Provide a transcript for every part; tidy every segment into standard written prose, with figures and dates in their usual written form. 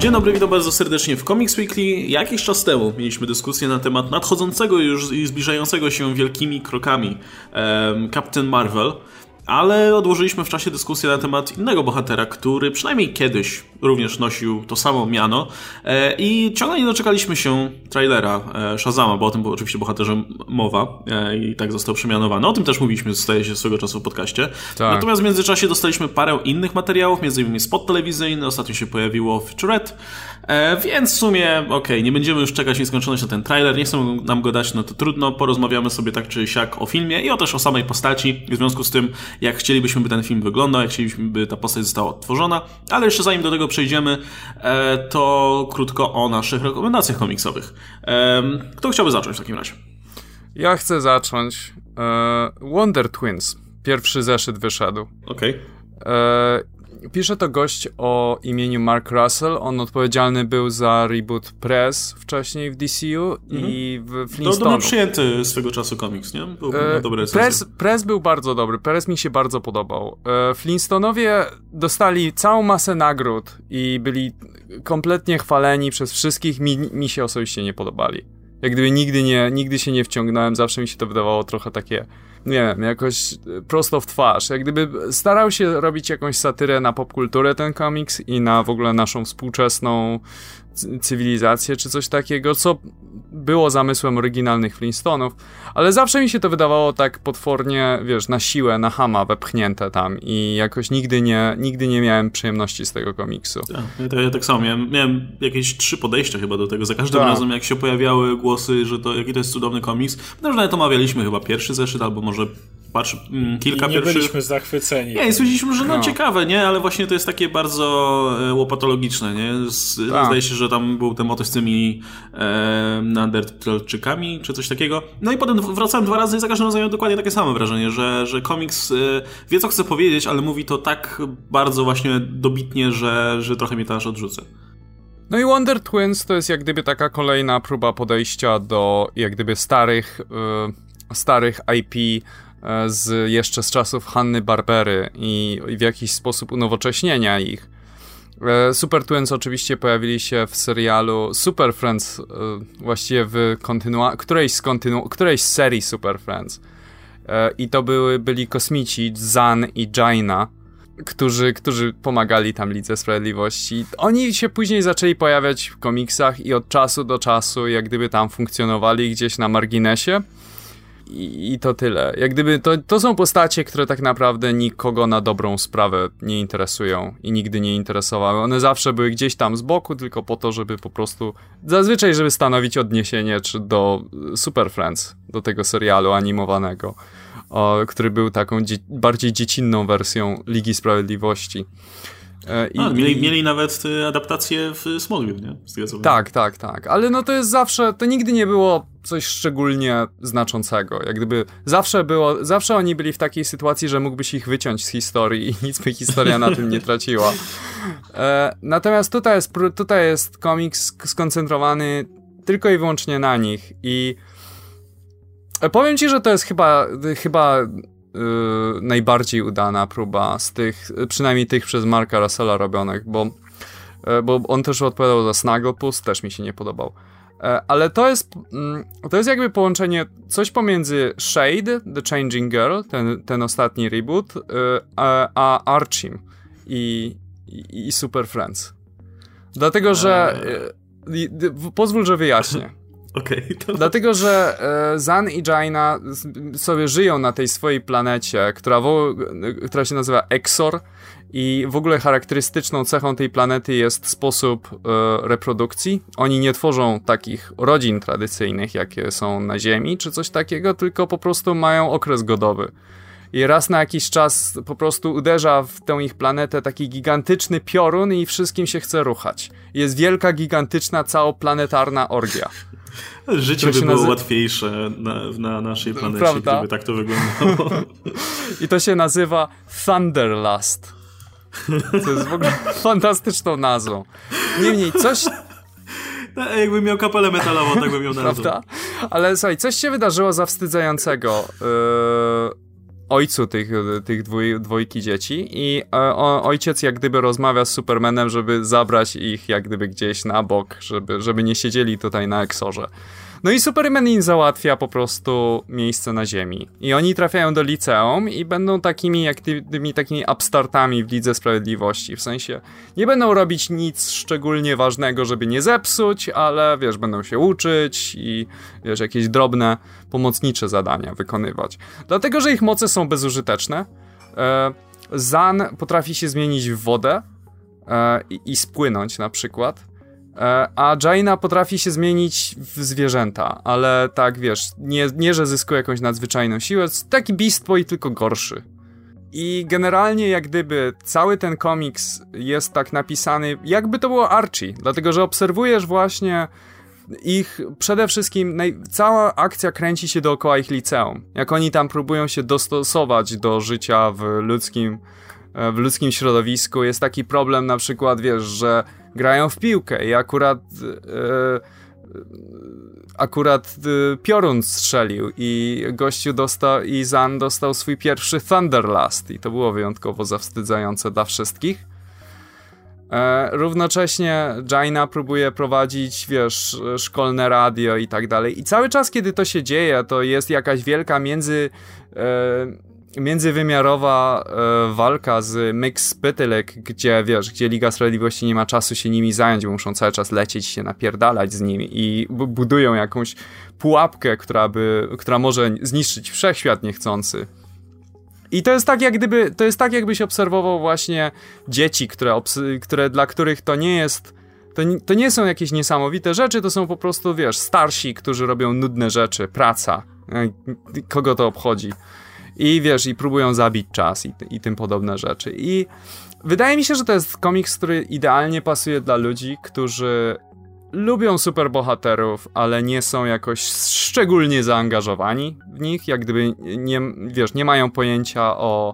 Dzień dobry, witam bardzo serdecznie w Comics Weekly. Jakiś czas temu mieliśmy dyskusję na temat nadchodzącego już i zbliżającego się wielkimi krokami Captain Marvel, ale odłożyliśmy w czasie dyskusję na temat innego bohatera, który przynajmniej kiedyś również nosił to samo miano i ciągle nie doczekaliśmy się trailera Shazama, bo o tym oczywiście bohaterze mowa i tak został przemianowany. O tym też mówiliśmy, zdaje się, swego czasu w podcaście. Tak. Natomiast w międzyczasie dostaliśmy parę innych materiałów, m.in. spot telewizyjny, ostatnio się pojawiło featurette, więc w sumie nie będziemy już czekać nieskończoność na ten trailer, nie chcą nam go dać, no to trudno, porozmawiamy sobie tak czy siak o filmie i też o samej postaci, w związku z tym, jak chcielibyśmy, by ten film wyglądał, jak chcielibyśmy, by ta postać została odtworzona, ale jeszcze zanim do tego przejdziemy, to krótko o naszych rekomendacjach komiksowych. Kto chciałby zacząć w takim razie? Ja chcę zacząć. Wonder Twins. Pierwszy zeszyt wyszedł. Okej. Pisze to gość o imieniu Mark Russell. On odpowiedzialny był za reboot Press wcześniej w DCU i w Flintstones. Dobrze przyjęty swego czasu komiks, nie? Był dobry Press był bardzo dobry. Press mi się bardzo podobał. Flintstonowie dostali całą masę nagród i byli kompletnie chwaleni przez wszystkich. Mi się osobiście nie podobali. Jak gdyby nigdy się nie wciągnąłem. Zawsze mi się to wydawało trochę takie, nie wiem, jakoś prosto w twarz. Jak gdyby starał się robić jakąś satyrę na popkulturę ten komiks i na w ogóle naszą współczesną cywilizację czy coś takiego, co było zamysłem oryginalnych Flintstonów, ale zawsze mi się to wydawało tak potwornie, wiesz, na siłę, na chama wepchnięte tam i jakoś nigdy nie miałem przyjemności z tego komiksu. Ja tak samo miałem jakieś 3 podejścia chyba do tego. Za każdym razem, jak się pojawiały głosy, że jaki to jest cudowny komiks, że nawet omawialiśmy chyba pierwszy zeszyt, albo może kilka nie pierwszych. Byliśmy zachwyceni. Nie, stwierdziliśmy, że ciekawe, nie? Ale właśnie to jest takie bardzo łopatologiczne, nie? Zdaje się, że tam był ten motyw z tymi Neandertalczykami, czy coś takiego. No i potem wracałem 2 razy i za każdym razem miałem dokładnie takie samo wrażenie, że komiks wie, co chce powiedzieć, ale mówi to tak bardzo właśnie dobitnie, że trochę mnie to aż odrzuca. No i Wonder Twins to jest jak gdyby taka kolejna próba podejścia do jak gdyby starych IP jeszcze z czasów Hanny-Barbery i w jakiś sposób unowocześnienia ich. Super Twins oczywiście pojawili się w serialu Super Friends, właściwie w którejś z serii Super Friends. I to byli kosmici Zan i Jaina, którzy pomagali tam Lidze Sprawiedliwości. Oni się później zaczęli pojawiać w komiksach i od czasu do czasu jak gdyby tam funkcjonowali gdzieś na marginesie. I to tyle. Jak gdyby to są postacie, które tak naprawdę nikogo na dobrą sprawę nie interesują i nigdy nie interesowały. One zawsze były gdzieś tam z boku, tylko po to, żeby po prostu zazwyczaj, żeby stanowić odniesienie czy do Super Friends, do tego serialu animowanego, który był taką bardziej dziecinną wersją Ligi Sprawiedliwości. Mieli nawet adaptację w Smallville, nie? Tak. Ale no to jest zawsze, to nigdy nie było coś szczególnie znaczącego. Jak gdyby zawsze oni byli w takiej sytuacji, że mógłbyś ich wyciąć z historii i nic by historia na tym nie traciła. Natomiast tutaj jest komiks skoncentrowany tylko i wyłącznie na nich i powiem ci, że to jest chyba najbardziej udana próba z tych, przynajmniej tych przez Marka Russella robionych, bo on też odpowiadał za Snagglepuss, też mi się nie podobał. Ale to jest jakby połączenie coś pomiędzy Shade, The Changing Girl, ten ostatni reboot, a Archim i Super Friends. Dlatego, że pozwól, że wyjaśnię. Dlatego, że Zan i Jaina sobie żyją na tej swojej planecie, która się nazywa Exor i w ogóle charakterystyczną cechą tej planety jest sposób reprodukcji. Oni nie tworzą takich rodzin tradycyjnych, jakie są na Ziemi, czy coś takiego, tylko po prostu mają okres godowy. I raz na jakiś czas po prostu uderza w tę ich planetę taki gigantyczny piorun i wszystkim się chce ruchać. Jest wielka, gigantyczna, całoplanetarna orgia. Życie by było łatwiejsze na naszej planecie, prawda? Gdyby tak to wyglądało. I to się nazywa Thunderlust. Co jest w ogóle fantastyczną nazwą. Niemniej, coś... Jakbym miał kapelę metalową, tak bym ją nazwał. Prawda? Ale słuchaj, coś się wydarzyło zawstydzającego. ojcu tych dwójki dzieci i ojciec jak gdyby rozmawia z Supermanem, żeby zabrać ich jak gdyby gdzieś na bok, żeby nie siedzieli tutaj na Exorze. No i Superman im załatwia po prostu miejsce na ziemi. I oni trafiają do liceum i będą takimi upstartami w Lidze Sprawiedliwości. W sensie nie będą robić nic szczególnie ważnego, żeby nie zepsuć, ale wiesz, będą się uczyć i wiesz, jakieś drobne, pomocnicze zadania wykonywać. Dlatego, że ich moce są bezużyteczne. Zan potrafi się zmienić w wodę i spłynąć na przykład. A Jaina potrafi się zmienić w zwierzęta, ale tak wiesz, nie że zyskuje jakąś nadzwyczajną siłę, taki Beast Boy, tylko gorszy. I generalnie jak gdyby cały ten komiks jest tak napisany, jakby to było Archie, dlatego że obserwujesz właśnie ich, przede wszystkim cała akcja kręci się dookoła ich liceum, jak oni tam próbują się dostosować do życia w ludzkim środowisku. Jest taki problem na przykład, wiesz, że grają w piłkę i akurat piorun strzelił i gościu i Zan dostał swój pierwszy Thunderlust i to było wyjątkowo zawstydzające dla wszystkich. Równocześnie Jaina próbuje prowadzić, wiesz, szkolne radio i tak dalej. I cały czas, kiedy to się dzieje, to jest jakaś wielka międzywymiarowa walka z Mix Pytylek, gdzie Liga Sprawiedliwości nie ma czasu się nimi zająć, bo muszą cały czas lecieć i się napierdalać z nimi i budują jakąś pułapkę, która może zniszczyć wszechświat niechcący. I to jest tak jakbyś obserwował właśnie dzieci, dla których to nie jest, to nie są jakieś niesamowite rzeczy, to są po prostu, wiesz, starsi, którzy robią nudne rzeczy, praca, kogo to obchodzi. I wiesz, i próbują zabić czas i tym podobne rzeczy. I wydaje mi się, że to jest komiks, który idealnie pasuje dla ludzi, którzy lubią superbohaterów, ale nie są jakoś szczególnie zaangażowani w nich, jak gdyby nie mają pojęcia o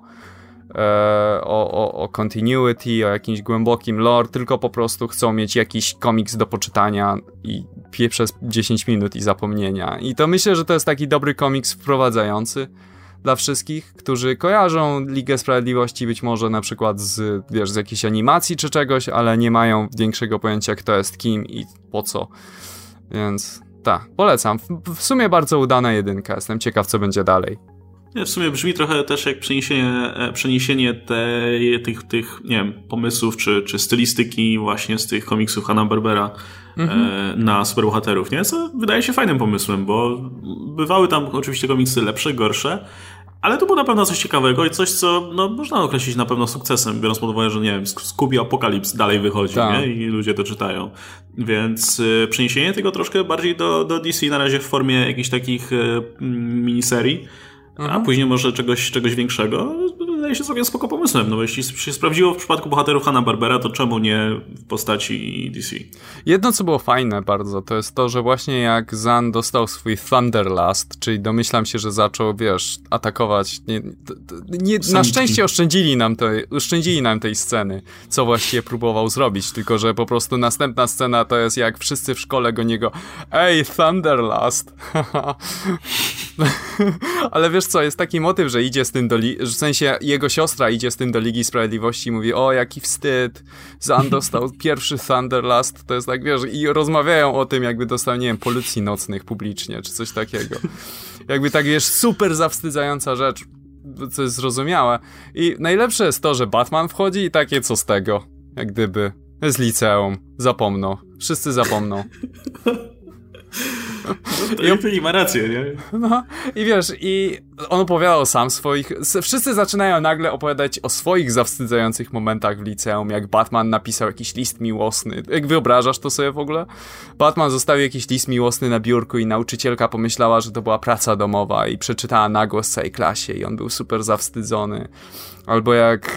continuity, o jakimś głębokim lore, tylko po prostu chcą mieć jakiś komiks do poczytania i przez 10 minut i zapomnienia. I to myślę, że to jest taki dobry komiks wprowadzający dla wszystkich, którzy kojarzą Ligę Sprawiedliwości być może na przykład z jakiejś animacji czy czegoś, ale nie mają większego pojęcia, kto jest kim i po co. Więc tak, polecam. W sumie bardzo udana jedynka. Jestem ciekaw, co będzie dalej. W sumie brzmi trochę też jak przeniesienie tych nie wiem, pomysłów czy stylistyki właśnie z tych komiksów Hanna-Barbera na superbohaterów, nie? Co wydaje się fajnym pomysłem, bo bywały tam oczywiście komiksy lepsze, gorsze, ale to było na pewno coś ciekawego i coś, co można określić na pewno sukcesem, biorąc pod uwagę, że nie wiem, Scooby Apokalips dalej wychodzi, nie? I ludzie to czytają. Więc przeniesienie tego troszkę bardziej do DC na razie w formie jakichś takich miniserii, a później może czegoś większego, wydaje się całkiem spoko pomysłem. No bo jeśli się sprawdziło w przypadku bohaterów Hanna-Barbera, to czemu nie w postaci DC? Jedno, co było fajne bardzo, to jest to, że właśnie jak Zan dostał swój Thunderlust, czyli domyślam się, że zaczął, atakować. Na szczęście oszczędzili nam tej sceny, co właściwie próbował zrobić, tylko że po prostu następna scena to jest jak wszyscy w szkole go niego ej, Thunderlust! Ale wiesz co, jest taki motyw, że idzie z tym w sensie jego siostra idzie z tym do Ligi Sprawiedliwości i mówi, o jaki wstyd, Zan dostał pierwszy Thunderlust, to jest tak, wiesz, i rozmawiają o tym, jakby dostał, nie wiem, policji nocnych publicznie, czy coś takiego. Jakby tak, wiesz, super zawstydzająca rzecz, co jest zrozumiałe. I najlepsze jest to, że Batman wchodzi i takie, co z tego, jak gdyby, z liceum, zapomną, wszyscy zapomną. I ma rację, nie? No, i wiesz, i on opowiadał sam wszyscy zaczynają nagle opowiadać o swoich zawstydzających momentach w liceum, jak Batman napisał jakiś list miłosny. Jak wyobrażasz to sobie w ogóle? Batman zostawił jakiś list miłosny na biurku i nauczycielka pomyślała, że to była praca domowa i przeczytała na głos całej klasie i on był super zawstydzony. Albo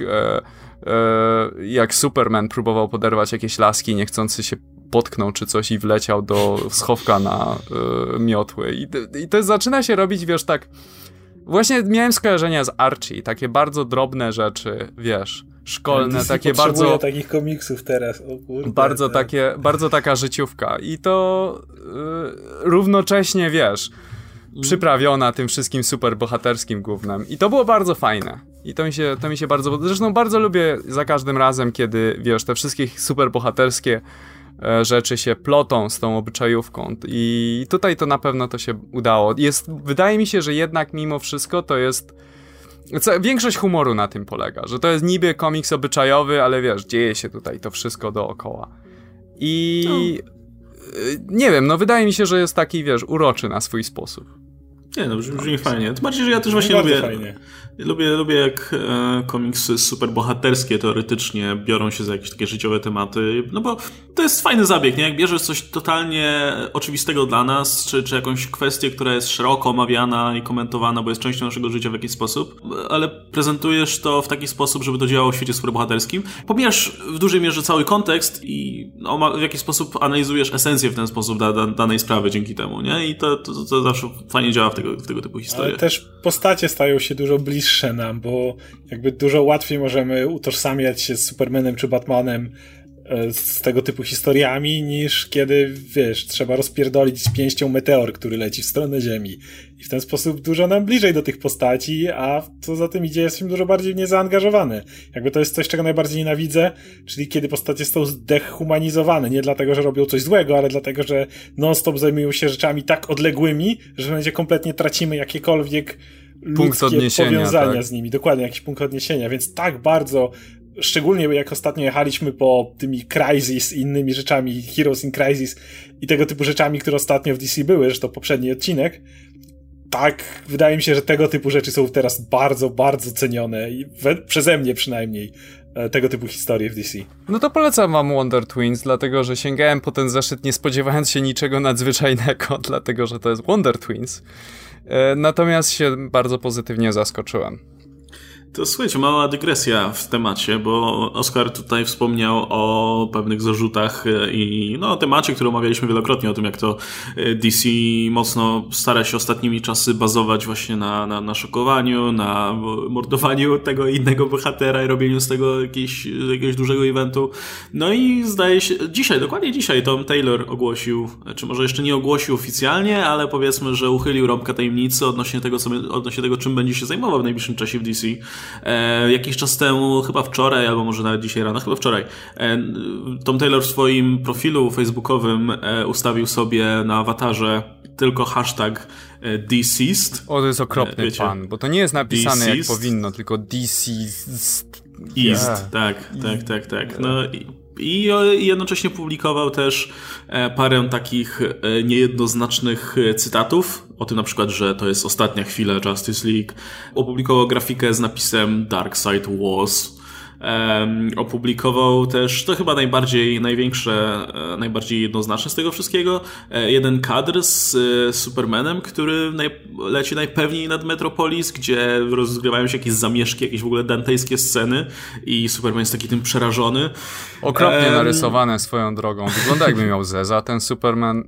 jak Superman próbował poderwać jakieś laski, niechcący się potknął czy coś i wleciał do schowka na miotły. I to zaczyna się robić, wiesz, tak... Właśnie miałem skojarzenia z Archie, takie bardzo drobne rzeczy, wiesz, szkolne, takie bardzo... takich komiksów teraz, o kurde. Bardzo taka życiówka. I to równocześnie, wiesz, przyprawiona tym wszystkim superbohaterskim gównem. I to było bardzo fajne. I to mi się bardzo... Zresztą bardzo lubię za każdym razem, kiedy, wiesz, te wszystkie superbohaterskie rzeczy się plotą z tą obyczajówką. I tutaj to na pewno to się udało. Wydaje mi się, że jednak mimo wszystko to jest... Większość humoru na tym polega, że to jest niby komiks obyczajowy, ale wiesz, dzieje się tutaj to wszystko dookoła. I... Nie wiem, no wydaje mi się, że jest taki, wiesz, uroczy na swój sposób. Nie, no brzmi fajnie. Tym bardziej, że ja też właśnie lubię jak komiksy superbohaterskie teoretycznie biorą się za jakieś takie życiowe tematy, no bo to jest fajny zabieg, nie? Jak bierzesz coś totalnie oczywistego dla nas, czy jakąś kwestię, która jest szeroko omawiana i komentowana, bo jest częścią naszego życia w jakiś sposób, ale prezentujesz to w taki sposób, żeby to działało w świecie superbohaterskim. Pomijasz w dużej mierze cały kontekst i w jakiś sposób analizujesz esencję w ten sposób danej sprawy dzięki temu, nie? I to zawsze fajnie działa w tego typu historiach. Ale też postacie stają się dużo bliższe nam, bo jakby dużo łatwiej możemy utożsamiać się z Supermanem czy Batmanem z tego typu historiami, niż kiedy, wiesz, trzeba rozpierdolić z pięścią meteor, który leci w stronę Ziemi. I w ten sposób dużo nam bliżej do tych postaci, a co za tym idzie, jesteśmy dużo bardziej w nie zaangażowane. Jakby to jest coś, czego najbardziej nienawidzę, czyli kiedy postacie są zdehumanizowane. Nie dlatego, że robią coś złego, ale dlatego, że non-stop zajmują się rzeczami tak odległymi, że w momencie kompletnie tracimy jakiekolwiek ludzkie powiązania z nimi. Dokładnie, jakiś punkt odniesienia. Więc tak bardzo... Szczególnie jak ostatnio jechaliśmy po tymi Crysis i innymi rzeczami, Heroes in Crisis i tego typu rzeczami, które ostatnio w DC były, zresztą poprzedni odcinek, tak, wydaje mi się, że tego typu rzeczy są teraz bardzo, bardzo cenione i przeze mnie przynajmniej tego typu historie w DC. No to polecam wam Wonder Twins, dlatego że sięgałem po ten zeszyt nie spodziewając się niczego nadzwyczajnego, dlatego że to jest Wonder Twins. Natomiast się bardzo pozytywnie zaskoczyłem. To słuchajcie, mała dygresja w temacie, bo Oskar tutaj wspomniał o pewnych zarzutach i no, temacie, który omawialiśmy wielokrotnie, o tym jak to DC mocno stara się ostatnimi czasy bazować właśnie na szokowaniu, na mordowaniu tego innego bohatera i robieniu z tego jakiegoś dużego eventu. No i zdaje się, dokładnie dzisiaj Tom Taylor ogłosił, czy może jeszcze nie ogłosił oficjalnie, ale powiedzmy, że uchylił rąbka tajemnicy odnośnie tego, czym będzie się zajmował w najbliższym czasie w DC. Jakiś czas temu, chyba wczoraj, albo może nawet dzisiaj rano, chyba wczoraj, Tom Taylor w swoim profilu facebookowym ustawił sobie na awatarze tylko hashtag deceased. O, to jest okropny pan, bo to nie jest napisane deceased, jak powinno, tylko deceased. Tak. No i jednocześnie publikował też parę takich niejednoznacznych cytatów o tym na przykład, że to jest ostatnia chwila Justice League. Opublikował grafikę z napisem Dark Side Wars. Opublikował też, to chyba najbardziej jednoznaczne z tego wszystkiego, jeden kadr z Supermanem, który leci najpewniej nad Metropolis, gdzie rozgrywają się jakieś zamieszki, jakieś w ogóle dantejskie sceny i Superman jest taki tym przerażony. Okropnie narysowane swoją drogą. Wygląda jakby miał zeza ten Superman.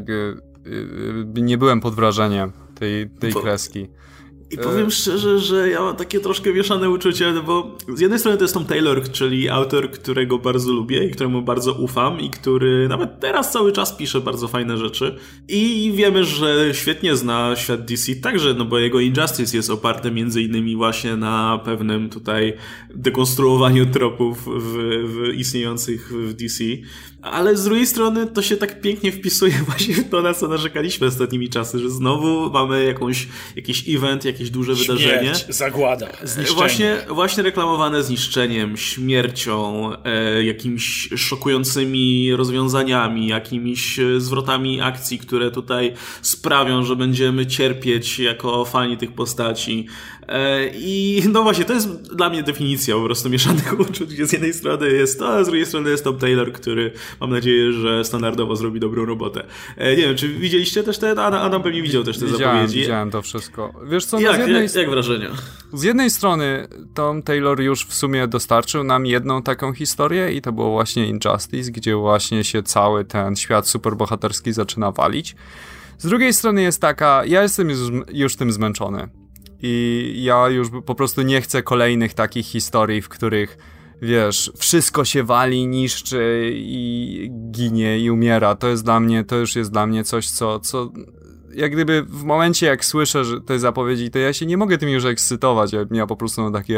Nie byłem pod wrażeniem tej kreski. I powiem szczerze, że ja mam takie troszkę mieszane uczucie, no bo z jednej strony to jest Tom Taylor, czyli autor, którego bardzo lubię i któremu bardzo ufam i który nawet teraz cały czas pisze bardzo fajne rzeczy. I wiemy, że świetnie zna świat DC także, no bo jego Injustice jest oparte między innymi właśnie na pewnym tutaj dekonstruowaniu tropów istniejących w DC. Ale z drugiej strony to się tak pięknie wpisuje właśnie w to, na co narzekaliśmy ostatnimi czasy, że znowu mamy jakiś event, jakieś duże wydarzenie. Zagłada, zniszczenie. Właśnie reklamowane zniszczeniem, śmiercią, jakimiś szokującymi rozwiązaniami, jakimiś zwrotami akcji, które tutaj sprawią, że będziemy cierpieć jako fani tych postaci. I no właśnie, to jest dla mnie definicja po prostu mieszanych uczuć, gdzie z jednej strony jest to, a z drugiej strony jest Tom Taylor, który mam nadzieję, że standardowo zrobi dobrą robotę. Nie wiem, czy widzieliście też Adam pewnie widział też te zapowiedzi. Widziałem to wszystko. Wiesz co, jak wrażenia? Z jednej strony Tom Taylor już w sumie dostarczył nam jedną taką historię i to było właśnie Injustice, gdzie właśnie się cały ten świat superbohaterski zaczyna walić. Z drugiej strony jest taka, ja jestem już tym zmęczony. I ja już po prostu nie chcę kolejnych takich historii, w których, wiesz, wszystko się wali, niszczy i ginie i umiera. To już jest dla mnie coś, co jak gdyby w momencie, jak słyszę że te zapowiedzi, to ja się nie mogę tym już ekscytować. Ja po prostu mam takie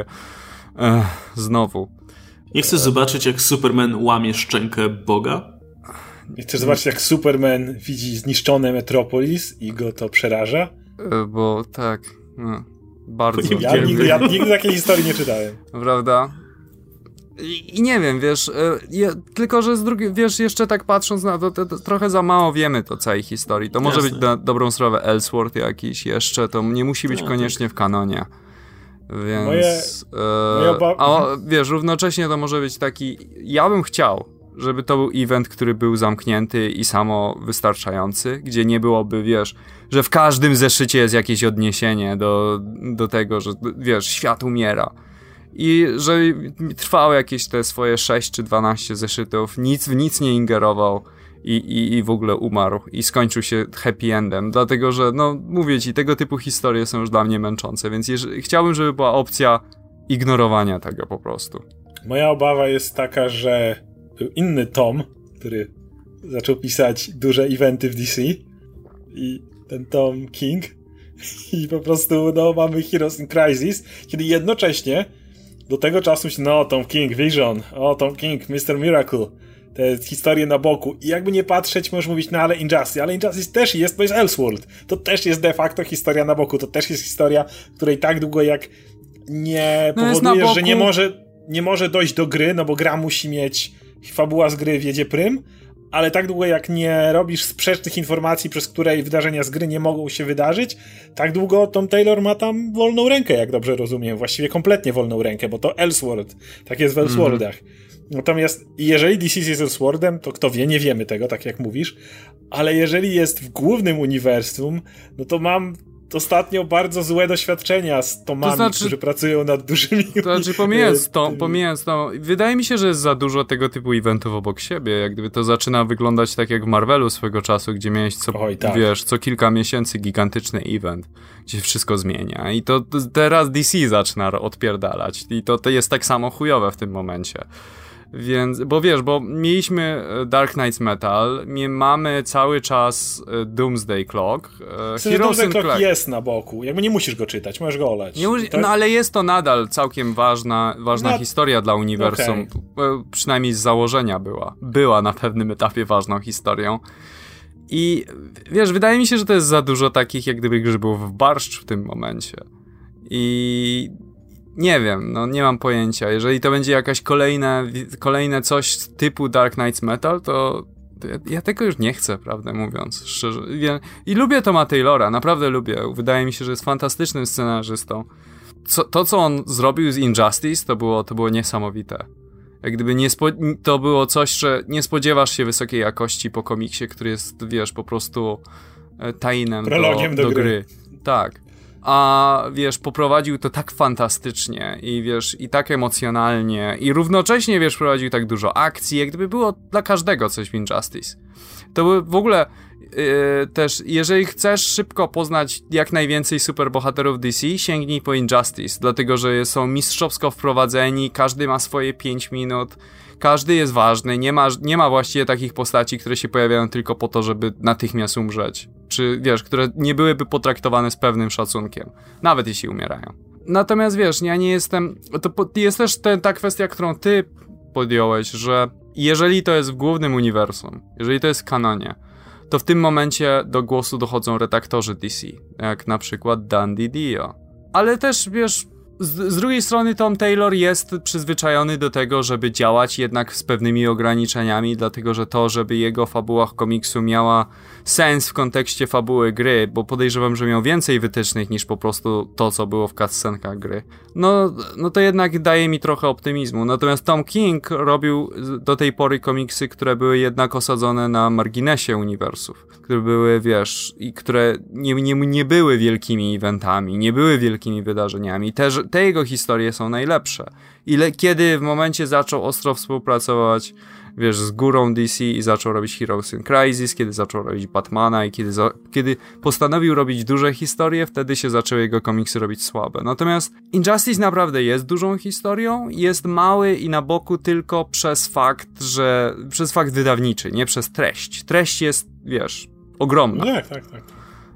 znowu. Nie chcesz zobaczyć, jak Superman łamie szczękę Boga? Nie chcesz zobaczyć, jak Superman widzi zniszczone Metropolis i go to przeraża? Bo tak, bardzo. Ja nigdy takiej historii nie czytałem. Prawda? I nie wiem, wiesz, tylko że z drugiej, wiesz, jeszcze tak patrząc na to trochę za mało wiemy o całej historii. To może być na dobrą sprawę Elseworld jakiś jeszcze, to nie musi być koniecznie w kanonie. Więc... wiesz, równocześnie to może być taki... Ja bym chciał, żeby to był event, który był zamknięty i samowystarczający, gdzie nie byłoby, wiesz, że w każdym zeszycie jest jakieś odniesienie do tego, że, wiesz, świat umiera. I że trwały jakieś te swoje 6 czy 12 zeszytów, w nic nie ingerował i w ogóle umarł i skończył się happy endem, dlatego że, no mówię ci, tego typu historie są już dla mnie męczące, więc chciałbym, żeby była opcja ignorowania tego po prostu. Moja obawa jest taka, że był inny Tom, który zaczął pisać duże eventy w DC i ten Tom King i po prostu, no, mamy Heroes in Crisis, kiedy jednocześnie do tego czasu Tom King, Vision, Tom King, Mr. Miracle, te historie na boku i jakby nie patrzeć, możesz mówić, no ale Injustice też jest, to jest Elseworld, to też jest de facto historia na boku, to też jest historia, której tak długo jak nie powodujesz, że nie może dojść do gry, no bo gra musi mieć, fabuła z gry wiedzie prym, ale tak długo jak nie robisz sprzecznych informacji, przez które wydarzenia z gry nie mogą się wydarzyć, tak długo Tom Taylor ma tam wolną rękę, jak dobrze rozumiem. Właściwie kompletnie wolną rękę, bo to Elseworld. Tak jest w Elseworldach. Natomiast jeżeli DC jest Elseworldem, to kto wie, nie wiemy tego, tak jak mówisz, ale jeżeli jest w głównym uniwersum, no to mam ostatnio bardzo złe doświadczenia z Tomami, którzy pracują nad dużymi... To znaczy, pomijając to, wydaje mi się, że jest za dużo tego typu eventów obok siebie, jak gdyby to zaczyna wyglądać tak jak w Marvelu swego czasu, gdzie miałeś co kilka miesięcy gigantyczny event, gdzie wszystko zmienia i to teraz DC zaczyna odpierdalać i to jest tak samo chujowe w tym momencie. Więc, bo mieliśmy Dark Knight's Metal, mamy cały czas Doomsday Clock. Doomsday Clock jest na boku, jakby nie musisz go czytać, możesz go olać. No ale jest to nadal całkiem ważna historia dla uniwersum, przynajmniej z założenia była na pewnym etapie ważną historią. I wiesz, wydaje mi się, że to jest za dużo takich jak gdyby grzybów w barszcz w tym momencie. I... nie wiem, no nie mam pojęcia. Jeżeli to będzie jakaś kolejne coś typu Dark Knight's Metal, to ja tego już nie chcę, prawdę mówiąc, szczerze. I lubię Toma Taylora, naprawdę lubię. Wydaje mi się, że jest fantastycznym scenarzystą. To, co on zrobił z Injustice, to było niesamowite. Jak gdyby to było coś, że nie spodziewasz się wysokiej jakości po komiksie, który jest, wiesz, po prostu tajnem do gry. Tak. A wiesz, poprowadził to tak fantastycznie i wiesz, i tak emocjonalnie i równocześnie, wiesz, prowadził tak dużo akcji, jak gdyby było dla każdego coś w Injustice. To był w ogóle też, jeżeli chcesz szybko poznać jak najwięcej superbohaterów DC, sięgnij po Injustice, dlatego, że są mistrzowsko wprowadzeni, każdy ma swoje 5 minut, każdy jest ważny, nie ma właściwie takich postaci, które się pojawiają tylko po to, żeby natychmiast umrzeć. Czy wiesz, które nie byłyby potraktowane z pewnym szacunkiem, nawet jeśli umierają. Natomiast wiesz, ja nie jestem... To jest też ta kwestia, którą ty podjąłeś, że jeżeli to jest w głównym uniwersum, jeżeli to jest w kanonie, to w tym momencie do głosu dochodzą redaktorzy DC, jak na przykład Dan DiDio. Ale też, wiesz, z drugiej strony Tom Taylor jest przyzwyczajony do tego, żeby działać jednak z pewnymi ograniczeniami, dlatego że to, żeby jego fabuła komiksu miała sens w kontekście fabuły gry, bo podejrzewam, że miał więcej wytycznych niż po prostu to, co było w cutscenkach gry, no to jednak daje mi trochę optymizmu. Natomiast Tom King robił do tej pory komiksy, które były jednak osadzone na marginesie uniwersów, które były, wiesz, i które nie były wielkimi eventami, nie były wielkimi wydarzeniami. Te jego historie są najlepsze. Kiedy w momencie zaczął ostro współpracować, wiesz, z górą DC i zaczął robić Heroes in Crisis, kiedy zaczął robić Batmana i kiedy postanowił robić duże historie, wtedy się zaczęły jego komiksy robić słabe. Natomiast Injustice naprawdę jest dużą historią, jest mały i na boku tylko przez fakt wydawniczy, nie przez treść. Treść jest, wiesz, ogromna. No tak.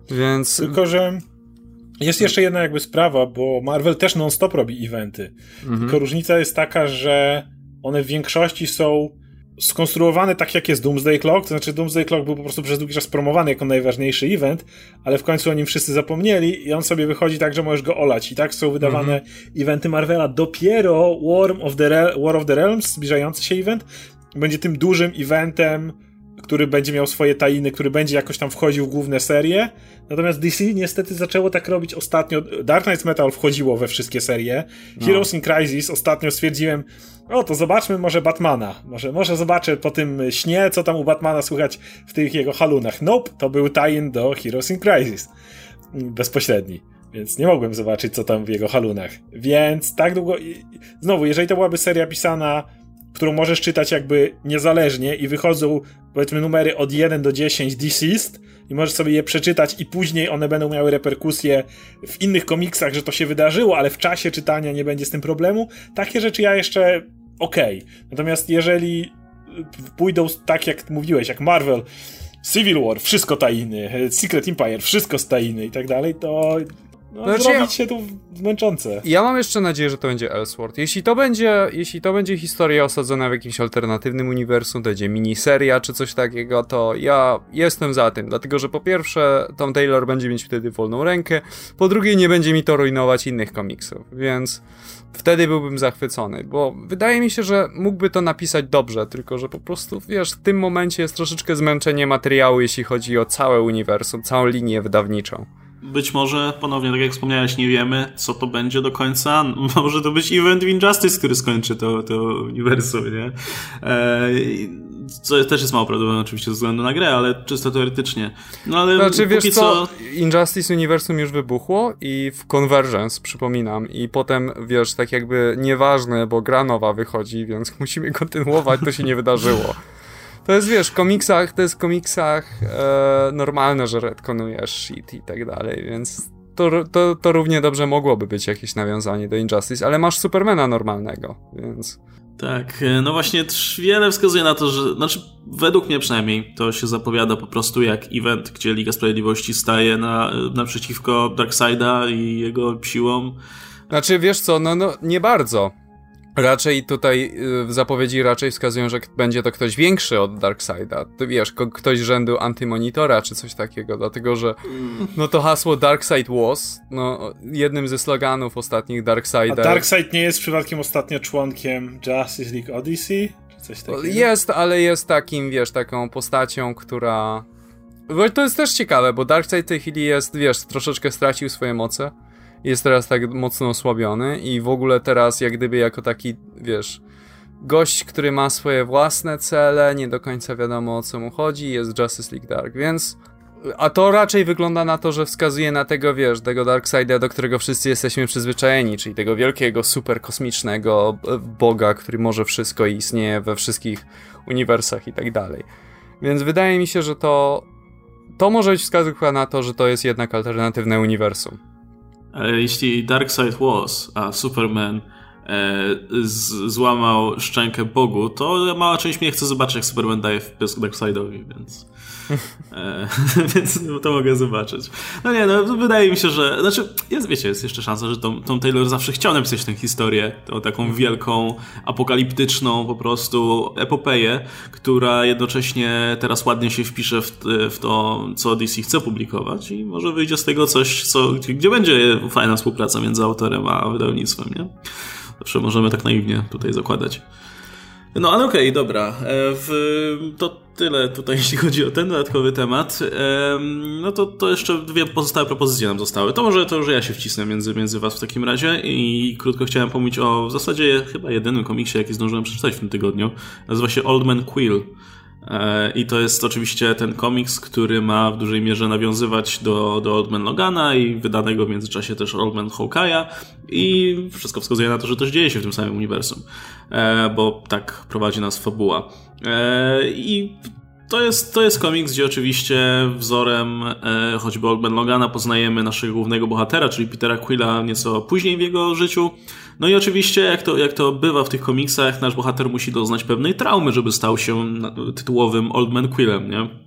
Więc... Tylko, że jest jeszcze jedna jakby sprawa, bo Marvel też non-stop robi eventy. Tylko różnica jest taka, że one w większości są skonstruowane tak, jak jest Doomsday Clock, to znaczy Doomsday Clock był po prostu przez długi czas promowany jako najważniejszy event, ale w końcu o nim wszyscy zapomnieli i on sobie wychodzi tak, że możesz go olać. I tak są wydawane eventy Marvela. Dopiero War of the Realms, zbliżający się event, będzie tym dużym eventem, który będzie miał swoje tajny, który będzie jakoś tam wchodził w główne serie. Natomiast DC niestety zaczęło tak robić ostatnio. Dark Knights Metal wchodziło we wszystkie serie. Heroes in Crisis ostatnio stwierdziłem, to zobaczmy może Batmana. Może zobaczę po tym śnie, co tam u Batmana słychać w tych jego halunach. Nope, to był tie-in do Heroes in Crisis. Bezpośredni. Więc nie mogłem zobaczyć, co tam w jego halunach. Więc tak długo... Znowu, jeżeli to byłaby seria pisana, którą możesz czytać jakby niezależnie i wychodzą, powiedzmy, numery od 1 do 10 Deceased i możesz sobie je przeczytać i później one będą miały reperkusje w innych komiksach, że to się wydarzyło, ale w czasie czytania nie będzie z tym problemu. Takie rzeczy ja jeszcze okej. Natomiast jeżeli pójdą tak, jak mówiłeś, jak Marvel, Civil War, wszystko tajny, Secret Empire, wszystko stajny i tak dalej, to... zrobić się tu męczące. Ja mam jeszcze nadzieję, że to będzie Elseworld. Jeśli to będzie historia osadzona w jakimś alternatywnym uniwersum, to będzie miniseria czy coś takiego, to ja jestem za tym. Dlatego, że po pierwsze Tom Taylor będzie mieć wtedy wolną rękę, po drugie nie będzie mi to rujnować innych komiksów, więc wtedy byłbym zachwycony, bo wydaje mi się, że mógłby to napisać dobrze, tylko że po prostu, wiesz, w tym momencie jest troszeczkę zmęczenie materiału, jeśli chodzi o całe uniwersum, całą linię wydawniczą. Być może, ponownie, tak jak wspomniałeś, nie wiemy, co to będzie do końca. Może to być event w Injustice, który skończy to uniwersum, nie? Co też jest mało prawdopodobne oczywiście ze względu na grę, ale czysto teoretycznie. No ale znaczy, wiesz co, Injustice uniwersum już wybuchło i w Convergence, przypominam, i potem, wiesz, tak jakby nieważne, bo gra nowa wychodzi, więc musimy kontynuować, to się nie wydarzyło. To jest, wiesz, w komiksach normalne, że retconujesz shit i tak dalej, więc to równie dobrze mogłoby być jakieś nawiązanie do Injustice, ale masz Supermana normalnego, więc... Tak, no właśnie wiele wskazuje na to, że, znaczy według mnie przynajmniej, to się zapowiada po prostu jak event, gdzie Liga Sprawiedliwości staje naprzeciwko Darkseida i jego siłom. Znaczy, wiesz co, no nie bardzo. Raczej tutaj w zapowiedzi wskazują, że będzie to ktoś większy od Darkseida. Ty wiesz, ktoś rzędu Antymonitora czy coś takiego, dlatego że no to hasło Darkseid was, no jednym ze sloganów ostatnich Darkseida. A Darkseid nie jest przypadkiem ostatnio członkiem Justice League Odyssey? Czy coś takiego? Jest, ale jest takim, wiesz, taką postacią, która... Bo to jest też ciekawe, bo Darkseid w tej chwili jest, wiesz, troszeczkę stracił swoje moce. Jest teraz tak mocno osłabiony i w ogóle teraz jak gdyby jako taki, wiesz, gość, który ma swoje własne cele, nie do końca wiadomo o co mu chodzi, jest Justice League Dark, więc... A to raczej wygląda na to, że wskazuje na tego, wiesz, tego Darkseida, do którego wszyscy jesteśmy przyzwyczajeni, czyli tego wielkiego, super kosmicznego boga, który może wszystko i istnieje we wszystkich uniwersach i tak dalej. Więc wydaje mi się, że to może być wskazówka na to, że to jest jednak alternatywne uniwersum. Ale jeśli Darkseid was, a Superman złamał szczękę Bogu, to mała część mnie chce zobaczyć, jak Superman daje w pysk Darkseidowi, więc więc to mogę zobaczyć. No nie, no wydaje mi się, że jest jeszcze szansa, że Tom Taylor zawsze chciał napisać tę historię, tą taką wielką, apokaliptyczną po prostu epopeję, która jednocześnie teraz ładnie się wpisze w to, co DC chce publikować i może wyjdzie z tego coś, gdzie będzie fajna współpraca między autorem a wydawnictwem, nie? Zawsze możemy tak naiwnie tutaj zakładać. No ale okej, dobra. To tyle tutaj, jeśli chodzi o ten dodatkowy temat. No to jeszcze dwie pozostałe propozycje nam zostały. To może ja się wcisnę między was w takim razie i krótko chciałem pomówić o w zasadzie chyba jedynym komiksie, jaki zdążyłem przeczytać w tym tygodniu. Nazywa się Old Man Quill. I to jest oczywiście ten komiks, który ma w dużej mierze nawiązywać do Old Man Logana i wydanego w międzyczasie też Old Man Hawkeye'a i wszystko wskazuje na to, że też dzieje się w tym samym uniwersum, bo tak prowadzi nas fabuła. I to jest komiks, gdzie oczywiście wzorem choćby Old Man Logana poznajemy naszego głównego bohatera, czyli Petera Quilla nieco później w jego życiu. No i oczywiście, jak to bywa w tych komiksach, nasz bohater musi doznać pewnej traumy, żeby stał się tytułowym Old Man Quillem, nie?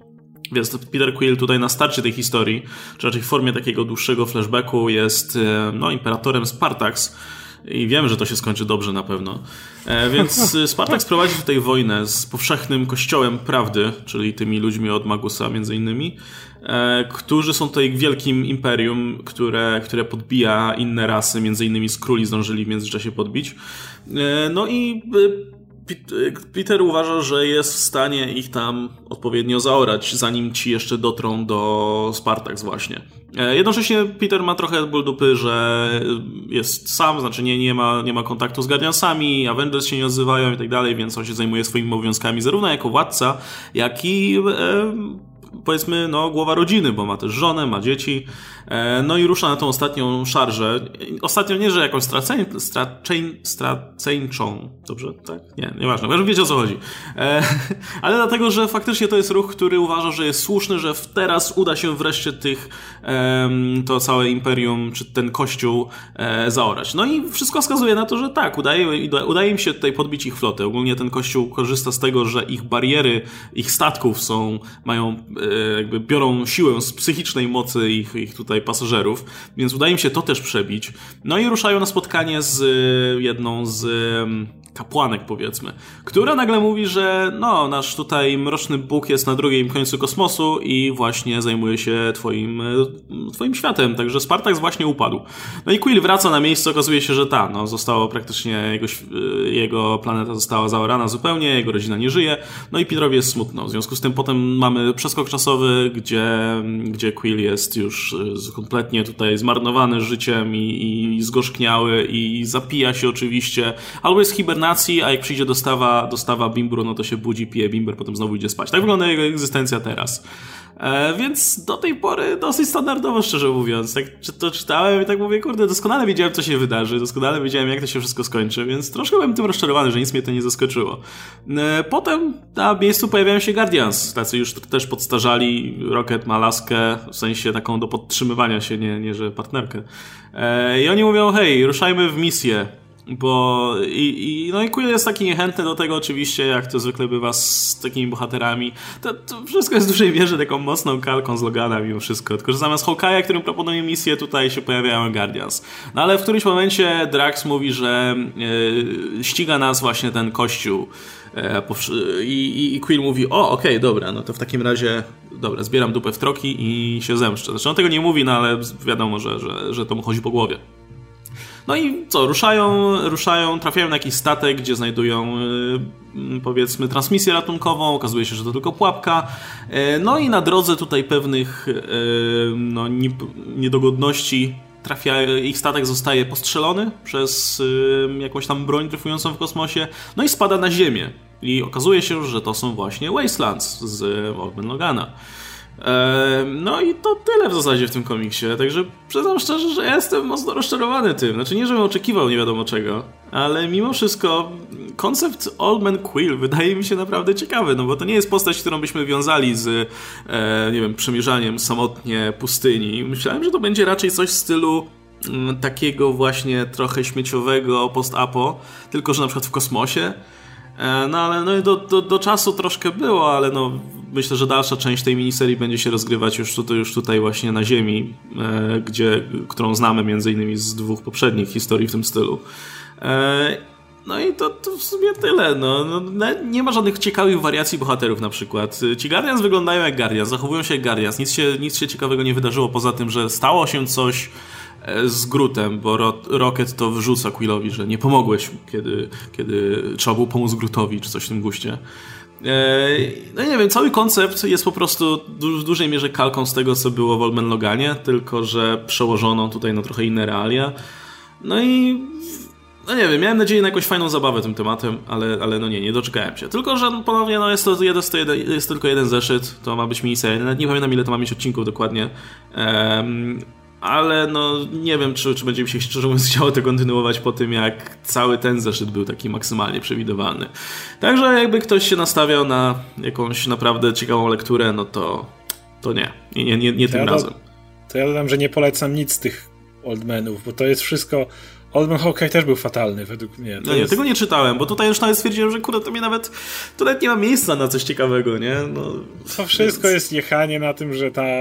Więc Peter Quill tutaj na starcie tej historii, czy raczej w formie takiego dłuższego flashbacku jest imperatorem Spartax. I wiem, że to się skończy dobrze na pewno. Więc Spartax prowadzi tutaj wojnę z powszechnym kościołem prawdy, czyli tymi ludźmi od Magusa między innymi, którzy są tutaj wielkim imperium, które podbija inne rasy, między innymi Skrulli zdążyli w międzyczasie podbić. No i Peter uważa, że jest w stanie ich tam odpowiednio zaorać, zanim ci jeszcze dotrą do Spartax właśnie. Jednocześnie Peter ma trochę ból dupy, że jest sam, znaczy nie ma kontaktu z Guardiansami, Avengers się nie odzywają i tak dalej, więc on się zajmuje swoimi obowiązkami zarówno jako władca, jak i powiedzmy, głowa rodziny, bo ma też żonę, ma dzieci. No i rusza na tą ostatnią szarżę. Ostatnio nie, że jakąś straceńczą. Dobrze? Tak? Nie, nieważne. Już wiecie, o co chodzi. Ale dlatego, że faktycznie to jest ruch, który uważa, że jest słuszny, że teraz uda się wreszcie to całe imperium, czy ten kościół zaorać. No i wszystko wskazuje na to, że tak, udaje im się tutaj podbić ich flotę. Ogólnie ten kościół korzysta z tego, że ich bariery, ich statków biorą siłę z psychicznej mocy ich tutaj pasażerów, więc udaje im się to też przebić. No i ruszają na spotkanie z jedną z kapłanek, powiedzmy, która nagle mówi, że nasz tutaj mroczny Bóg jest na drugim końcu kosmosu i właśnie zajmuje się twoim światem, także Spartax właśnie upadł. No i Quill wraca na miejsce, okazuje się, że zostało praktycznie, jego planeta została zaorana zupełnie, jego rodzina nie żyje, no i Peterowi jest smutno. W związku z tym potem mamy przeskok czasowy, gdzie Quill jest już kompletnie tutaj zmarnowany życiem i zgorzkniały i zapija się oczywiście, albo jest hibernacji, a jak przyjdzie dostawa bimbru, no to się budzi, pije bimber, potem znowu idzie spać. Tak wygląda jego egzystencja teraz. Więc do tej pory dosyć standardowo, szczerze mówiąc. Tak to czytałem i tak mówię, kurde, doskonale wiedziałem, co się wydarzy, doskonale wiedziałem, jak to się wszystko skończy, więc troszkę byłem tym rozczarowany, że nic mnie to nie zaskoczyło. Potem na miejscu pojawiają się Guardians, tacy już też podstarzali. Rocket ma laskę, w sensie taką do podtrzymywania się, nie że partnerkę. I oni mówią, hej, ruszajmy w misję. I Quill jest taki niechętny do tego oczywiście, jak to zwykle bywa z takimi bohaterami. To wszystko jest w dużej mierze taką mocną kalką z Logana mimo wszystko. Tylko że zamiast Hawkeye'a, którym proponuje misję, tutaj się pojawiają Guardians. No ale w którymś momencie Drax mówi, że ściga nas właśnie ten kościół. I Quill mówi, okej, dobra, no to w takim razie dobra, zbieram dupę w troki i się zemszczę. Zresztą on tego nie mówi, ale wiadomo, że to mu chodzi po głowie. No i co, ruszają, trafiają na jakiś statek, gdzie znajdują powiedzmy transmisję ratunkową, okazuje się, że to tylko pułapka. No i na drodze tutaj pewnych niedogodności ich statek zostaje postrzelony przez jakąś tam broń dryfującą w kosmosie, no i spada na ziemię. I okazuje się, że to są właśnie Wastelands z Old Man Logana. No i to tyle w zasadzie w tym komiksie, także przyznam szczerze, że ja jestem mocno rozczarowany tym. Znaczy nie, żebym oczekiwał nie wiadomo czego, ale mimo wszystko koncept Old Man Quill wydaje mi się naprawdę ciekawy, no bo to nie jest postać, którą byśmy wiązali z przemierzaniem samotnie pustyni. Myślałem, że to będzie raczej coś w stylu takiego właśnie trochę śmieciowego post-apo, tylko że na przykład w kosmosie. No ale do czasu troszkę było, ale myślę, że dalsza część tej miniserii będzie się rozgrywać już tutaj właśnie na Ziemi, którą znamy między innymi z 2 poprzednich historii w tym stylu. No i to w sumie tyle. Nie ma żadnych ciekawych wariacji bohaterów na przykład. Ci Guardians wyglądają jak Guardians, zachowują się jak Guardians. Nic się ciekawego nie wydarzyło poza tym, że stało się coś z Grootem, bo Rocket to wrzuca Quillowi, że nie pomogłeś, kiedy trzeba było pomóc Grootowi, czy coś w tym guście. No nie wiem, cały koncept jest po prostu w dużej mierze kalką z tego, co było w Old Man Loganie, tylko że przełożono tutaj na trochę inne realia. No i nie wiem, miałem nadzieję na jakąś fajną zabawę tym tematem, ale nie doczekałem się. Tylko że ponownie jest tylko jeden zeszyt, to ma być miniseria. Nawet nie pamiętam, ile to ma mieć odcinków dokładnie. Ale nie wiem, czy będzie mi się szczerze mówiąc chciało to kontynuować po tym, jak cały ten zeszyt był taki maksymalnie przewidywalny. Także jakby ktoś się nastawiał na jakąś naprawdę ciekawą lekturę, no to nie tym razem. To ja dodam, że nie polecam nic z tych Old Manów, bo to jest wszystko Old Man Hawkeye też był fatalny według mnie. No nie, tego nie czytałem, bo tutaj już nawet stwierdziłem, że kurde, to mnie nawet nie ma miejsca na coś ciekawego, nie? No, to wszystko jest jechanie na tym, że ta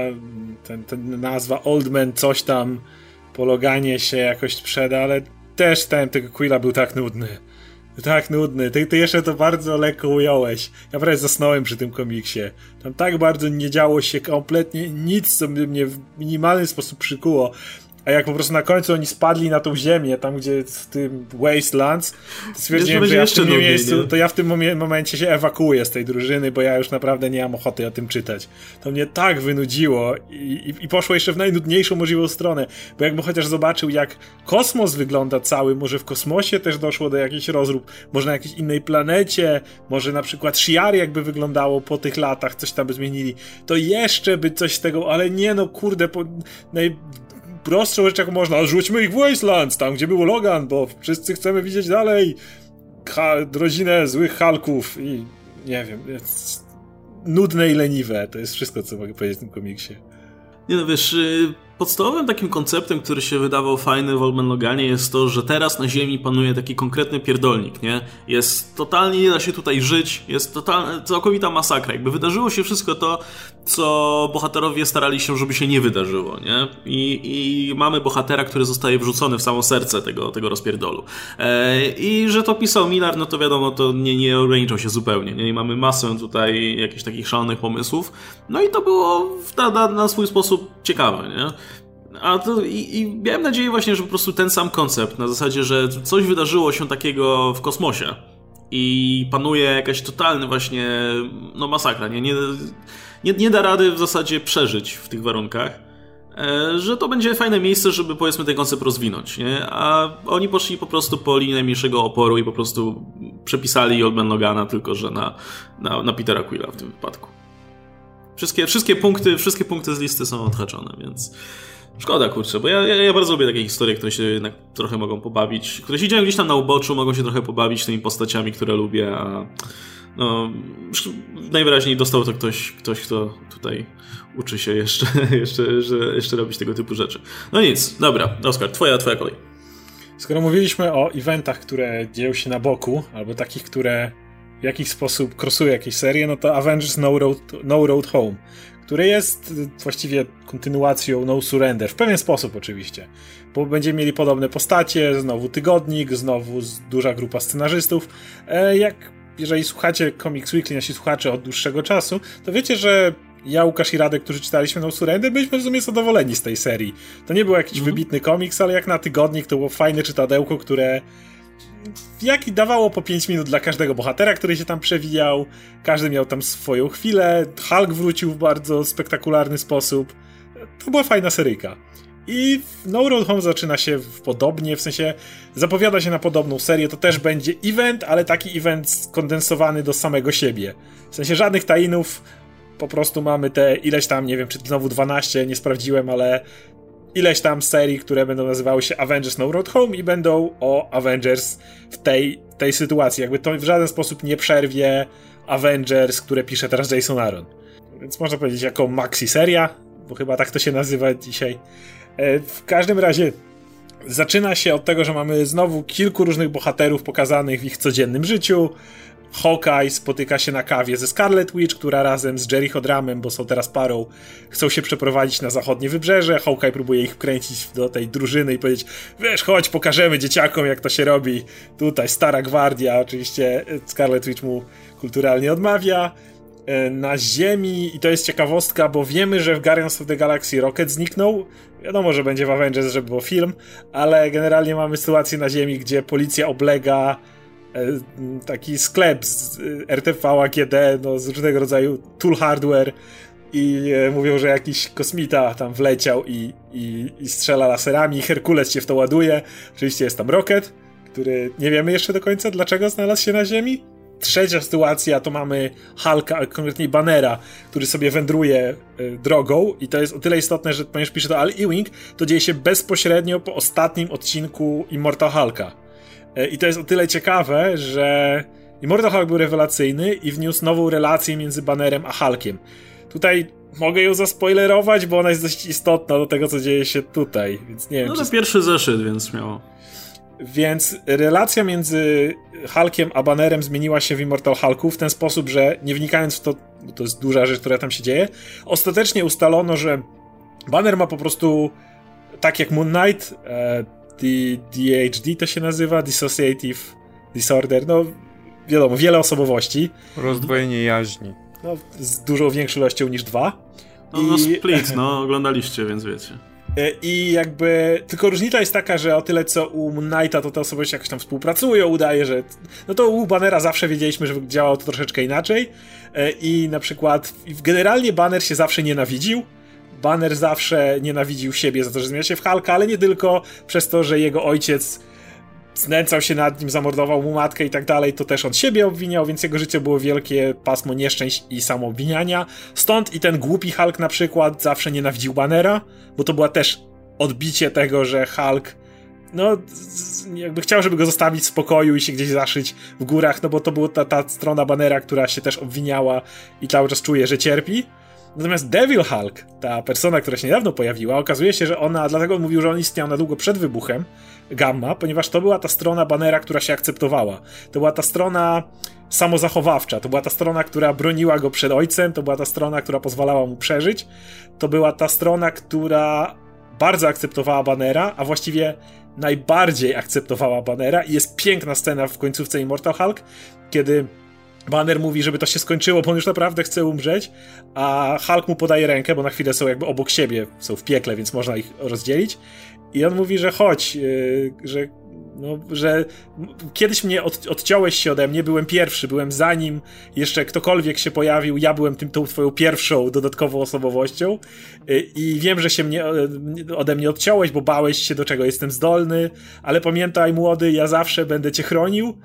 nazwa Old Man coś tam po Loganie się jakoś sprzeda, ale też tego Quilla był tak nudny. Tak nudny. Ty jeszcze to bardzo lekko ująłeś. Ja prawie zasnąłem przy tym komiksie. Tam tak bardzo nie działo się kompletnie nic, co by mnie w minimalny sposób przykuło. A jak po prostu na końcu oni spadli na tą ziemię, tam gdzie w tym Wastelands, to stwierdziłem, że ja w tym miejscu, to ja w tym momencie się ewakuuję z tej drużyny, bo ja już naprawdę nie mam ochoty o tym czytać. To mnie tak wynudziło i poszło jeszcze w najnudniejszą możliwą stronę, bo jakbym chociaż zobaczył, jak kosmos wygląda cały, może w kosmosie też doszło do jakichś rozrób, może na jakiejś innej planecie, może na przykład Shi'ar jakby wyglądało po tych latach, coś tam by zmienili, to jeszcze by coś z tego, ale nie no, kurde, prostszą rzecz, jaką można, rzućmy ich w Wastelands, tam gdzie był Logan, bo wszyscy chcemy widzieć dalej rodzinę złych Hulków i nie wiem, jest nudne i leniwe, to jest wszystko, co mogę powiedzieć w tym komiksie. Nie no, wiesz, podstawowym takim konceptem, który się wydawał fajny w Old Man Loganie jest to, że teraz na ziemi panuje taki konkretny pierdolnik, nie? Jest totalnie, nie da się tutaj żyć, jest całkowita masakra. Jakby wydarzyło się wszystko to, co bohaterowie starali się, żeby się nie wydarzyło, nie? I mamy bohatera, który zostaje wrzucony w samo serce tego rozpierdolu. I że to pisał Millar, no to wiadomo, to nie ograniczał się zupełnie, nie? I mamy masę tutaj jakichś takich szalonych pomysłów. No i to było na swój sposób ciekawe, nie? I miałem nadzieję właśnie, że po prostu ten sam koncept, na zasadzie, że coś wydarzyło się takiego w kosmosie i panuje jakaś totalny właśnie, no masakra, nie da rady w zasadzie przeżyć w tych warunkach, że to będzie fajne miejsce, żeby powiedzmy ten koncept rozwinąć, nie? A oni poszli po prostu po linii najmniejszego oporu i po prostu przepisali Old Man Logana, tylko że na Petera Quilla w tym wypadku. Wszystkie punkty z listy są odhaczone, więc szkoda, kurczę, bo ja bardzo lubię takie historie, które się jednak trochę mogą pobawić, które się dzieją gdzieś tam na uboczu, mogą się trochę pobawić tymi postaciami, które lubię, a no najwyraźniej dostał to ktoś, kto tutaj uczy się jeszcze robić tego typu rzeczy. No nic, dobra, Oskar, twoja kolej. Skoro mówiliśmy o eventach, które dzieją się na boku, albo takich, które w jakiś sposób krosuje jakieś serie, no to Avengers No Road Home, który jest właściwie kontynuacją No Surrender, w pewien sposób oczywiście, bo będziemy mieli podobne postacie, znowu tygodnik, znowu duża grupa scenarzystów. Jeżeli słuchacie Comics Weekly, nasi słuchacze od dłuższego czasu, to wiecie, że ja, Łukasz i Radek, którzy czytaliśmy No Surrender, byliśmy w sumie zadowoleni z tej serii. To nie był jakiś wybitny komiks, ale jak na tygodnik to było fajne czytadełko, które dawało po 5 minut dla każdego bohatera, który się tam przewijał. Każdy miał tam swoją chwilę. Hulk wrócił w bardzo spektakularny sposób. To była fajna seryjka. I No Road Home zaczyna się podobnie, w sensie zapowiada się na podobną serię. To też będzie event, ale taki event skondensowany do samego siebie. W sensie żadnych tie-inów, po prostu mamy te ileś tam, nie wiem czy znowu 12, nie sprawdziłem, ale ileś tam serii, które będą nazywały się Avengers No Road Home i będą o Avengers w tej sytuacji. Jakby to w żaden sposób nie przerwie Avengers, które pisze teraz Jason Aaron. Więc można powiedzieć jako maxi seria, bo chyba tak to się nazywa dzisiaj. W każdym razie zaczyna się od tego, że mamy znowu kilku różnych bohaterów pokazanych w ich codziennym życiu. Hawkeye spotyka się na kawie ze Scarlet Witch, która razem z Jericho Drummem, bo są teraz parą, chcą się przeprowadzić na zachodnie wybrzeże. Hawkeye próbuje ich wkręcić do tej drużyny i powiedzieć: wiesz, chodź, pokażemy dzieciakom, jak to się robi. Tutaj stara gwardia. Oczywiście Scarlet Witch mu kulturalnie odmawia. Na Ziemi, i to jest ciekawostka, bo wiemy, że w Guardians of the Galaxy Rocket zniknął. Wiadomo, że będzie w Avengers, żeby był film, ale generalnie mamy sytuację na Ziemi, gdzie policja oblega taki sklep z RTV AGD, no, z różnego rodzaju tool hardware i mówią, że jakiś kosmita tam wleciał i strzela laserami, Herkules się w to ładuje. Oczywiście jest tam Rocket, który nie wiemy jeszcze do końca, dlaczego znalazł się na Ziemi. Trzecia sytuacja to mamy Hulka, a konkretniej Bannera, który sobie wędruje drogą i to jest o tyle istotne, że ponieważ pisze to Al Ewing, to dzieje się bezpośrednio po ostatnim odcinku Immortal Hulka. I to jest o tyle ciekawe, że Immortal Hulk był rewelacyjny i wniósł nową relację między Bannerem a Hulkiem. Tutaj mogę ją zaspoilerować, bo ona jest dość istotna do tego, co dzieje się tutaj, więc nie wiem. No to pierwszy zeszyt, więc śmiało. Więc relacja między Hulkiem a Bannerem zmieniła się w Immortal Hulku w ten sposób, że nie wnikając w to, bo to jest duża rzecz, która tam się dzieje, ostatecznie ustalono, że Banner ma po prostu, tak jak Moon Knight, DHD to się nazywa, Dissociative Disorder, no wiadomo, wiele osobowości. Rozdwojenie jaźni. No, z dużą większą ilością niż 2. No Split, no oglądaliście, więc wiecie. I jakby, tylko różnica jest taka, że o tyle co u Moon Knighta to te osoby jakoś tam współpracują, udaje, że... No to u Bannera zawsze wiedzieliśmy, że działało to troszeczkę inaczej. I na przykład generalnie Banner się zawsze nienawidził. Banner zawsze nienawidził siebie za to, że zmienia się w Hulka, ale nie tylko przez to, że jego ojciec znęcał się nad nim, zamordował mu matkę i tak dalej, to też on siebie obwiniał, więc jego życie było wielkie pasmo nieszczęść i samoobwiniania. Stąd i ten głupi Hulk na przykład zawsze nienawidził Bannera, bo to była też odbicie tego, że Hulk no jakby chciał, żeby go zostawić w spokoju i się gdzieś zaszyć w górach, no bo to była ta strona Bannera, która się też obwiniała i cały czas czuje, że cierpi. Natomiast Devil Hulk, ta persona, która się niedawno pojawiła, okazuje się, że ona, dlatego on mówił, że on istniał na długo przed wybuchem Gamma, ponieważ to była ta strona Bannera, która się akceptowała. To była ta strona samozachowawcza, to była ta strona, która broniła go przed ojcem, to była ta strona, która pozwalała mu przeżyć, to była ta strona, która bardzo akceptowała Bannera, a właściwie najbardziej akceptowała Bannera i jest piękna scena w końcówce Immortal Hulk, kiedy Banner mówi, żeby to się skończyło, bo on już naprawdę chce umrzeć, a Hulk mu podaje rękę, bo na chwilę są jakby obok siebie, są w piekle, więc można ich rozdzielić. I on mówi, że chodź, że kiedyś mnie odciąłeś się ode mnie, byłem pierwszy, byłem zanim jeszcze ktokolwiek się pojawił, ja byłem tą twoją pierwszą dodatkową osobowością i wiem, że się ode mnie odciąłeś, bo bałeś się, do czego jestem zdolny, ale pamiętaj, młody, ja zawsze będę cię chronił.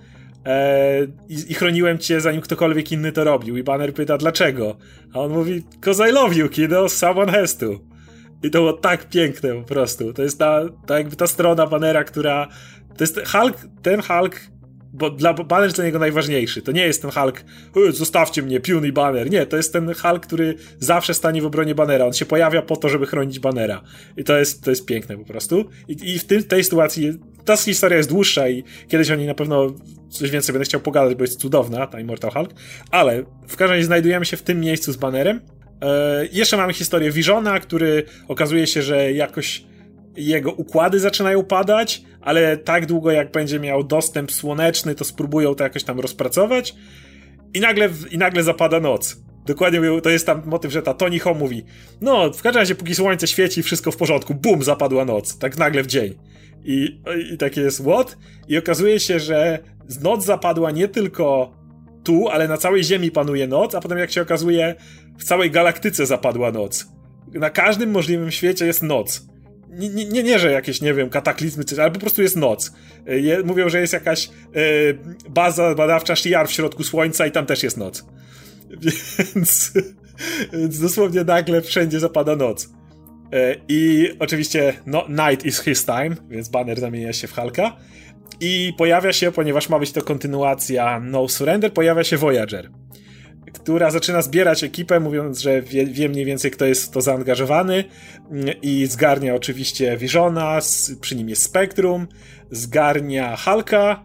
I chroniłem cię, zanim ktokolwiek inny to robił. I Banner pyta, dlaczego? A on mówi, 'cause I love you, kiddo, someone has to. I to było tak piękne po prostu. To jest jakby ta strona Bannera, która... To jest ten Hulk, bo dla Banner jest dla niego najważniejszy. To nie jest ten Hulk, zostawcie mnie, Puny Banner. Nie, to jest ten Hulk, który zawsze stanie w obronie Bannera. On się pojawia po to, żeby chronić Bannera. I to jest piękne po prostu. I w tej sytuacji ta historia jest dłuższa i kiedyś o niej na pewno coś więcej będę chciał pogadać, bo jest cudowna, ta Immortal Hulk. Ale w każdym razie znajdujemy się w tym miejscu z Bannerem. Jeszcze mamy historię Visiona, który okazuje się, że jakoś jego układy zaczynają padać, ale tak długo jak będzie miał dostęp słoneczny, to spróbują to jakoś tam rozpracować i nagle zapada noc. Dokładnie to jest tam motyw, że ta Tony Ho mówi, no w każdym razie póki słońce świeci, wszystko w porządku, bum, zapadła noc, tak nagle w dzień. I takie jest what? I okazuje się, że noc zapadła nie tylko tu, ale na całej Ziemi panuje noc, a potem jak się okazuje, w całej galaktyce zapadła noc. Na każdym możliwym świecie jest noc. Nie, że jakieś, nie wiem, kataklizmy, ale po prostu jest noc. Mówią, że jest jakaś baza badawcza Shi'ar w środku Słońca i tam też jest noc. Więc dosłownie nagle wszędzie zapada noc. I oczywiście night is his time, więc Banner zamienia się w Hulka. I pojawia się, ponieważ ma być to kontynuacja No Surrender, pojawia się Voyager, która zaczyna zbierać ekipę, mówiąc, że wie mniej więcej, kto jest w to zaangażowany i zgarnia oczywiście Visiona, przy nim jest Spectrum, zgarnia Hulka.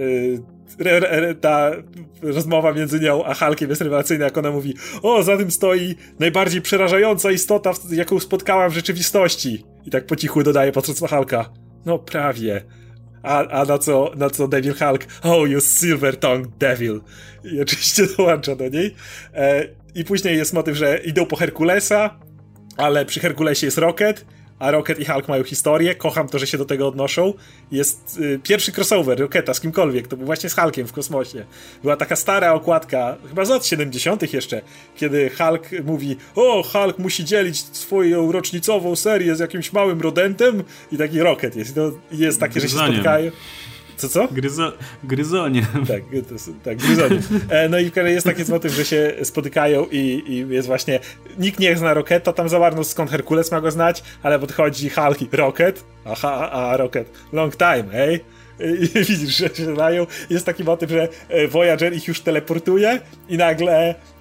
Ta rozmowa między nią a Hulkiem jest rewelacyjna, jak ona mówi, za tym stoi najbardziej przerażająca istota, jaką spotkałam w rzeczywistości. I tak po cichu dodaje, patrząc na Hulka, no prawie. A na co Devil Hulk, you silver-tongued devil. I oczywiście dołącza do niej. I później jest motyw, że idą po Herkulesa, ale przy Herkulesie jest Rocket, a Rocket i Hulk mają historię. Kocham to, że się do tego odnoszą. Jest pierwszy crossover Rocketa z kimkolwiek. To był właśnie z Hulkiem w kosmosie. Była taka stara okładka, chyba z lat 70. jeszcze, kiedy Hulk mówi, Hulk musi dzielić swoją rocznicową serię z jakimś małym rodentem i taki Rocket jest. Jest takie, że się spotkają. Co? Gryzonie. Tak, gryzonie. No i jest taki motyw, że się spotykają i jest właśnie, nikt nie zna Rocketa tam za bardzo, skąd Herkules ma go znać, ale podchodzi Hulk i Rocket, a Rocket, long time, ej? I widzisz, że się dają. Jest taki motyw, że Voyager ich już teleportuje i nagle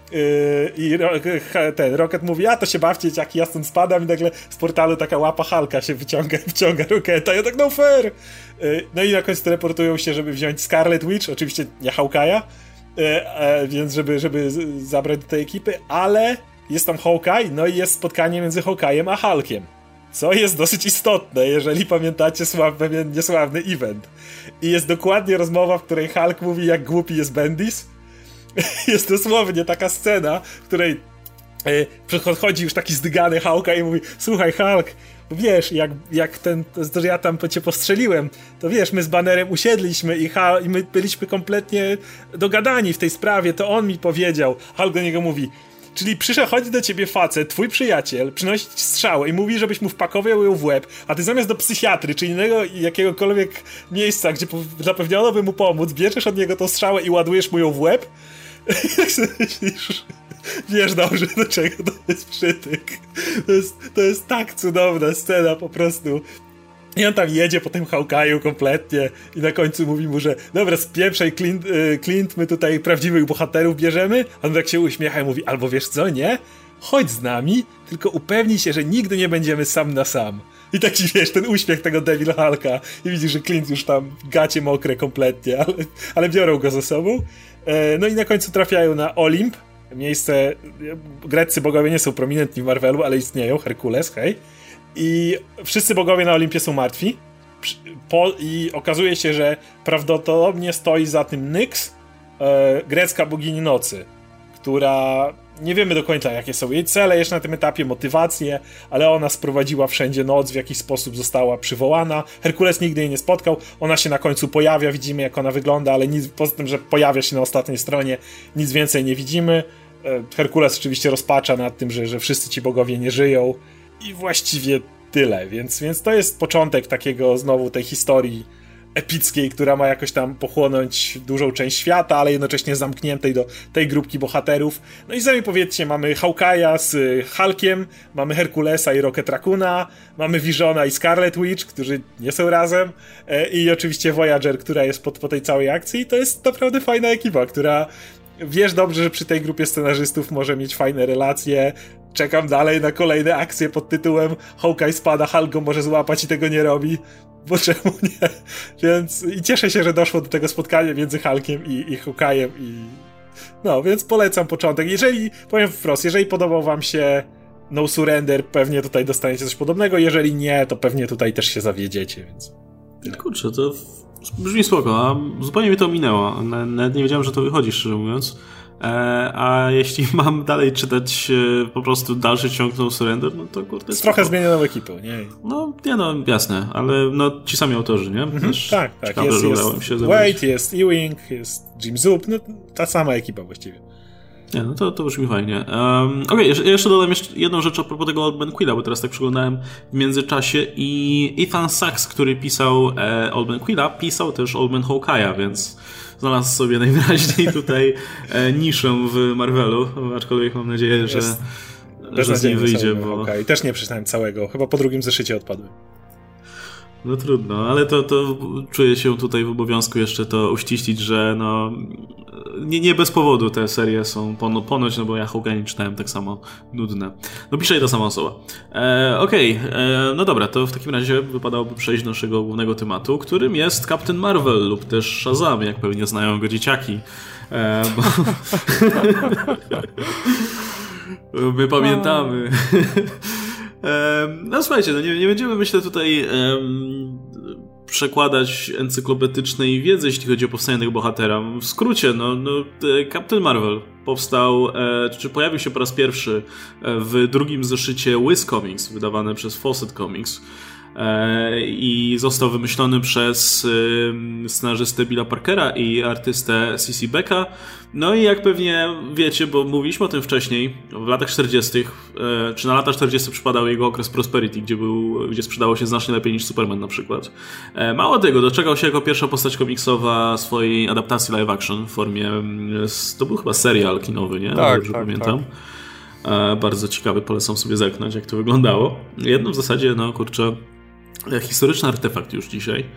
I ten Rocket mówi, a to się bawcie, dzieciaki, ja stąd spadam i nagle z portalu taka łapa Hulka się wciąga Rocketa. Ja tak, no fair! No i na końcu teleportują się, żeby wziąć Scarlet Witch, oczywiście nie Hawkeye'a, więc żeby zabrać do tej ekipy, ale jest tam Hawkeye, no i jest spotkanie między Hawkeye'em a Hulkiem. Co jest dosyć istotne, jeżeli pamiętacie pewien niesławny event. I jest dokładnie rozmowa, w której Hulk mówi, jak głupi jest Bendis. Jest dosłownie taka scena, w której przychodzi już taki zdygany Hawkeye i mówi, słuchaj Hulk, wiesz, jak że ja tam cię postrzeliłem, to wiesz, my z Bannerem usiedliśmy i my byliśmy kompletnie dogadani w tej sprawie, to on mi powiedział. Hulk do niego mówi, czyli chodzi do ciebie facet, twój przyjaciel, przynosi ci strzałę i mówi, żebyś mu wpakował ją w łeb, a ty zamiast do psychiatry, czy innego jakiegokolwiek miejsca, gdzie zapewniono by mu pomóc, bierzesz od niego tą strzałę i ładujesz mu ją w łeb? Jak sobie myślisz, wiesz dobrze, do czego to jest przytyk. To jest tak cudowna scena po prostu. I on tam jedzie po tym Hawkeye'u kompletnie i na końcu mówi mu, że dobra, spieprzaj Clint, my tutaj prawdziwych bohaterów bierzemy. A on tak się uśmiecha i mówi, albo wiesz co, nie? Chodź z nami, tylko upewnij się, że nigdy nie będziemy sam na sam. I taki, wiesz, ten uśmiech tego Devil Hulka i widzisz, że Clint już tam gacie mokre kompletnie, ale biorą go ze sobą. No i na końcu trafiają na Olimp, miejsce, greccy bogowie nie są prominentni w Marvelu, ale istnieją, Herkules, hej. I wszyscy bogowie na Olimpie są martwi. I okazuje się, że prawdopodobnie stoi za tym Nyx, grecka bogini nocy, która nie wiemy do końca, jakie są jej cele jeszcze na tym etapie, motywacje, ale ona sprowadziła wszędzie noc, w jakiś sposób została przywołana. Herkules nigdy jej nie spotkał, ona się na końcu pojawia, widzimy jak ona wygląda, ale nic, poza tym, że pojawia się na ostatniej stronie, nic więcej nie widzimy. Herkules oczywiście rozpacza nad tym, że wszyscy ci bogowie nie żyją i właściwie tyle, więc to jest początek takiego znowu tej historii epickiej, która ma jakoś tam pochłonąć dużą część świata, ale jednocześnie zamkniętej do tej grupki bohaterów. No i sami powiedzcie, mamy Hawkeye'a z Hulkiem, mamy Herkulesa i Rocket Raccoona, mamy Visiona i Scarlet Witch, którzy nie są razem, i oczywiście Voyager, która jest po tej całej akcji. To jest naprawdę fajna ekipa, która wiesz dobrze, że przy tej grupie scenarzystów może mieć fajne relacje. Czekam dalej na kolejne akcje pod tytułem Hawkeye spada, Hulk go może złapać i tego nie robi, bo czemu nie? Więc i cieszę się, że doszło do tego spotkania między Hulkiem i Hawkeye'em no, więc polecam początek. Powiem wprost, jeżeli podobał wam się No Surrender, pewnie tutaj dostaniecie coś podobnego, jeżeli nie, to pewnie tutaj też się zawiedziecie, więc... Kurczę, to brzmi spoko, a zupełnie mnie to minęło. Nawet nie wiedziałem, że to wychodzi, szczerze mówiąc. A jeśli mam dalej czytać po prostu dalszy ciąg No Surrender, no to kurde... Trochę zmienioną ekipę, nie? No, jasne, ale no ci sami autorzy, nie? Tak. Jest Wade, jest Ewing, jest Jim Zub, no ta sama ekipa właściwie. Nie, no to brzmi fajnie. Okej, jeszcze dodam jedną rzecz a propos tego Old Man Quilla, bo teraz tak przyglądałem w międzyczasie i Ethan Sachs, który pisał Old Man Quilla, pisał też Old Man Hawkeye'a, więc znalazł sobie najwyraźniej tutaj niszę w Marvelu, aczkolwiek mam nadzieję, że z niej wyjdzie. Bo... Też nie przeczytałem całego, chyba po drugim zeszycie odpadłem. No trudno, ale to czuję się tutaj w obowiązku jeszcze to uściślić, że no nie bez powodu te serie są ponoć, no bo ja Hawkeye'a czytałem tak samo nudne. No pisze je ta sama osoba. Okej, no dobra, to w takim razie wypadałoby przejść do naszego głównego tematu, którym jest Captain Marvel lub też Shazam, jak pewnie znają go dzieciaki. Bo my pamiętamy. No słuchajcie, no nie będziemy, myślę, tutaj przekładać encyklopedycznej wiedzy, jeśli chodzi o powstanie tego bohatera. W skrócie, Captain Marvel powstał, czy pojawił się po raz pierwszy w drugim zeszycie Wiz Comics, wydawane przez Fawcett Comics. I został wymyślony przez scenarzystę Billa Parkera i artystę C.C. Becka. No i jak pewnie wiecie, bo mówiliśmy o tym wcześniej, w latach 40., czy na lata 40. przypadał jego okres Prosperity, gdzie sprzedało się znacznie lepiej niż Superman na przykład. Mało tego, doczekał się jako pierwsza postać komiksowa swojej adaptacji live action w formie, to był chyba serial kinowy, nie? Tak, dobrze pamiętam. Tak. Bardzo ciekawy, polecam sobie zerknąć, jak to wyglądało. Jedno w zasadzie, historyczny artefakt już dzisiaj.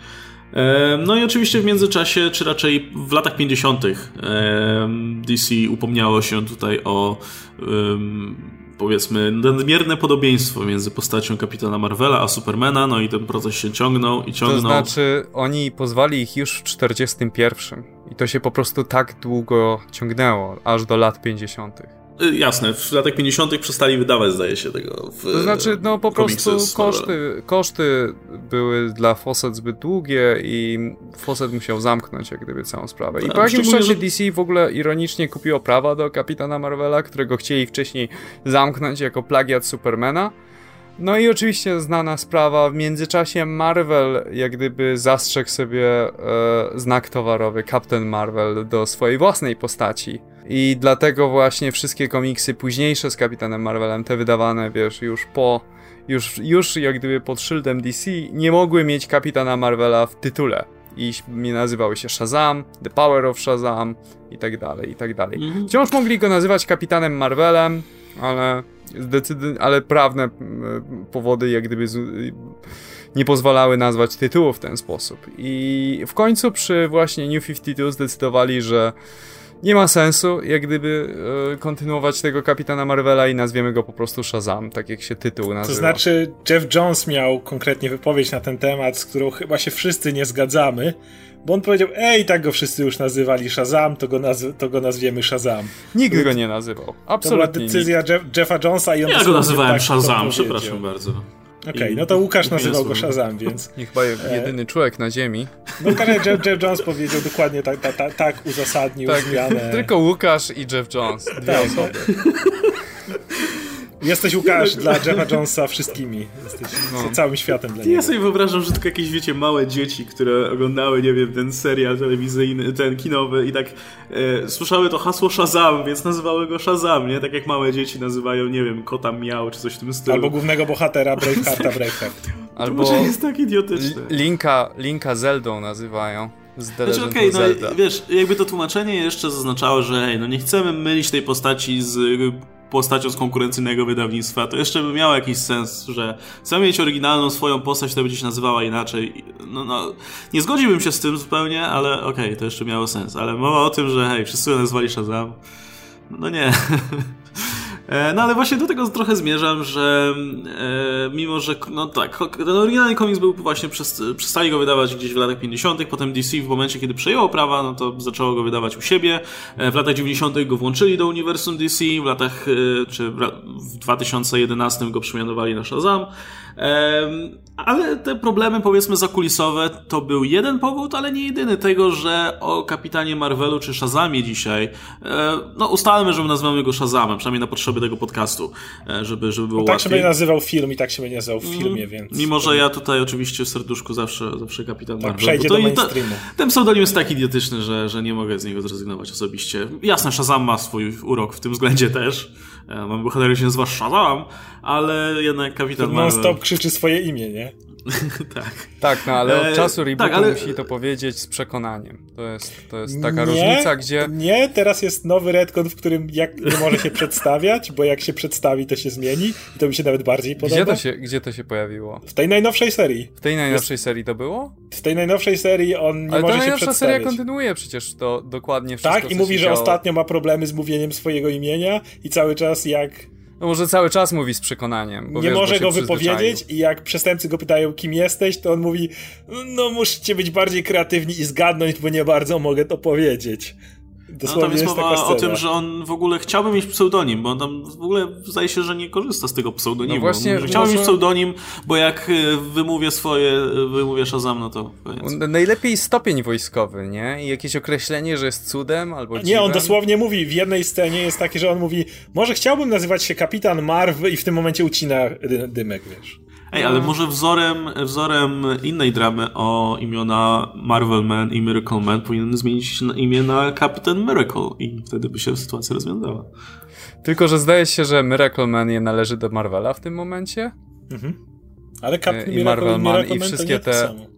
No i oczywiście w międzyczasie, czy raczej w latach 50. DC upomniało się tutaj o powiedzmy nadmierne podobieństwo między postacią Kapitana Marvela a Supermana, no i ten proces się ciągnął. To znaczy oni pozwali ich już w 41. I to się po prostu tak długo ciągnęło, aż do lat 50. Jasne, w latach 50. przestali wydawać, zdaje się, tego to znaczy, no po prostu koszty były dla Fawcett zbyt długie i Fawcett musiał zamknąć jak gdyby całą sprawę. I po jakimś czasie DC w ogóle ironicznie kupiło prawa do Kapitana Marvela, którego chcieli wcześniej zamknąć jako plagiat Supermana. No i oczywiście znana sprawa, w międzyczasie Marvel jak gdyby zastrzegł sobie znak towarowy Captain Marvel do swojej własnej postaci. I dlatego właśnie wszystkie komiksy późniejsze z Kapitanem Marvelem, te wydawane, wiesz, już jak gdyby pod szyldem DC, nie mogły mieć Kapitana Marvela w tytule. I nazywały się Shazam, The Power of Shazam i tak dalej, i tak dalej. Wciąż mogli go nazywać Kapitanem Marvelem, ale prawne powody jak gdyby nie pozwalały nazwać tytułu w ten sposób. I w końcu przy właśnie New 52 zdecydowali, że nie ma sensu jak gdyby kontynuować tego Kapitana Marvela i nazwiemy go po prostu Shazam, tak jak się tytuł nazywa. To znaczy Jeff Jones miał konkretnie wypowiedź na ten temat, z którą chyba się wszyscy nie zgadzamy, bo on powiedział, tak go wszyscy już nazywali Shazam, to go nazwiemy Shazam. Nikt go nie nazywał. Absolutnie. To była decyzja Jeffa Jonesa i on... Ja go nazywałem Shazam, przepraszam bardzo. Okej, no to Łukasz nazywał go Shazam, więc... Nie chyba jedyny człowiek na ziemi. No Jeff Jones powiedział dokładnie tak uzasadnił zmianę. Tylko Łukasz i Jeff Jones. Dwie osoby. Jesteś Łukasz dla Jeffa Jonesa wszystkimi. Jesteś całym światem dla niego. Ja sobie wyobrażam, że tylko jakieś, wiecie, małe dzieci, które oglądały, nie wiem, ten serial telewizyjny, ten kinowy i tak słyszały to hasło Shazam, więc nazywały go Shazam, nie? Tak jak małe dzieci nazywają, nie wiem, kota Miał, czy coś w tym stylu. Albo głównego bohatera Bravehearta Braveheart. Albo to jest tak idiotyczne. Linka Zeldą nazywają. Znaczy okej, no wiesz, jakby to tłumaczenie jeszcze zaznaczało, że no nie chcemy mylić tej postaci z postacią z konkurencyjnego wydawnictwa, to jeszcze by miało jakiś sens, że chcemy mieć oryginalną swoją postać, która będzie się nazywała inaczej. No, nie zgodziłbym się z tym zupełnie, ale okej, to jeszcze miało sens. Ale mowa o tym, że hej, wszyscy go nazwali Shazam, no nie. No ale właśnie do tego trochę zmierzam, że mimo, że no tak, ten oryginalny komiks był właśnie, przestali go wydawać gdzieś w latach 50., potem DC w momencie, kiedy przejęło prawa, no to zaczęło go wydawać u siebie. W latach 90. go włączyli do uniwersum DC, w latach, czy w 2011 go przemianowali na Shazam. Ale te problemy, powiedzmy, zakulisowe to był jeden powód, ale nie jedyny tego, że o Kapitanie Marvelu czy Shazamie dzisiaj, no ustalmy, że nazywamy go Shazamem, przynajmniej na potrzeby tego podcastu, żeby było łatwiej. Tak się będzie nazywał film i tak się będzie nazywał w filmie, więc... Mimo, że ja tutaj oczywiście w serduszku zawsze Kapitan Marvel. Przejdzie do mainstreamu. Ten pseudonim jest tak idiotyczny, że nie mogę z niego zrezygnować osobiście. Jasne, Shazam ma swój urok w tym względzie też. Mam bohater, który się nazywa Shazam, ale jednak Kapitan Marvel... Non-stop krzyczy swoje imię, nie? Tak, no ale od czasu rebootu musi to powiedzieć z przekonaniem. To jest taka różnica, gdzie... Nie, teraz jest nowy retcon, w którym nie może się przedstawiać, bo jak się przedstawi, to się zmieni i to mi się nawet bardziej podoba. Gdzie to się pojawiło? W tej najnowszej serii. W tej najnowszej serii to było? W tej najnowszej serii on nie może się przedstawiać. Ale ta najnowsza seria kontynuuje przecież to dokładnie wszystko, tak, i mówi, że ostatnio ma problemy z mówieniem swojego imienia i cały czas No może cały czas mówi z przekonaniem. Bo nie może go wypowiedzieć i jak przestępcy go pytają, kim jesteś, to on mówi, no musicie być bardziej kreatywni i zgadnąć, bo nie bardzo mogę to powiedzieć. Dosłownie tam jest mowa o tym, że on w ogóle chciałby mieć pseudonim, bo on tam w ogóle zdaje się, że nie korzysta z tego pseudonimu. No właśnie, chciałbym mieć pseudonim, bo jak wymówię Shazam, no to koniec. Najlepiej stopień wojskowy, nie? I jakieś określenie, że jest cudem albo dziwem. Nie, on dosłownie mówi, w jednej scenie jest takie, że on mówi, może chciałbym nazywać się Kapitan Marv i w tym momencie ucina dymek, wiesz. Ej, ale może wzorem innej dramy o imiona Marvel Man i Miracle Man powinien zmienić imię na Captain Miracle i wtedy by się sytuacja rozwiązała. Tylko, że zdaje się, że Miracle Man nie należy do Marvela w tym momencie. Mhm. Ale i Marvel Man i wszystkie te...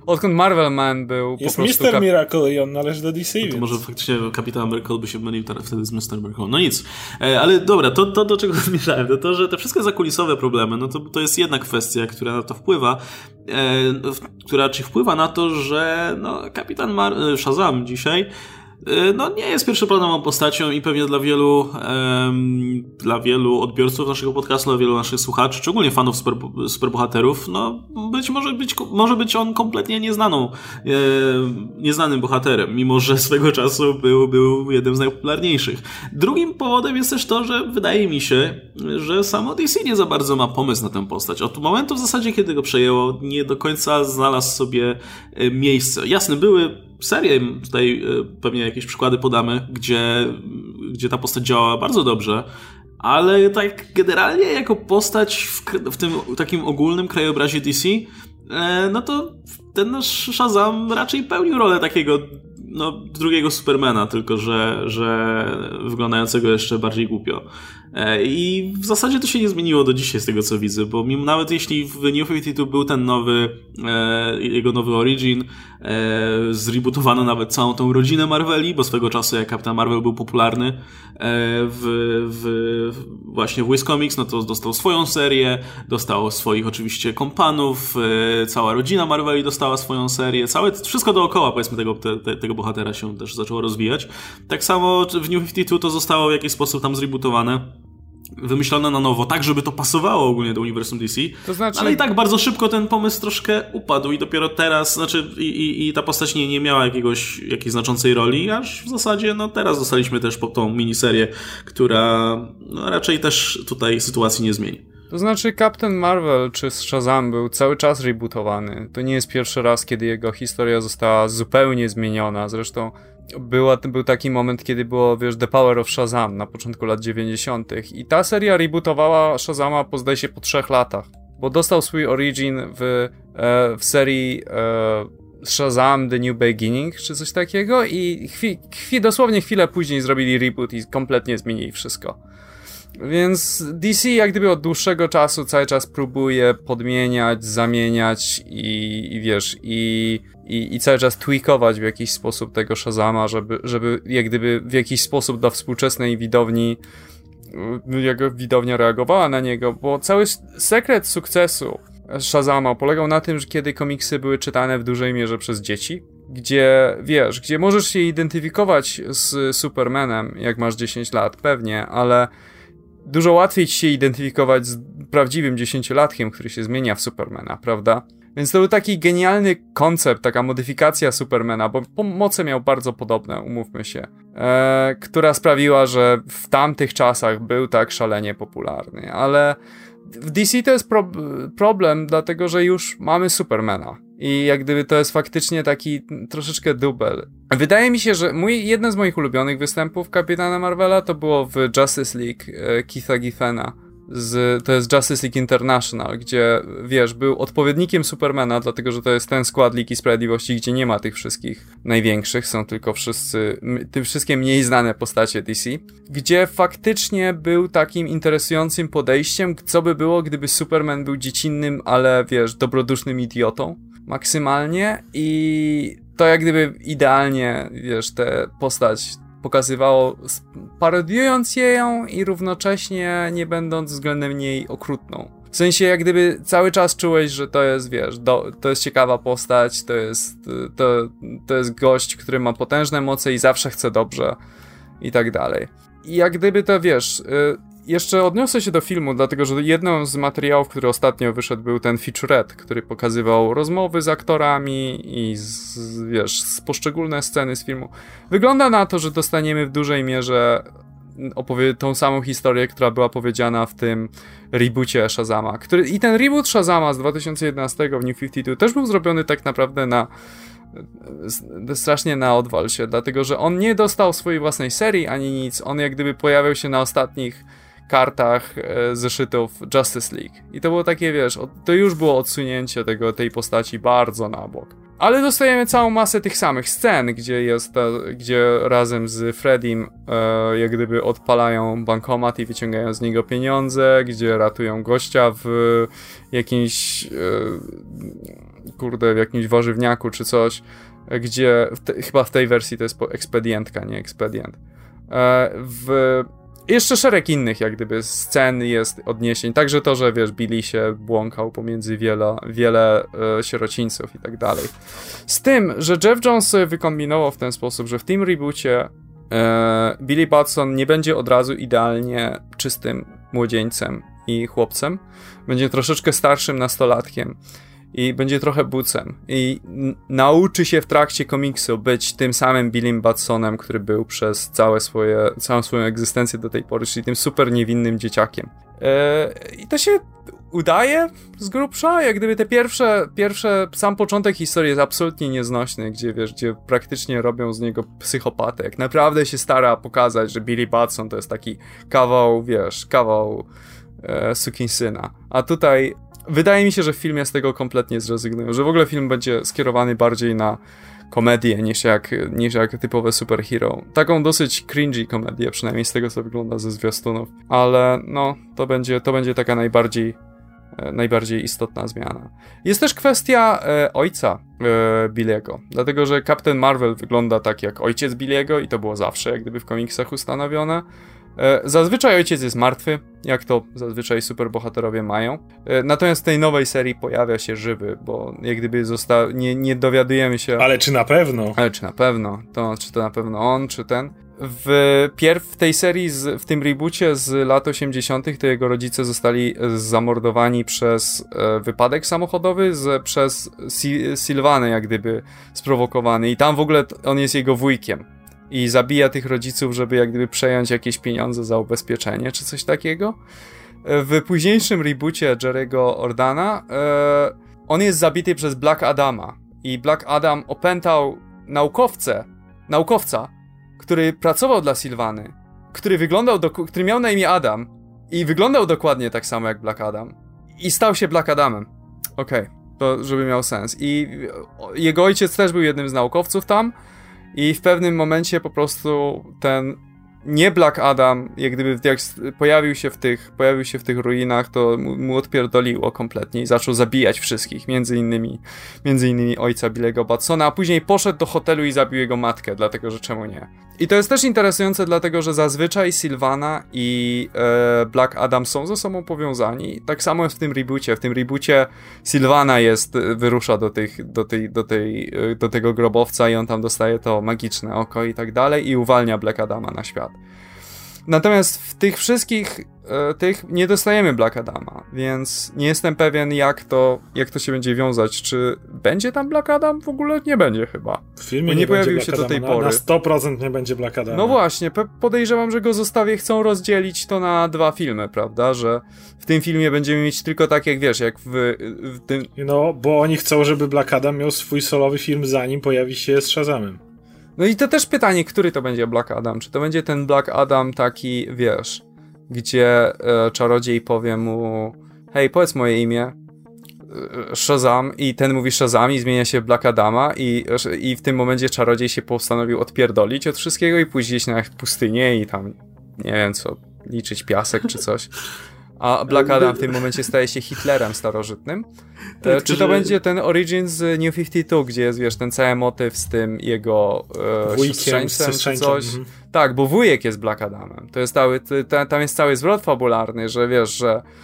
odkąd Marvel Man był jest po prostu... Mr. Miracle i on należy do DC, to może faktycznie Kapitan Miracle by się mylił wtedy z Mr. Miracle. No nic. Ale dobra, to do czego zmierzałem, to że te wszystkie zakulisowe problemy, no to jest jedna kwestia, która na to wpływa, która wpływa na to, że no, Kapitan Shazam dzisiaj no nie jest pierwszoplanową postacią i pewnie dla wielu odbiorców naszego podcastu, dla wielu naszych słuchaczy, szczególnie fanów superbohaterów, no może być on kompletnie nieznanym bohaterem, mimo że swego czasu był jednym z najpopularniejszych. Drugim powodem jest też to, że wydaje mi się, że samo DC nie za bardzo ma pomysł na tę postać. Od momentu w zasadzie, kiedy go przejęło, nie do końca znalazł sobie miejsce. Jasne, były serię, tutaj pewnie jakieś przykłady podamy, gdzie ta postać działa bardzo dobrze, ale tak generalnie jako postać w tym takim ogólnym krajobrazie DC, no to ten nasz Shazam raczej pełnił rolę takiego drugiego Supermana, tylko że wyglądającego jeszcze bardziej głupio. I w zasadzie to się nie zmieniło do dzisiaj z tego co widzę, bo nawet jeśli w New 52 był ten jego nowy origin, zrebootowano nawet całą tą rodzinę Marveli, bo swego czasu jak Kapitan Marvel był popularny właśnie w Wiz Comics, no to dostał swoją serię, dostał swoich oczywiście kompanów, cała rodzina Marveli dostała swoją serię, wszystko dookoła powiedzmy tego bohatera się też zaczęło rozwijać. Tak samo w New 52 to zostało w jakiś sposób tam zrebootowane, wymyślone na nowo, tak żeby to pasowało ogólnie do uniwersum DC, to znaczy... ale i tak bardzo szybko ten pomysł troszkę upadł i dopiero teraz, i ta postać nie miała jakiejś znaczącej roli, aż w zasadzie teraz dostaliśmy też tą miniserię, która raczej też tutaj sytuacji nie zmieni. To znaczy Captain Marvel czy Shazam był cały czas rebootowany. To nie jest pierwszy raz, kiedy jego historia została zupełnie zmieniona. Zresztą był taki moment, kiedy było, The Power of Shazam na początku lat 90. I ta seria rebootowała Shazama zdaje się po 3 latach. Bo dostał swój origin w serii Shazam The New Beginning, czy coś takiego i dosłownie chwilę później zrobili reboot i kompletnie zmienili wszystko. Więc DC jak gdyby od dłuższego czasu cały czas próbuje podmieniać, zamieniać i cały czas tweakować w jakiś sposób tego Shazama, żeby jak gdyby w jakiś sposób dla współczesnej widowni jak widownia reagowała na niego, bo cały sekret sukcesu Shazama polegał na tym, że kiedy komiksy były czytane w dużej mierze przez dzieci, gdzie możesz się identyfikować z Supermanem, jak masz 10 lat, pewnie, ale dużo łatwiej ci się identyfikować z prawdziwym 10-latkiem, który się zmienia w Supermana, prawda? Więc to był taki genialny koncept, taka modyfikacja Supermana, bo moce miał bardzo podobne, umówmy się, która sprawiła, że w tamtych czasach był tak szalenie popularny, ale w DC to jest problem, dlatego że już mamy Supermana i jak gdyby to jest faktycznie taki troszeczkę dubel. Wydaje mi się, że jeden z moich ulubionych występów Kapitana Marvela to było w Justice League Keitha Giffena. To jest Justice League International, gdzie, był odpowiednikiem Supermana, dlatego że to jest ten skład Ligi Sprawiedliwości, gdzie nie ma tych wszystkich największych, są tylko te wszystkie mniej znane postacie DC, gdzie faktycznie był takim interesującym podejściem, co by było, gdyby Superman był dziecinnym, ale, dobrodusznym idiotą, maksymalnie, i to jak gdyby idealnie, tę postać pokazywało, parodiując ją i równocześnie nie będąc względem niej okrutną. W sensie jak gdyby cały czas czułeś, że to jest, to jest ciekawa postać, to jest gość, który ma potężne moce i zawsze chce dobrze i tak dalej. I jak gdyby to, jeszcze odniosę się do filmu, dlatego że jedną z materiałów, który ostatnio wyszedł, był ten featurette, który pokazywał rozmowy z aktorami i z poszczególne sceny z filmu. Wygląda na to, że dostaniemy w dużej mierze tą samą historię, która była powiedziana w tym reboocie Shazama. I ten reboot Shazama z 2011 w New 52 też był zrobiony tak naprawdę strasznie na odwal się, dlatego że on nie dostał swojej własnej serii ani nic, on jak gdyby pojawiał się na ostatnich kartach zeszytów Justice League. I to było takie, to już było odsunięcie tej postaci bardzo na bok. Ale dostajemy całą masę tych samych scen, gdzie razem z Freddym jak gdyby odpalają bankomat i wyciągają z niego pieniądze, gdzie ratują gościa w jakimś kurde, w jakimś warzywniaku czy coś, gdzie, chyba w tej wersji to jest ekspedientka, nie ekspedient. Jeszcze szereg innych jak gdyby scen jest, odniesień, także to, że wiesz, Billy się błąkał pomiędzy wiele sierocińców i tak dalej. Z tym, że Geoff Johns wykombinował w ten sposób, że w tym reboocie Billy Batson nie będzie od razu idealnie czystym młodzieńcem i chłopcem, będzie troszeczkę starszym nastolatkiem i będzie trochę bucem i nauczy się w trakcie komiksu być tym samym Billym Batsonem, który był przez całą swoją egzystencję do tej pory, czyli tym super niewinnym dzieciakiem. I to się udaje z grubsza, jak gdyby te pierwsze sam początek historii jest absolutnie nieznośny, gdzie wiesz, gdzie praktycznie robią z niego psychopatę, jak naprawdę się stara pokazać, że Billy Batson to jest taki kawał sukinsyna. A tutaj wydaje mi się, że w filmie z tego kompletnie zrezygnują, że w ogóle film będzie skierowany bardziej na komedię niż jak typowe superhero. Taką dosyć cringy komedię, przynajmniej z tego co wygląda ze zwiastunów. Ale no, to będzie taka najbardziej istotna zmiana. Jest też kwestia ojca Billy'ego, dlatego że Captain Marvel wygląda tak jak ojciec Billy'ego i to było zawsze jak gdyby w komiksach ustanowione. Zazwyczaj ojciec jest martwy, jak to zazwyczaj superbohaterowie mają. Natomiast w tej nowej serii pojawia się żywy, bo jak gdyby nie dowiadujemy się... Ale czy na pewno? Czy to na pewno on, czy ten? W tej serii, w tym reboocie z lat 80. to jego rodzice zostali zamordowani przez wypadek samochodowy, przez Sylwanę jak gdyby sprowokowany i tam w ogóle on jest jego wujkiem. I zabija tych rodziców, żeby jak gdyby przejąć jakieś pieniądze za ubezpieczenie, czy coś takiego. W późniejszym reboocie Jerry'ego Ordana on jest zabity przez Black Adama. I Black Adam opętał naukowca, który pracował dla Sylwany, który miał na imię Adam i wyglądał dokładnie tak samo jak Black Adam. I stał się Black Adamem. Okej, to żeby miał sens. I jego ojciec też był jednym z naukowców tam. I w pewnym momencie po prostu ten nie Black Adam, jak gdyby jak pojawił się w tych ruinach, to mu odpierdoliło kompletnie i zaczął zabijać wszystkich, między innymi ojca Billy'ego Batsona, a później poszedł do hotelu i zabił jego matkę, dlatego że czemu nie. I to jest też interesujące, dlatego że zazwyczaj Sylwana i Black Adam są ze sobą powiązani. Tak samo jest w tym reboocie. W tym reboocie Sylwana wyrusza do tego grobowca i on tam dostaje to magiczne oko i tak dalej i uwalnia Black Adama na świat. Natomiast w tych wszystkich nie dostajemy Black Adama, więc nie jestem pewien jak to się będzie wiązać. Czy będzie tam Black Adam? W ogóle nie będzie chyba. W filmie nie pojawił się do tej pory. Na 100% nie będzie Black Adama. No właśnie, podejrzewam, że go chcą rozdzielić to na 2 filmy, prawda? Że w tym filmie będziemy mieć tylko tak jak wiesz, jak w tym... No, bo oni chcą, żeby Black Adam miał swój solowy film zanim pojawi się z Shazamem. No i to też pytanie, który to będzie Black Adam? Czy to będzie ten Black Adam taki, wiesz, gdzie czarodziej powie mu hej, powiedz moje imię, Shazam, i ten mówi Shazam i zmienia się w Black Adama i w tym momencie czarodziej się postanowił odpierdolić od wszystkiego i pójść gdzieś na pustynię i tam, nie wiem co, liczyć piasek czy coś. A Black Adam w tym momencie staje się Hitlerem starożytnym. Czy to będzie ten Origins z New 52, gdzie jest, wiesz, ten cały motyw z tym jego siostrzeńcem czy coś? Tak, bo wujek jest Black Adamem. To jest tam jest cały zwrot fabularny, że wiesz,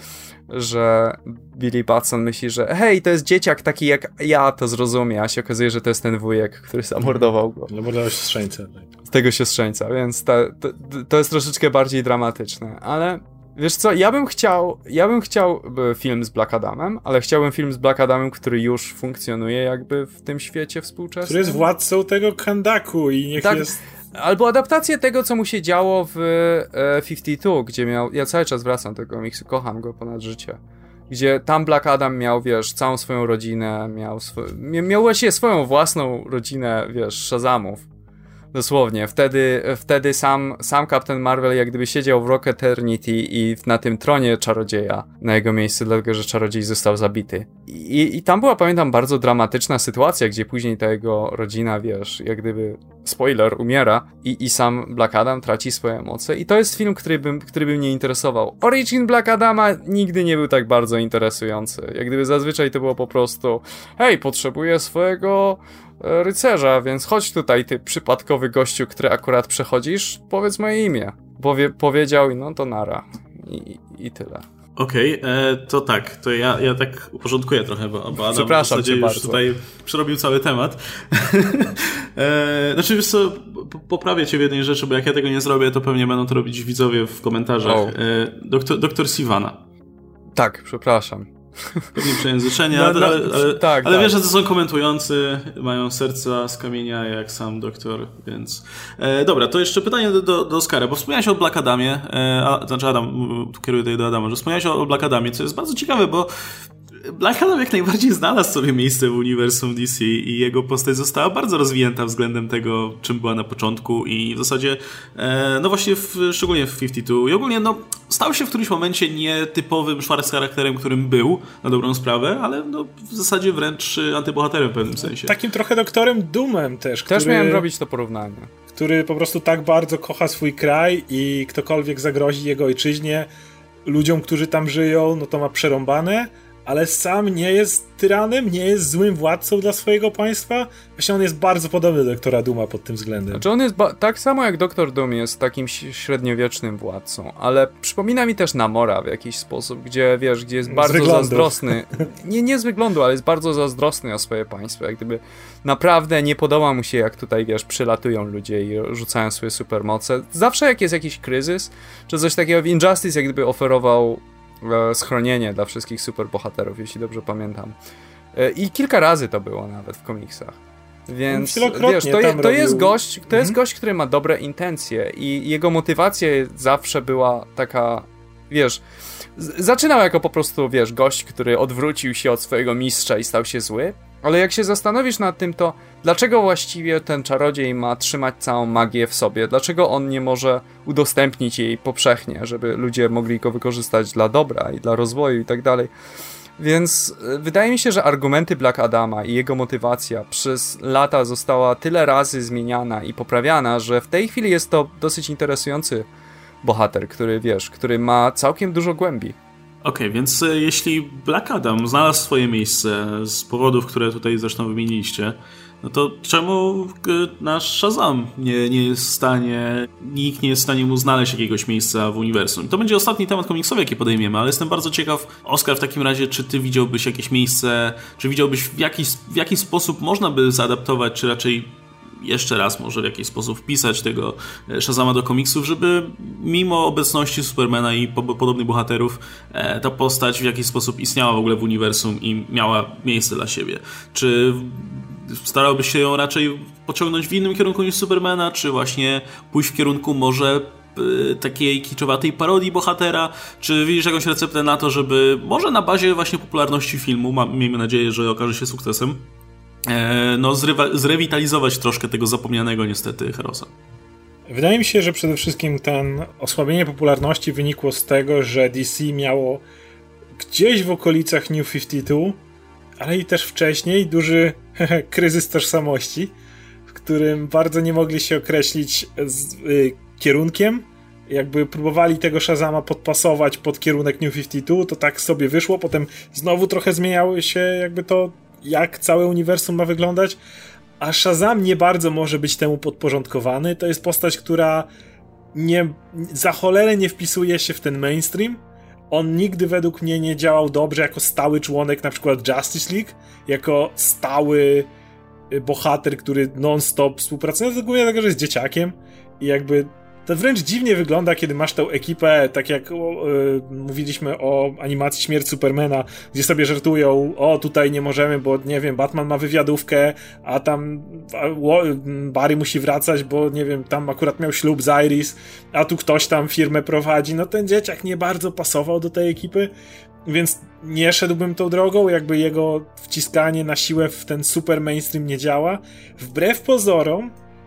że Billy Batson myśli, że hej, to jest dzieciak taki jak ja, to zrozumie, a się okazuje, że to jest ten wujek, który zamordował go. Zamordował siostrzeńcę. Z tego siostrzeńca, więc to jest troszeczkę bardziej dramatyczne, ale wiesz co, ja bym chciał film z Black Adamem, ale chciałbym film z Black Adamem, który już funkcjonuje jakby w tym świecie współczesnym. Który jest władcą tego Kandaku i niech jest... Albo adaptację tego, co mu się działo w 52, gdzie ja cały czas wracam do tego komiksu, kocham go ponad życie. Gdzie tam Black Adam miał, wiesz, całą swoją rodzinę, miał właściwie swoją własną rodzinę, wiesz, Shazamów. Dosłownie. Wtedy sam Captain Marvel jak gdyby siedział w Rock Eternity i na tym tronie czarodzieja na jego miejscu, dlatego że czarodziej został zabity. I tam była, pamiętam, bardzo dramatyczna sytuacja, gdzie później ta jego rodzina, wiesz, jak gdyby, spoiler, umiera i sam Black Adam traci swoje moce. I to jest film, który by mnie interesował. Origin Black Adama nigdy nie był tak bardzo interesujący. Jak gdyby zazwyczaj to było po prostu hej, potrzebuję swojego rycerza, więc chodź tutaj, ty przypadkowy gościu, który akurat przechodzisz, powiedz moje imię. Powiedział i no to nara. I tyle. Okej, to tak, to ja tak uporządkuję trochę, bo Adam w Przepraszam zasadzie cię już bardzo. tutaj przerobił cały temat. Znaczy, wiesz co, poprawię cię w jednej rzeczy, bo jak ja tego nie zrobię, to pewnie będą to robić widzowie w komentarzach. Doktor Sivana. Tak, przepraszam. Pewnie przejęzyczenie, ale wiesz, że to są komentujący, mają serca z kamienia jak sam doktor, więc... dobra, to jeszcze pytanie do Oskara, bo wspomniałeś o Black Adamie, znaczy Adam, tu kieruję tutaj do Adama, że wspomniałeś o Black Adamie, co jest bardzo ciekawe, bo Black Adam jak najbardziej znalazł sobie miejsce w uniwersum DC i jego postać została bardzo rozwinięta względem tego, czym była na początku i w zasadzie, no właśnie szczególnie w 52 i ogólnie no stał się w którymś momencie nietypowym charakterem, którym był, na dobrą sprawę, ale no w zasadzie wręcz antybohaterem w pewnym sensie. Takim trochę doktorem Doomem też. Też miałem robić to porównanie. Który po prostu tak bardzo kocha swój kraj i ktokolwiek zagrozi jego ojczyźnie, ludziom, którzy tam żyją, no to ma przerąbane, ale sam nie jest tyranem, nie jest złym władcą dla swojego państwa. Właśnie on jest bardzo podobny do doktora Dooma pod tym względem. Znaczy on jest tak samo jak doktor Doom jest takim średniowiecznym władcą, ale przypomina mi też Namora w jakiś sposób, gdzie wiesz, gdzie jest bardzo zazdrosny. Nie z wyglądu, ale jest bardzo zazdrosny o swoje państwo. Jak gdyby naprawdę nie podoba mu się, jak tutaj wiesz, przylatują ludzie i rzucają swoje supermoce. Zawsze jak jest jakiś kryzys, czy coś takiego, w Injustice jak gdyby oferował schronienie dla wszystkich superbohaterów, jeśli dobrze pamiętam. I kilka razy to było nawet w komiksach. Więc wiesz, to jest gość, który ma dobre intencje i jego motywacja zawsze była taka, wiesz, zaczynał jako po prostu, wiesz, gość, który odwrócił się od swojego mistrza i stał się zły, ale jak się zastanowisz nad tym, to dlaczego właściwie ten czarodziej ma trzymać całą magię w sobie? Dlaczego on nie może udostępnić jej powszechnie, żeby ludzie mogli go wykorzystać dla dobra i dla rozwoju i tak dalej? Więc wydaje mi się, że argumenty Black Adama i jego motywacja przez lata została tyle razy zmieniana i poprawiana, że w tej chwili jest to dosyć interesujący bohater, który ma całkiem dużo głębi. Okej, więc jeśli Black Adam znalazł swoje miejsce z powodów, które tutaj zresztą wymieniliście, no to czemu nasz Shazam nie jest w stanie, nikt nie jest w stanie mu znaleźć jakiegoś miejsca w uniwersum? To będzie ostatni temat komiksowy, jaki podejmiemy, ale jestem bardzo ciekaw, Oskar, w takim razie, czy ty widziałbyś jakieś miejsce, czy widziałbyś w jaki sposób można by zaadaptować, czy raczej jeszcze raz może w jakiś sposób wpisać tego Shazama do komiksów, żeby mimo obecności Supermana i podobnych bohaterów ta postać w jakiś sposób istniała w ogóle w uniwersum i miała miejsce dla siebie. Czy starałbyś się ją raczej pociągnąć w innym kierunku niż Supermana, czy właśnie pójść w kierunku może takiej kiczowatej parodii bohatera, czy widzisz jakąś receptę na to, żeby może na bazie właśnie popularności filmu, miejmy nadzieję, że okaże się sukcesem, no zrewitalizować troszkę tego zapomnianego niestety Herosa. Wydaje mi się, że przede wszystkim ten osłabienie popularności wynikło z tego, że DC miało gdzieś w okolicach New 52, ale i też wcześniej duży kryzys tożsamości, w którym bardzo nie mogli się określić z kierunkiem. Jakby próbowali tego Shazama podpasować pod kierunek New 52, to tak sobie wyszło, potem znowu trochę zmieniało się jakby to, jak całe uniwersum ma wyglądać, a Shazam nie bardzo może być temu podporządkowany. To jest postać, która za cholerę nie wpisuje się w ten mainstream. On nigdy według mnie nie działał dobrze jako stały członek na przykład Justice League, jako stały bohater, który non-stop współpracuje, dlatego że jest dzieciakiem i jakby to wręcz dziwnie wygląda, kiedy masz tę ekipę, tak jak mówiliśmy o animacji Śmierć Supermana, gdzie sobie żartują, o tutaj nie możemy, bo nie wiem, Batman ma wywiadówkę, a tam Barry musi wracać, bo nie wiem, tam akurat miał ślub z Iris, a tu ktoś tam firmę prowadzi. No ten dzieciak nie bardzo pasował do tej ekipy, więc nie szedłbym tą drogą, jakby jego wciskanie na siłę w ten super mainstream nie działa. Wbrew pozorom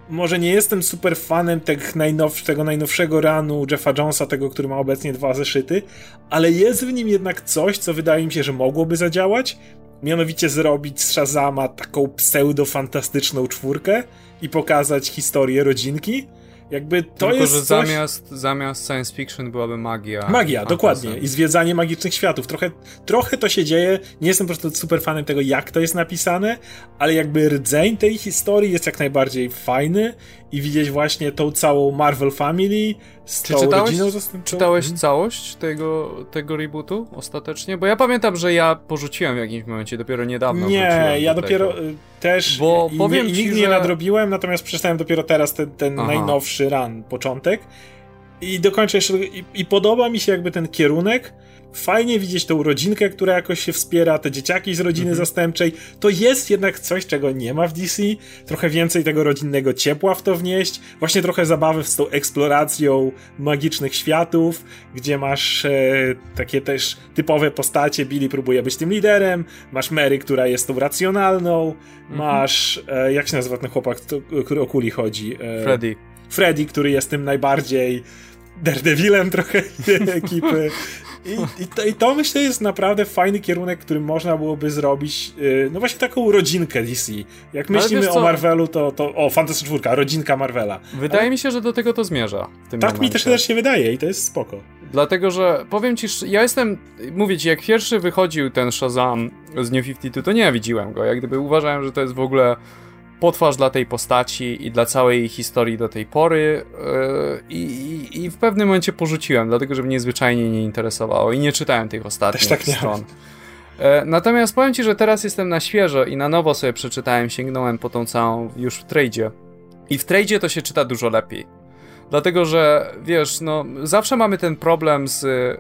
może nie jestem super fanem tego najnowszego runu Jeffa Jonesa, tego, który ma obecnie 2 zeszyty, ale jest w nim jednak coś, co wydaje mi się, że mogłoby zadziałać, mianowicie zrobić z Shazama taką pseudo-fantastyczną czwórkę i pokazać historię rodzinki. Jakby to tylko, jest że coś... zamiast science fiction byłaby magia. Magia, dokładnie. I zwiedzanie magicznych światów. Trochę to się dzieje. Nie jestem po prostu super fanem tego, jak to jest napisane, ale jakby rdzeń tej historii jest jak najbardziej fajny i widzieć właśnie tą całą Marvel Family z tą rodziną zastępczą. Czytałeś całość tego rebootu ostatecznie? Bo ja pamiętam, że ja porzuciłem w jakimś momencie, dopiero niedawno. Nie, ja dopiero też bo powiem ci, nigdy nie nadrobiłem, natomiast przeczytałem dopiero teraz ten najnowszy run, początek i dokończę jeszcze i podoba mi się jakby ten kierunek. Fajnie widzieć tą rodzinkę, która jakoś się wspiera, te dzieciaki z rodziny zastępczej. To jest jednak coś, czego nie ma w DC. Trochę więcej tego rodzinnego ciepła w to wnieść. Właśnie trochę zabawy z tą eksploracją magicznych światów, gdzie masz takie też typowe postacie. Billy próbuje być tym liderem. Masz Mary, która jest tą racjonalną. Masz, jak się nazywa ten chłopak, który o kuli chodzi? Freddy, który jest tym najbardziej Daredevilem trochę ekipy. I to myślę jest naprawdę fajny kierunek, który można byłoby zrobić, no właśnie taką rodzinkę DC. Jak myślimy o Marvelu, to Fantastyczna Czwórka, rodzinka Marvela. Wydaje mi się, że do tego to zmierza w tym momencie. Mi też się wydaje i to jest spoko. Dlatego, że powiem ci, mówię ci, jak pierwszy wychodził ten Shazam z New 52, to nienawidziłem go. Jak gdyby uważałem, że to jest w ogóle potwarz dla tej postaci i dla całej jej historii do tej pory i w pewnym momencie porzuciłem, dlatego że mnie zwyczajnie nie interesowało i nie czytałem tych ostatnich stron. Natomiast powiem ci, że teraz jestem na świeżo i na nowo sobie przeczytałem, sięgnąłem po tą całą już w tradzie. I w tradzie to się czyta dużo lepiej. Dlatego, że wiesz, no zawsze mamy ten problem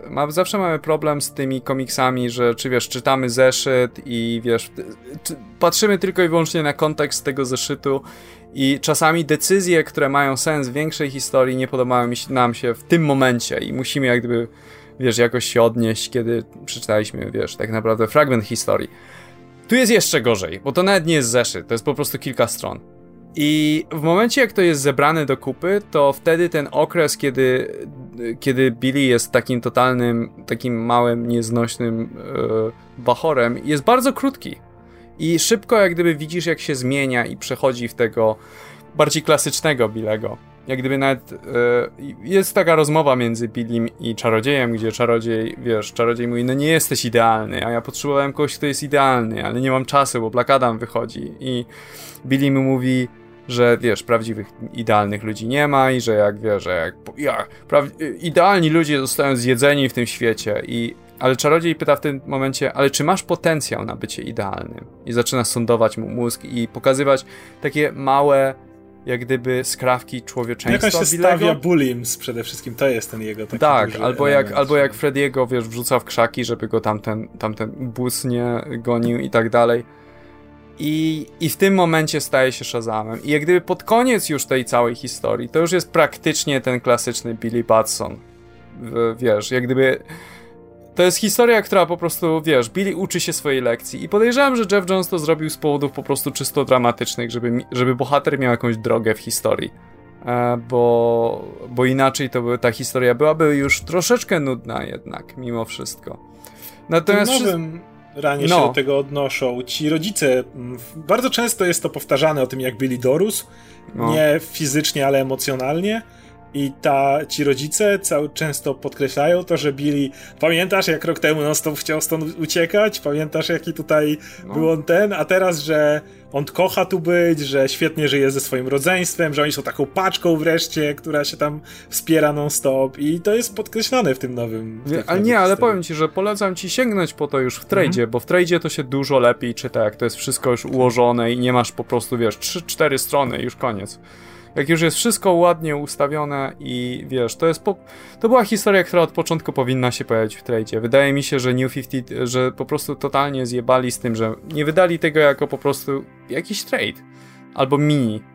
z tymi komiksami, że czytamy zeszyt i wiesz, patrzymy tylko i wyłącznie na kontekst tego zeszytu i czasami decyzje, które mają sens w większej historii, nie podobają nam się w tym momencie i musimy jak gdyby, wiesz, jakoś się odnieść, kiedy przeczytaliśmy, wiesz, tak naprawdę fragment historii. Tu jest jeszcze gorzej, bo to nawet nie jest zeszyt, to jest po prostu kilka stron. I w momencie, jak to jest zebrane do kupy, to wtedy ten okres, kiedy Billy jest takim totalnym, takim małym, nieznośnym bachorem, jest bardzo krótki. I szybko jak gdyby widzisz, jak się zmienia i przechodzi w tego bardziej klasycznego Billego. Jak gdyby nawet jest taka rozmowa między Billym i Czarodziejem, gdzie Czarodziej mówi, no nie jesteś idealny, a ja potrzebowałem kogoś, kto jest idealny, ale nie mam czasu, bo Black Adam wychodzi. I Billy mu mówi, że wiesz, prawdziwych idealnych ludzi nie ma i że idealni ludzie zostają zjedzeni w tym świecie. Ale Czarodziej pyta w tym momencie, ale czy masz potencjał na bycie idealnym? I zaczyna sondować mu mózg i pokazywać takie małe, jak gdyby skrawki człowieczeństwa. Jak on się stawia bullies przede wszystkim, to jest ten jego taki tak, duży albo jak Frediego, wiesz, wrzuca w krzaki, żeby go tamten bus nie gonił i tak dalej. I w tym momencie staje się Shazamem. I jak gdyby pod koniec już tej całej historii, to już jest praktycznie ten klasyczny Billy Batson. Wiesz, jak gdyby... To jest historia, która po prostu, wiesz, Billy uczy się swojej lekcji i podejrzewam, że Jeff Jones to zrobił z powodów po prostu czysto dramatycznych, żeby bohater miał jakąś drogę w historii. Bo inaczej ta historia byłaby już troszeczkę nudna jednak, mimo wszystko. Natomiast... W nowym ranie się do tego odnoszą. Ci rodzice, bardzo często jest to powtarzane o tym, jak Billy dorósł, nie fizycznie, ale emocjonalnie. I ci rodzice często podkreślają to, że Billy, pamiętasz jak rok temu non-stop chciał stąd uciekać? Pamiętasz jaki tutaj był on a teraz, że on kocha tu być, że świetnie żyje ze swoim rodzeństwem, że oni są taką paczką wreszcie, która się tam wspiera non-stop i to jest podkreślone w tym nowym... Ale powiem ci, że polecam ci sięgnąć po to już w tradzie, bo w tradzie to się dużo lepiej czyta, jak to jest wszystko już ułożone i nie masz po prostu, wiesz, 3-4 strony i już koniec. Jak już jest wszystko ładnie ustawione i wiesz, to była historia, która od początku powinna się pojawić w tradzie. Wydaje mi się, że New 50, że po prostu totalnie zjebali z tym, że nie wydali tego jako po prostu jakiś trade albo mini.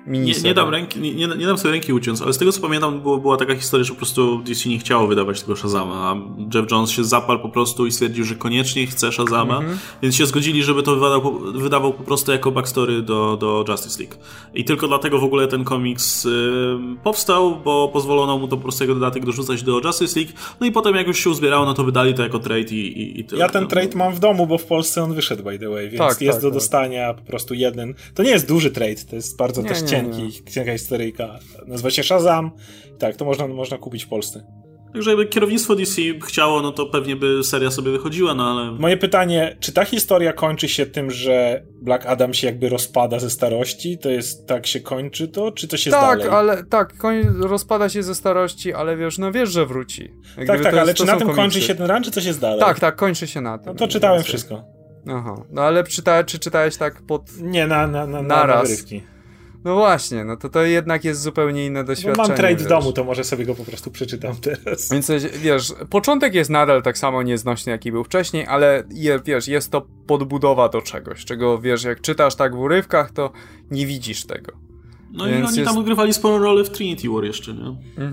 Nie dam sobie ręki uciąć, ale z tego co pamiętam była taka historia, że po prostu DC nie chciało wydawać tego Shazama, a Jeff Jones się zaparł po prostu i stwierdził, że koniecznie chce Shazama, więc się zgodzili, żeby to wydawał po prostu jako backstory do Justice League. I tylko dlatego w ogóle ten komiks powstał, bo pozwolono mu to po prostu jako dodatek dorzucać do Justice League, no i potem jak już się uzbierało, no to wydali to jako trade i tyle. Ja ten trade mam w domu, bo w Polsce on wyszedł, by the way, więc jest do dostania po prostu jeden. To nie jest duży trade, to jest bardzo też cienka historyjka. Nazywa się Shazam. Tak, to można kupić w Polsce. Także jakby kierownictwo DC chciało, no to pewnie by seria sobie wychodziła, no ale... Moje pytanie, czy ta historia kończy się tym, że Black Adam się jakby rozpada ze starości? To jest, tak się kończy to? Czy to się dalej? Rozpada się ze starości, ale wiesz, że wróci. Ale czy na tym kończy się ten run, czy coś jest dalej? Tak, kończy się na tym. No to czytałem wszystko. Aha, no ale czy czytałeś tak Nie, na wyrywki. No właśnie, no to jednak jest zupełnie inne doświadczenie. Bo mam trade w domu, to może sobie go po prostu przeczytam teraz. Więc wiesz, początek jest nadal tak samo nieznośny, jaki był wcześniej, ale jest to podbudowa do czegoś, czego wiesz, jak czytasz tak w urywkach, to nie widzisz tego. No więc i oni tam odgrywali sporą rolę w Trinity War jeszcze, nie?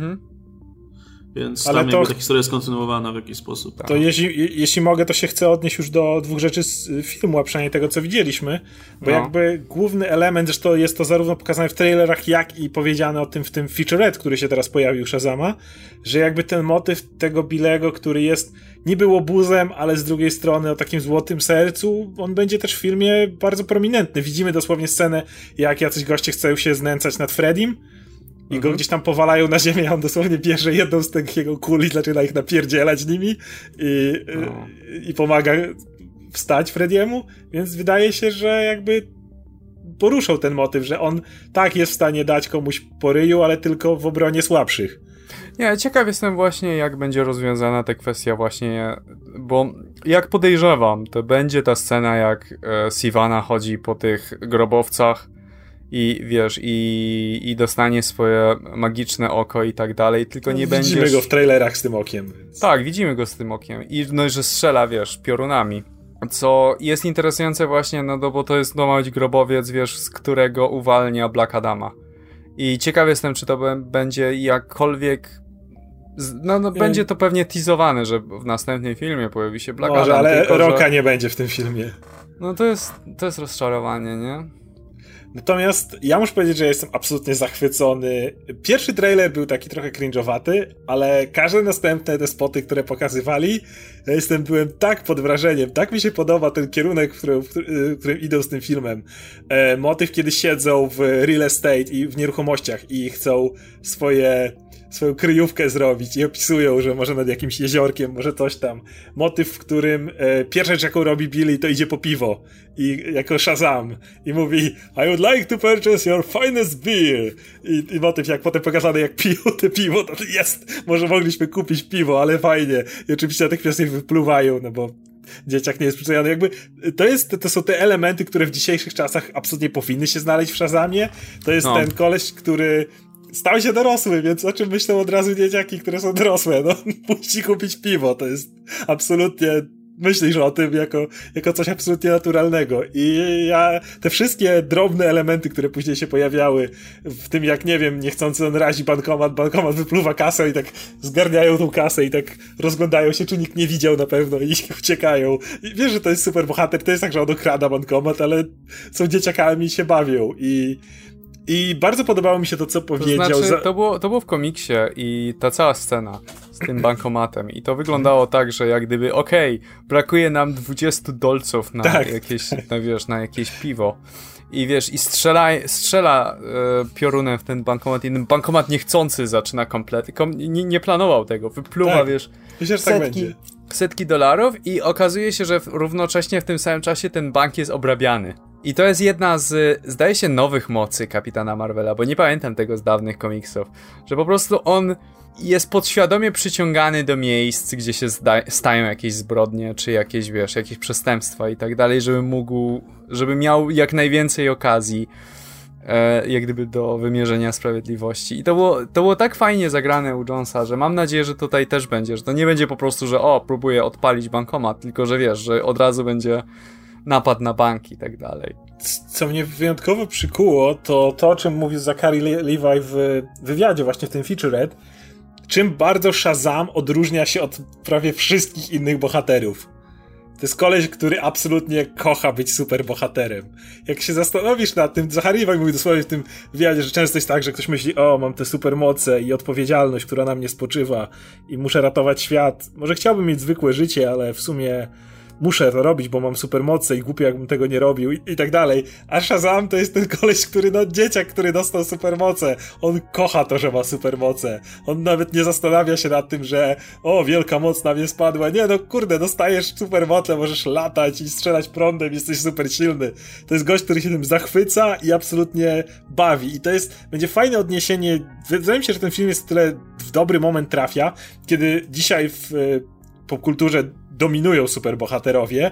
Więc tam jakby ta historia jest kontynuowana w jakiś sposób. To jeśli mogę, to się chcę odnieść już do dwóch rzeczy z filmu, a przynajmniej tego, co widzieliśmy, bo jakby główny element, zresztą jest to zarówno pokazane w trailerach, jak i powiedziane o tym w tym featurette, który się teraz pojawił, Shazama, że jakby ten motyw tego Billego, który jest niby łobuzem, ale z drugiej strony o takim złotym sercu, on będzie też w filmie bardzo prominentny. Widzimy dosłownie scenę, jak jacyś goście chcą się znęcać nad Freddym, i go gdzieś tam powalają na ziemię, a on dosłownie bierze jedną z tych jego kul i zaczyna ich napierdzielać nimi i pomaga wstać Frediemu, więc wydaje się, że jakby poruszał ten motyw, że on tak jest w stanie dać komuś po ryju, ale tylko w obronie słabszych. Nie, ciekaw jestem właśnie, jak będzie rozwiązana ta kwestia właśnie, bo jak podejrzewam, to będzie ta scena, jak Sivana chodzi po tych grobowcach i wiesz, i dostanie swoje magiczne oko i tak dalej, tylko nie będzie. Widzimy go w trailerach z tym okiem. Więc... Tak, widzimy go z tym okiem. I że strzela, wiesz, piorunami. Co jest interesujące właśnie, bo to ma być grobowiec, wiesz, z którego uwalnia Black Adama. I ciekaw jestem, czy to będzie jakkolwiek... będzie to pewnie teasowane, że w następnym filmie pojawi się Black Adam. Ale Rocka nie będzie w tym filmie. No to jest rozczarowanie, nie? Natomiast ja muszę powiedzieć, że jestem absolutnie zachwycony. Pierwszy trailer był taki trochę cringe'owaty, ale każde następne te spoty, które pokazywali, byłem tak pod wrażeniem, tak mi się podoba ten kierunek, w którym idą z tym filmem. Motyw, kiedy siedzą w real estate i w nieruchomościach i chcą swoją kryjówkę zrobić i opisują, że może nad jakimś jeziorkiem, może coś tam. Motyw, w którym pierwsza rzecz, jaką robi Billy, to idzie po piwo i jako Shazam i mówi I would like to purchase your finest beer i motyw, jak potem pokazane, jak piją te piwo, to jest, może mogliśmy kupić piwo, ale fajnie. I oczywiście natychmiast je wypluwają, no bo dzieciak nie jest przyzwyczajony. Jakby to są te elementy, które w dzisiejszych czasach absolutnie powinny się znaleźć w Shazamie. To jest ten koleś, który stał się dorosły, więc o czym myślą od razu dzieciaki, które są dorosłe? No, musi kupić piwo. To jest absolutnie... Myślisz o tym jako coś absolutnie naturalnego. I ja te wszystkie drobne elementy, które później się pojawiały w tym, jak nie wiem, niechcący on razi bankomat wypluwa kasę i tak zgarniają tą kasę i tak rozglądają się, czy nikt nie widział na pewno i uciekają. I wiesz, że to jest super bohater, to jest tak, że on okrada bankomat, ale są dzieciakami i się bawią. I bardzo podobało mi się to, co powiedział. To znaczy, to było w komiksie i ta cała scena z tym bankomatem i to wyglądało tak, że jak gdyby brakuje nam 20 dolców na na jakieś piwo. I wiesz, i strzela piorunem w ten bankomat i ten bankomat niechcący zaczyna kompletnie, nie planował tego, wypluwa, wiesz, setki dolarów i okazuje się, że równocześnie w tym samym czasie ten bank jest obrabiany. I to jest jedna z, zdaje się, nowych mocy Kapitana Marvela, bo nie pamiętam tego z dawnych komiksów, że po prostu on jest podświadomie przyciągany do miejsc, gdzie się stają jakieś zbrodnie, czy jakieś, wiesz, jakieś przestępstwa i tak dalej, żeby miał jak najwięcej okazji jak gdyby do wymierzenia sprawiedliwości. I to było tak fajnie zagrane u Jonesa, że mam nadzieję, że tutaj też będzie, że to nie będzie po prostu, że próbuje odpalić bankomat, tylko że wiesz, że od razu napad na bank i tak dalej. Co mnie wyjątkowo przykuło, to o czym mówił Zachary Levi w wywiadzie właśnie w tym featurette, czym bardzo Shazam odróżnia się od prawie wszystkich innych bohaterów. To jest koleś, który absolutnie kocha być superbohaterem. Jak się zastanowisz nad tym, Zachary Levi mówi dosłownie w tym wywiadzie, że często jest tak, że ktoś myśli, mam te supermoce i odpowiedzialność, która na mnie spoczywa i muszę ratować świat. Może chciałbym mieć zwykłe życie, ale w sumie muszę to robić, bo mam supermoce i głupio jakbym tego nie robił i tak dalej. A Shazam to jest ten koleś, dzieciak, który dostał supermoce. On kocha to, że ma supermoce. On nawet nie zastanawia się nad tym, że wielka moc na mnie spadła. Nie, dostajesz supermoce, możesz latać i strzelać prądem, jesteś super silny. To jest gość, który się tym zachwyca i absolutnie bawi. I to będzie fajne odniesienie. Wydaje mi się, że ten film jest tyle w dobry moment trafia, kiedy dzisiaj w popkulturze dominują superbohaterowie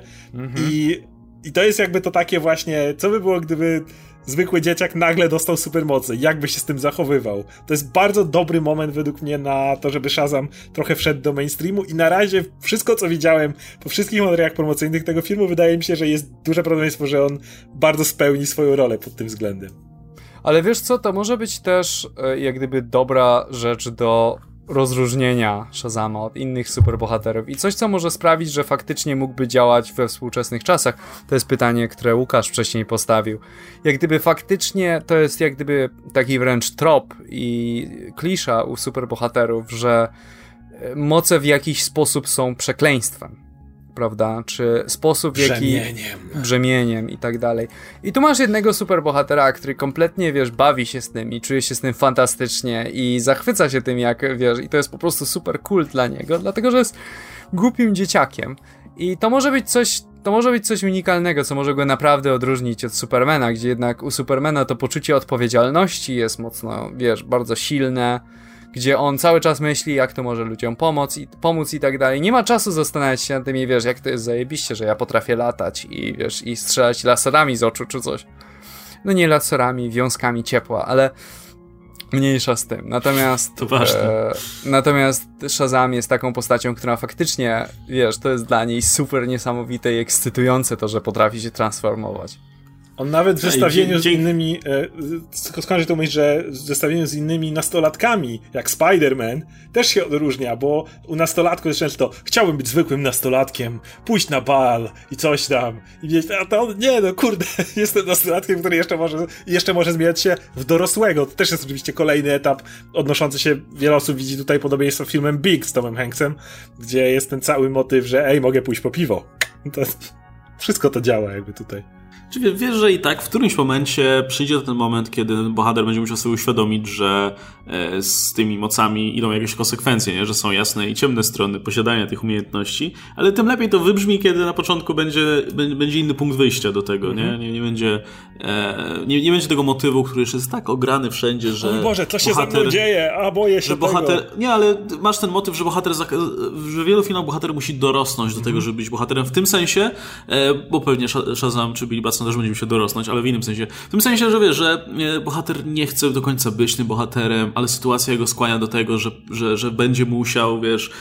i to jest jakby to takie właśnie, co by było, gdyby zwykły dzieciak nagle dostał supermoce, jakby się z tym zachowywał. To jest bardzo dobry moment według mnie na to, żeby Shazam trochę wszedł do mainstreamu i na razie wszystko, co widziałem po wszystkich materiałach promocyjnych tego filmu, wydaje mi się, że jest duże prawdopodobieństwo, że on bardzo spełni swoją rolę pod tym względem. Ale wiesz co, to może być też jak gdyby dobra rzecz do rozróżnienia Shazama od innych superbohaterów i coś, co może sprawić, że faktycznie mógłby działać we współczesnych czasach. To jest pytanie, które Łukasz wcześniej postawił. Jak gdyby faktycznie to jest jak gdyby taki wręcz trop i klisza u superbohaterów, że moce w jakiś sposób są przekleństwem, prawda? Czy sposób, w jaki... Brzemieniem i tak dalej. I tu masz jednego superbohatera, który kompletnie, bawi się z tym i czuje się z tym fantastycznie i zachwyca się tym, jak, i to jest po prostu super cool dla niego, dlatego, że jest głupim dzieciakiem. I to może być coś unikalnego, co może go naprawdę odróżnić od Supermana, gdzie jednak u Supermana to poczucie odpowiedzialności jest mocno, bardzo silne, gdzie on cały czas myśli, jak to może ludziom pomóc i tak dalej. Nie ma czasu zastanawiać się nad tym i jak to jest zajebiście, że ja potrafię latać i i strzelać laserami z oczu czy coś. No nie laserami, wiązkami ciepła, ale mniejsza z tym. Natomiast to ważne. Natomiast Shazam jest taką postacią, która faktycznie, to jest dla niej super niesamowite i ekscytujące to, że potrafi się transformować. On nawet w zestawieniu z innymi, skąd to mówisz, że w zestawieniu z innymi nastolatkami, jak Spider-Man, też się odróżnia, bo u nastolatków jest często chciałbym być zwykłym nastolatkiem, pójść na bal i coś tam. I mieć, jestem nastolatkiem, który jeszcze może zmieniać się w dorosłego. To też jest oczywiście kolejny etap odnoszący się, wiele osób widzi tutaj podobieństwo z filmem Big z Tomem Hanksem, gdzie jest ten cały motyw, że mogę pójść po piwo. Wszystko to działa jakby tutaj. Czyli wiesz, że i tak w którymś momencie przyjdzie ten moment, kiedy bohater będzie musiał sobie uświadomić, że z tymi mocami idą jakieś konsekwencje, nie? Że są jasne i ciemne strony posiadania tych umiejętności, ale tym lepiej to wybrzmi, kiedy na początku będzie inny punkt wyjścia do tego, nie będzie tego motywu, który już jest tak ograny wszędzie, że o Boże, co się ze mną dzieje? Boję się że bohater, tego. Nie, ale masz ten motyw, że że w wielu filmach bohater musi dorosnąć do tego, żeby być bohaterem w tym sensie, bo pewnie Shazam czy Billy Batson też będzie musiał dorosnąć, ale w innym sensie. W tym sensie, że że bohater nie chce do końca być tym bohaterem, ale sytuacja go skłania do tego, że będzie musiał,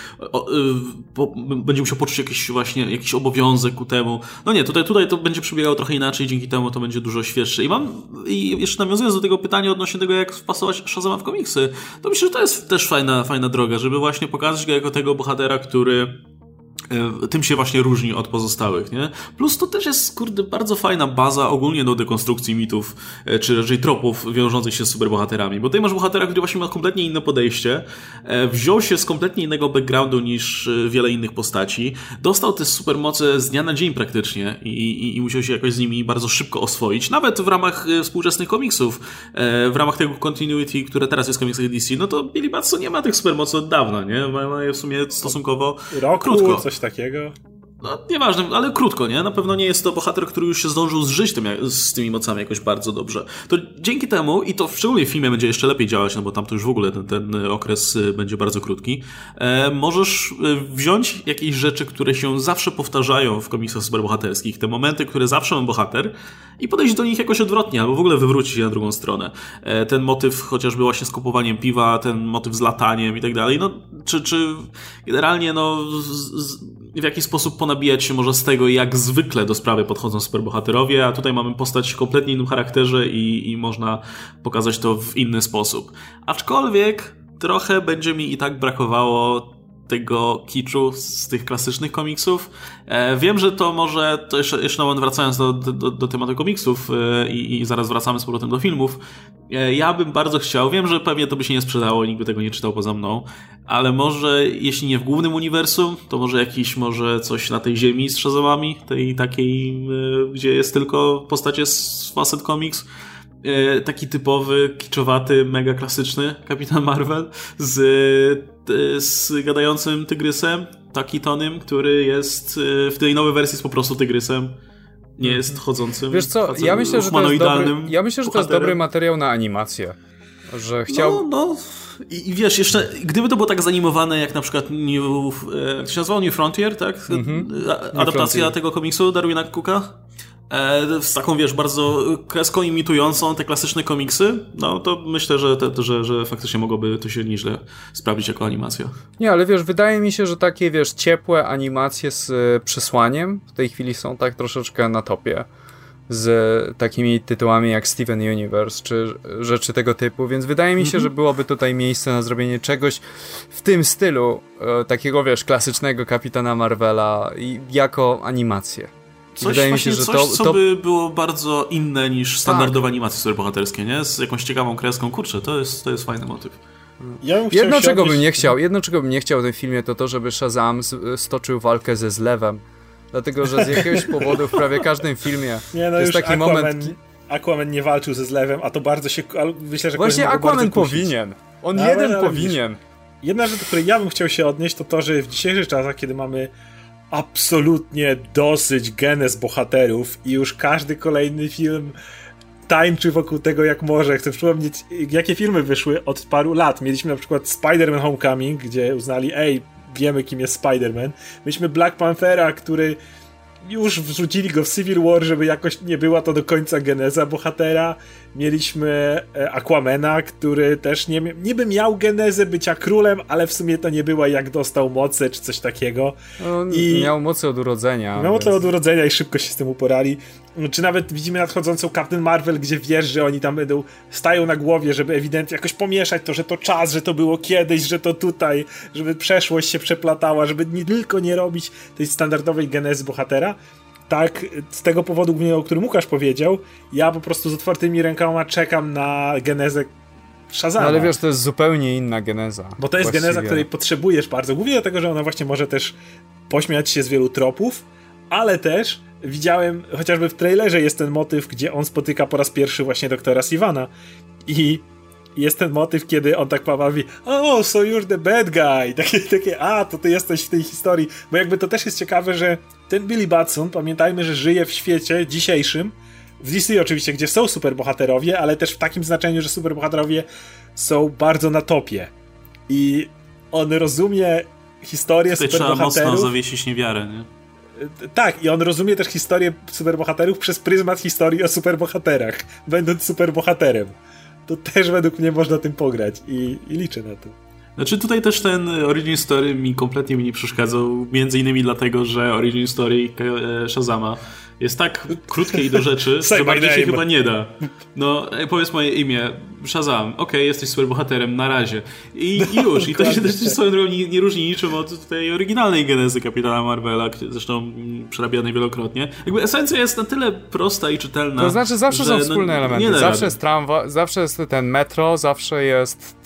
będzie musiał poczuć jakiś obowiązek ku temu. No nie, tutaj to będzie przebiegało trochę inaczej, dzięki temu to będzie dużo świeższe. I jeszcze nawiązując do tego pytania odnośnie tego, jak wpasować Shazama w komiksy, to myślę, że to jest też fajna droga, żeby właśnie pokazać go jako tego bohatera, który tym się właśnie różni od pozostałych, nie? Plus to też jest, bardzo fajna baza ogólnie do dekonstrukcji mitów, czy raczej tropów wiążących się z superbohaterami, bo tutaj masz bohatera, który właśnie ma kompletnie inne podejście, wziął się z kompletnie innego backgroundu niż wiele innych postaci, dostał te supermoce z dnia na dzień praktycznie i musiał się jakoś z nimi bardzo szybko oswoić, nawet w ramach współczesnych komiksów, w ramach tego continuity, które teraz jest w komiksach DC, no to Billy Batson nie ma tych supermocy od dawna, nie? Ma je w sumie stosunkowo krótko. Coś takiego. No, nieważne, ale krótko, nie? Na pewno nie jest to bohater, który już się zdążył zżyć z tymi mocami jakoś bardzo dobrze. To dzięki temu, i to szczególnie w filmie będzie jeszcze lepiej działać, no bo tam to już w ogóle ten okres będzie bardzo krótki, możesz wziąć jakieś rzeczy, które się zawsze powtarzają w komiksach superbohaterskich, te momenty, które zawsze ma bohater i podejść do nich jakoś odwrotnie, albo w ogóle wywrócić je na drugą stronę. Ten motyw chociażby właśnie z kupowaniem piwa, ten motyw z lataniem i tak dalej, no, czy generalnie, no, w jaki sposób ponabijać się może z tego, jak zwykle do sprawy podchodzą superbohaterowie, a tutaj mamy postać w kompletnie innym charakterze i można pokazać to w inny sposób. Aczkolwiek trochę będzie mi i tak brakowało tego kiczu z tych klasycznych komiksów. Wiem, że to może, to jeszcze na moment wracając do tematu komiksów i zaraz wracamy z powrotem do filmów, ja bym bardzo chciał, wiem, że pewnie to by się nie sprzedało, nikt by tego nie czytał poza mną, ale może, jeśli nie w głównym uniwersum, to może coś na tej ziemi z Shazamami, tej takiej, gdzie jest tylko postacie z Facet Comics, taki typowy, kiczowaty, mega klasyczny Kapitan Marvel z gadającym tygrysem, taki Tonym, który jest w tej nowej wersji jest po prostu tygrysem, nie jest chodzącym. Wiesz co, ja myślę, że to jest dobry materiał na animację. Że chciał... No. I wiesz, jeszcze, gdyby to było tak zanimowane jak na przykład jak to się nazywało? New Frontier, tak? Adaptacja tego komiksu Darwina Cooka. Z taką, wiesz, bardzo kreską imitującą te klasyczne komiksy, no to myślę, że faktycznie mogłoby to się nieźle sprawdzić jako animacja. Nie, ale wiesz, wydaje mi się, że takie, wiesz, ciepłe animacje z przesłaniem w tej chwili są tak troszeczkę na topie. Z takimi tytułami jak Steven Universe, czy rzeczy tego typu, więc wydaje mi się, że byłoby tutaj miejsce na zrobienie czegoś w tym stylu, takiego, wiesz, klasycznego Kapitana Marvela jako animację. Wydaje mi się, że co by było bardzo inne niż standardowe animacje superbohaterskie, nie? Z jakąś ciekawą kreską. Kurczę, to jest fajny motyw. Jedno, czego bym nie chciał w tym filmie, to żeby Shazam stoczył walkę ze zlewem. Dlatego, że z jakiegoś powodu w prawie każdym filmie to jest taki moment... Aquaman nie walczył ze zlewem, a to bardzo się... Myślę, że właśnie Aquaman powinien. On powinien. Jedna rzecz, do której ja bym chciał się odnieść, to, że w dzisiejszych czasach, kiedy mamy absolutnie dosyć genez bohaterów i już każdy kolejny film tańczy wokół tego jak może. Chcę przypomnieć, jakie filmy wyszły od paru lat. Mieliśmy na przykład Spider-Man Homecoming, gdzie uznali, wiemy kim jest Spider-Man. Mieliśmy Black Panthera, który już wrzucili go w Civil War, żeby jakoś nie była to do końca geneza bohatera. Mieliśmy Aquamana, który też niby miał genezę bycia królem, ale w sumie to nie była jak dostał moce, czy coś takiego. Miał moce od urodzenia. Miał moce od urodzenia i szybko się z tym uporali. Czy nawet widzimy nadchodzącą Captain Marvel, gdzie wiesz, że oni tam stają na głowie, żeby ewidentnie jakoś pomieszać to, że to czas, że to było kiedyś, że to tutaj, żeby przeszłość się przeplatała, żeby tylko nie robić tej standardowej genezy bohatera. Tak, z tego powodu, o którym Łukasz powiedział, ja po prostu z otwartymi rękoma czekam na genezę Shazama. No ale wiesz, to jest zupełnie inna geneza. Bo to jest geneza, której potrzebujesz bardzo. Głównie dlatego, że ona właśnie może też pośmiać się z wielu tropów, ale też widziałem, chociażby w trailerze jest ten motyw, gdzie on spotyka po raz pierwszy właśnie doktora Sivana i jest ten motyw, kiedy on tak mówi, so you're the bad guy. Takie, to ty jesteś w tej historii. Bo jakby to też jest ciekawe, że ten Billy Batson, pamiętajmy, że żyje w świecie dzisiejszym, w DC oczywiście, gdzie są superbohaterowie, ale też w takim znaczeniu, że superbohaterowie są bardzo na topie. I on rozumie historię superbohaterów. Trzeba mocno zawiesić niewiarę, nie? Tak, i on rozumie też historię superbohaterów przez pryzmat historii o superbohaterach, będąc superbohaterem. To też według mnie można tym pograć i liczę na to. Znaczy tutaj też ten origin story kompletnie mi nie przeszkadzał, między innymi dlatego, że origin story Shazama jest tak krótkie i do rzeczy, że bardziej się chyba nie da. No, powiedz moje imię, Shazam, jesteś superbohaterem, na razie. I już. I to się też swoją drogą nie różni niczym od tej oryginalnej genezy Kapitana Marvela, zresztą przerabianej wielokrotnie. Jakby esencja jest na tyle prosta i czytelna. To znaczy zawsze są wspólne elementy. Zawsze jest zawsze jest ten metro, zawsze jest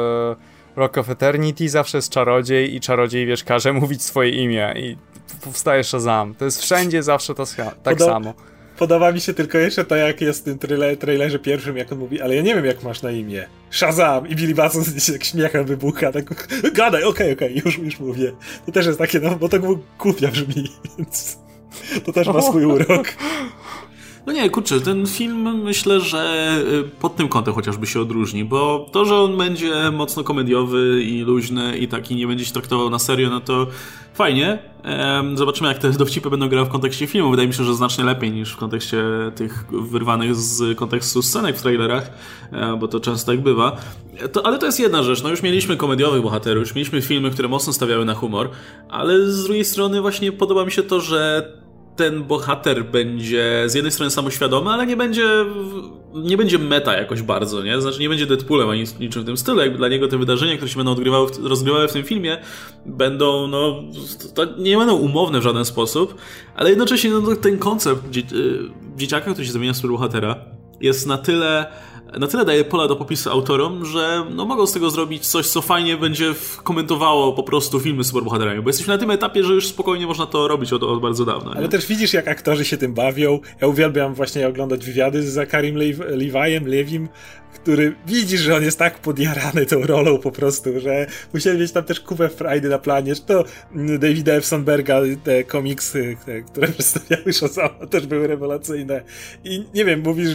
Rock of Eternity, zawsze jest czarodziej i czarodziej, wiesz, każe mówić swoje imię i powstaje Shazam. To jest wszędzie zawsze tak samo. Podoba mi się tylko jeszcze to, jak jest w tym trailerze pierwszym, jak on mówi, ale ja nie wiem, jak masz na imię. Shazam! I Billy Batson się tak śmiechem wybucha, tak gadaj, okej, już mówię. To też jest takie, bo to głupia brzmi, więc to też ma swój urok. No nie, kurczę, ten film myślę, że pod tym kątem chociażby się odróżni, bo to, że on będzie mocno komediowy i luźny i taki nie będzie się traktował na serio, no to fajnie. Zobaczymy, jak te dowcipy będą grały w kontekście filmu. Wydaje mi się, że znacznie lepiej niż w kontekście tych wyrwanych z kontekstu scenek w trailerach, bo to często tak bywa. Ale to jest jedna rzecz. No już mieliśmy komediowych bohaterów, już mieliśmy filmy, które mocno stawiały na humor, ale z drugiej strony właśnie podoba mi się to, że ten bohater będzie z jednej strony samoświadomy, ale nie będzie meta jakoś bardzo, nie? Znaczy nie będzie Deadpoolem ani niczym w tym stylu. Jakby dla niego te wydarzenia, które się będą rozgrywały w tym filmie, będą, nie będą umowne w żaden sposób, ale jednocześnie ten koncept dzieciaka, który się zamienia w superbohatera, jest na tyle daje pola do popisu autorom, że mogą z tego zrobić coś, co fajnie będzie komentowało po prostu filmy z superbohaterami, bo jesteśmy na tym etapie, że już spokojnie można to robić od bardzo dawna. Nie? Ale też widzisz, jak aktorzy się tym bawią. Ja uwielbiam właśnie oglądać wywiady z Zacharim Levim, który widzisz, że on jest tak podjarany tą rolą po prostu, że musieli mieć tam też kupę frajdy na planie. To Davida F. Sandberga, te komiksy, które przedstawiały Shazama, też były rewelacyjne. I nie wiem, mówisz,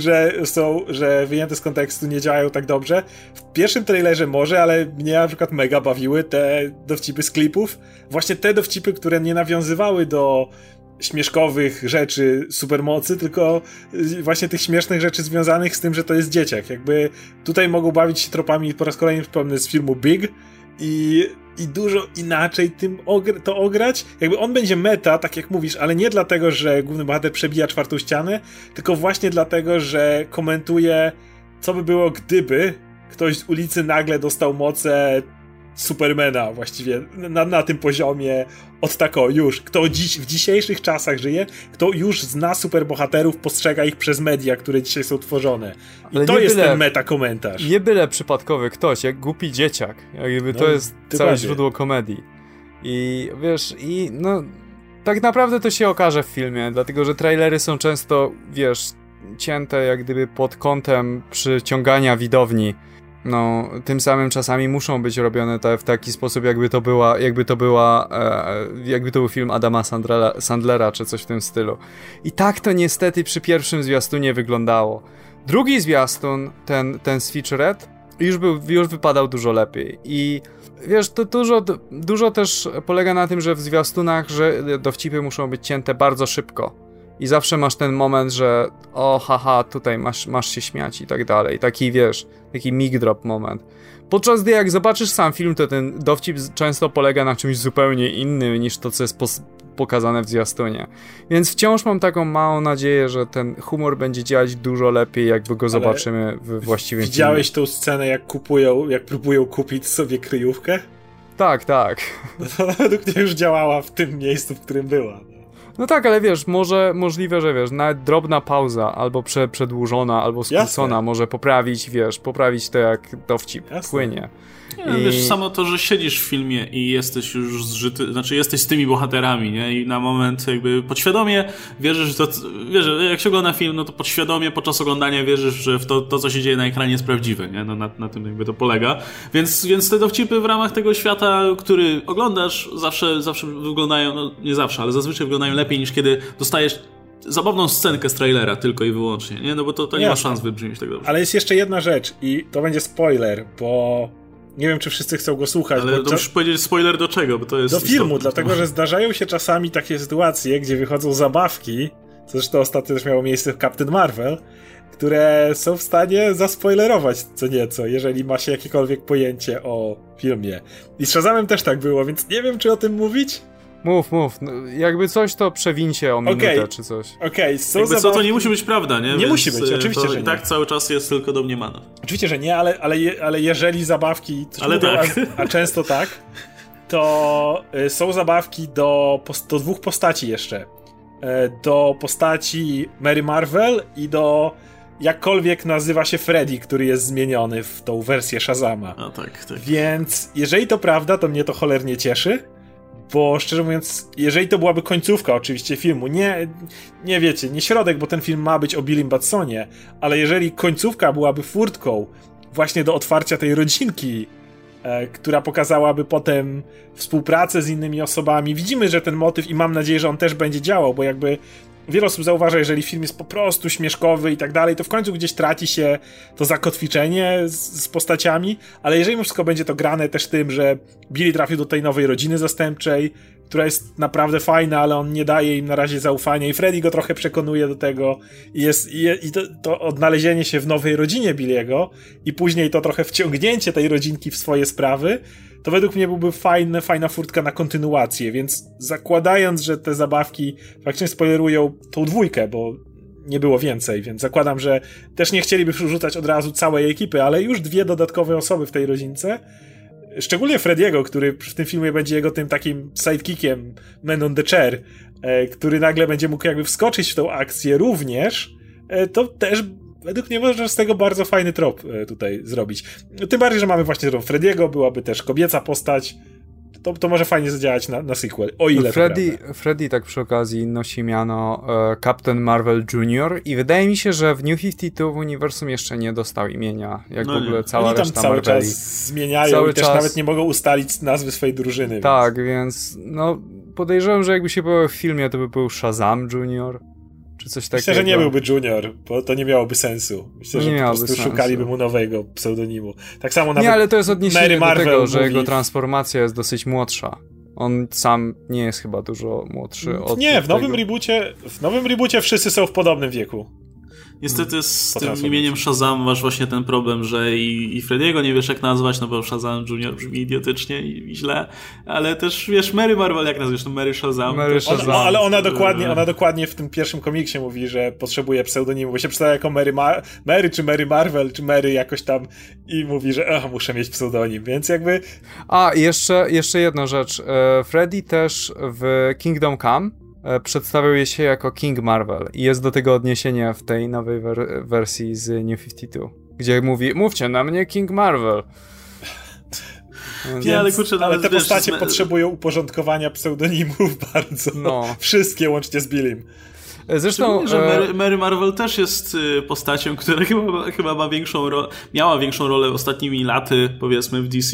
że wyjęte z kontekstu nie działają tak dobrze. W pierwszym trailerze może, ale mnie na przykład mega bawiły te dowcipy z klipów. Właśnie te dowcipy, które nie nawiązywały do śmieszkowych rzeczy supermocy, tylko właśnie tych śmiesznych rzeczy związanych z tym, że to jest dzieciak. Jakby tutaj mogą bawić się tropami, po raz kolejny przypomnę, z filmu Big i dużo inaczej to ograć. Jakby on będzie meta, tak jak mówisz, ale nie dlatego, że główny bohater przebija czwartą ścianę, tylko właśnie dlatego, że komentuje, co by było, gdyby ktoś z ulicy nagle dostał moce Supermana właściwie na tym poziomie od już, kto w dzisiejszych czasach żyje, kto już zna superbohaterów, postrzega ich przez media, które dzisiaj są tworzone. I ale to jest ten meta-komentarz. Nie byle przypadkowy ktoś, jak głupi dzieciak. Jakby to jest całe źródło komedii. I wiesz, tak naprawdę to się okaże w filmie, dlatego że trailery są często, cięte jak gdyby pod kątem przyciągania widowni. Tym samym czasami muszą być robione w taki sposób, jakby to był film Adama Sandlera, czy coś w tym stylu. I tak to niestety przy pierwszym zwiastunie wyglądało. Drugi zwiastun, ten z featurette, już wypadał dużo lepiej. I to dużo też polega na tym, że w zwiastunach, że dowcipy muszą być cięte bardzo szybko. I zawsze masz ten moment, że tutaj masz się śmiać i tak dalej. Taki mic drop moment. Podczas gdy jak zobaczysz sam film, to ten dowcip często polega na czymś zupełnie innym niż to, co jest pokazane w zwiastunie. Więc wciąż mam taką małą nadzieję, że ten humor będzie działać dużo lepiej, jakby go zobaczymy w właściwym filmie. Widziałeś tą scenę, jak próbują kupić sobie kryjówkę? Tak. To według mnie już działała w tym miejscu, w którym była. No tak, ale możliwe, że nawet drobna pauza, albo przedłużona, albo skrócona może poprawić to, jak dowcip płynie. Wiesz, samo to, że siedzisz w filmie i jesteś już zżyty, jesteś z tymi bohaterami, nie? I na moment jakby podświadomie wierzysz, że jak się ogląda film, to podświadomie podczas oglądania wierzysz, że w to co się dzieje na ekranie jest prawdziwe, nie? Na tym jakby to polega. Więc te dowcipy w ramach tego świata, który oglądasz, zawsze wyglądają, nie zawsze, ale zazwyczaj wyglądają lepiej niż kiedy dostajesz zabawną scenkę z trailera tylko i wyłącznie, nie? Bo to nie ma szans wybrzmieć tak dobrze. Ale jest jeszcze jedna rzecz i to będzie spoiler, bo nie wiem, czy wszyscy chcą go słuchać. Ale to musisz powiedzieć spoiler do czego, bo to jest do filmu, dlatego że zdarzają się czasami takie sytuacje, gdzie wychodzą zabawki, co zresztą ostatnio też miało miejsce w Captain Marvel, które są w stanie zaspoilerować co nieco, jeżeli ma się jakiekolwiek pojęcie o filmie. I z Shazamem też tak było, więc nie wiem, czy o tym mówić. Mów. Jakby coś, to przewincie o minutę, czy coś. Są zabawki... to nie musi być prawda, nie? Nie musi być, oczywiście, że nie. Tak cały czas jest tylko domniemane. Oczywiście, że nie, ale jeżeli zabawki... A często tak, to są zabawki do dwóch postaci jeszcze. Do postaci Mary Marvel i do... jakkolwiek nazywa się Freddy, który jest zmieniony w tą wersję Shazama. A tak. Więc jeżeli to prawda, to mnie to cholernie cieszy. Bo szczerze mówiąc, jeżeli to byłaby końcówka oczywiście filmu, nie wiecie, nie środek, bo ten film ma być o Billym Batsonie, ale jeżeli końcówka byłaby furtką właśnie do otwarcia tej rodzinki, która pokazałaby potem współpracę z innymi osobami, widzimy, że ten motyw i mam nadzieję, że on też będzie działał, bo jakby wiele osób zauważa, jeżeli film jest po prostu śmieszkowy i tak dalej, to w końcu gdzieś traci się to zakotwiczenie z postaciami, ale jeżeli wszystko będzie to grane też tym, że Billy trafił do tej nowej rodziny zastępczej, która jest naprawdę fajna, ale on nie daje im na razie zaufania i Freddy go trochę przekonuje do tego i to odnalezienie się w nowej rodzinie Billy'ego i później to trochę wciągnięcie tej rodzinki w swoje sprawy, to według mnie byłby fajna furtka na kontynuację, więc zakładając, że te zabawki faktycznie spoilerują tą dwójkę, bo nie było więcej, więc zakładam, że też nie chcieliby przerzucać od razu całej ekipy, ale już 2 dodatkowe osoby w tej rodzince, szczególnie Freddy'ego, który w tym filmie będzie jego tym takim sidekickiem, man on the chair, który nagle będzie mógł jakby wskoczyć w tą akcję również, to też według mnie można z tego bardzo fajny trop tutaj zrobić. Tym bardziej, że mamy właśnie Freddy'ego, byłaby też kobieca postać, to może fajnie zadziałać na sequel, o ile Freddy tak przy okazji nosi miano Captain Marvel Jr. i wydaje mi się, że w New 52 w uniwersum jeszcze nie dostał imienia, jak w ogóle cała Oni tam reszta cały Marveli. czas zmieniają i też nawet nie mogą ustalić nazwy swojej drużyny. Tak, więc no podejrzewam, że jakby się pojawił w filmie, to by był Shazam Jr. czy coś takiego. Myślę, że nie byłby Junior, bo to nie miałoby sensu. Myślę, że po prostu szukaliby mu nowego pseudonimu. Tak samo nawet nie, ale to jest odniesienie do tego, że mówi... jego transformacja jest dosyć młodsza. On sam nie jest chyba dużo młodszy od Nie, w nowym reboocie wszyscy są w podobnym wieku. Niestety z tym imieniem Shazam masz właśnie ten problem, że i Freddy'ego nie wiesz jak nazwać, no bo Shazam Junior brzmi idiotycznie i źle, ale też wiesz, Mary Marvel jak nazwiesz, no Mary Shazam. Ale ona dokładnie w tym pierwszym komiksie mówi, że potrzebuje pseudonimu, bo się przedstawia jako Mary czy Mary Marvel, czy Mary jakoś tam i mówi, że muszę mieć pseudonim, więc jakby... A, jeszcze jedna rzecz. Freddy też w Kingdom Come przedstawił się jako King Marvel i jest do tego odniesienie w tej nowej wersji z New 52, gdzie mówi, mówcie na mnie King Marvel. Nie, ale te postacie potrzebują uporządkowania pseudonimów bardzo. No. Wszystkie łącznie z Billym. Zresztą, że Mary Marvel też jest postacią, która chyba ma miała większą rolę ostatnimi laty, powiedzmy, w DC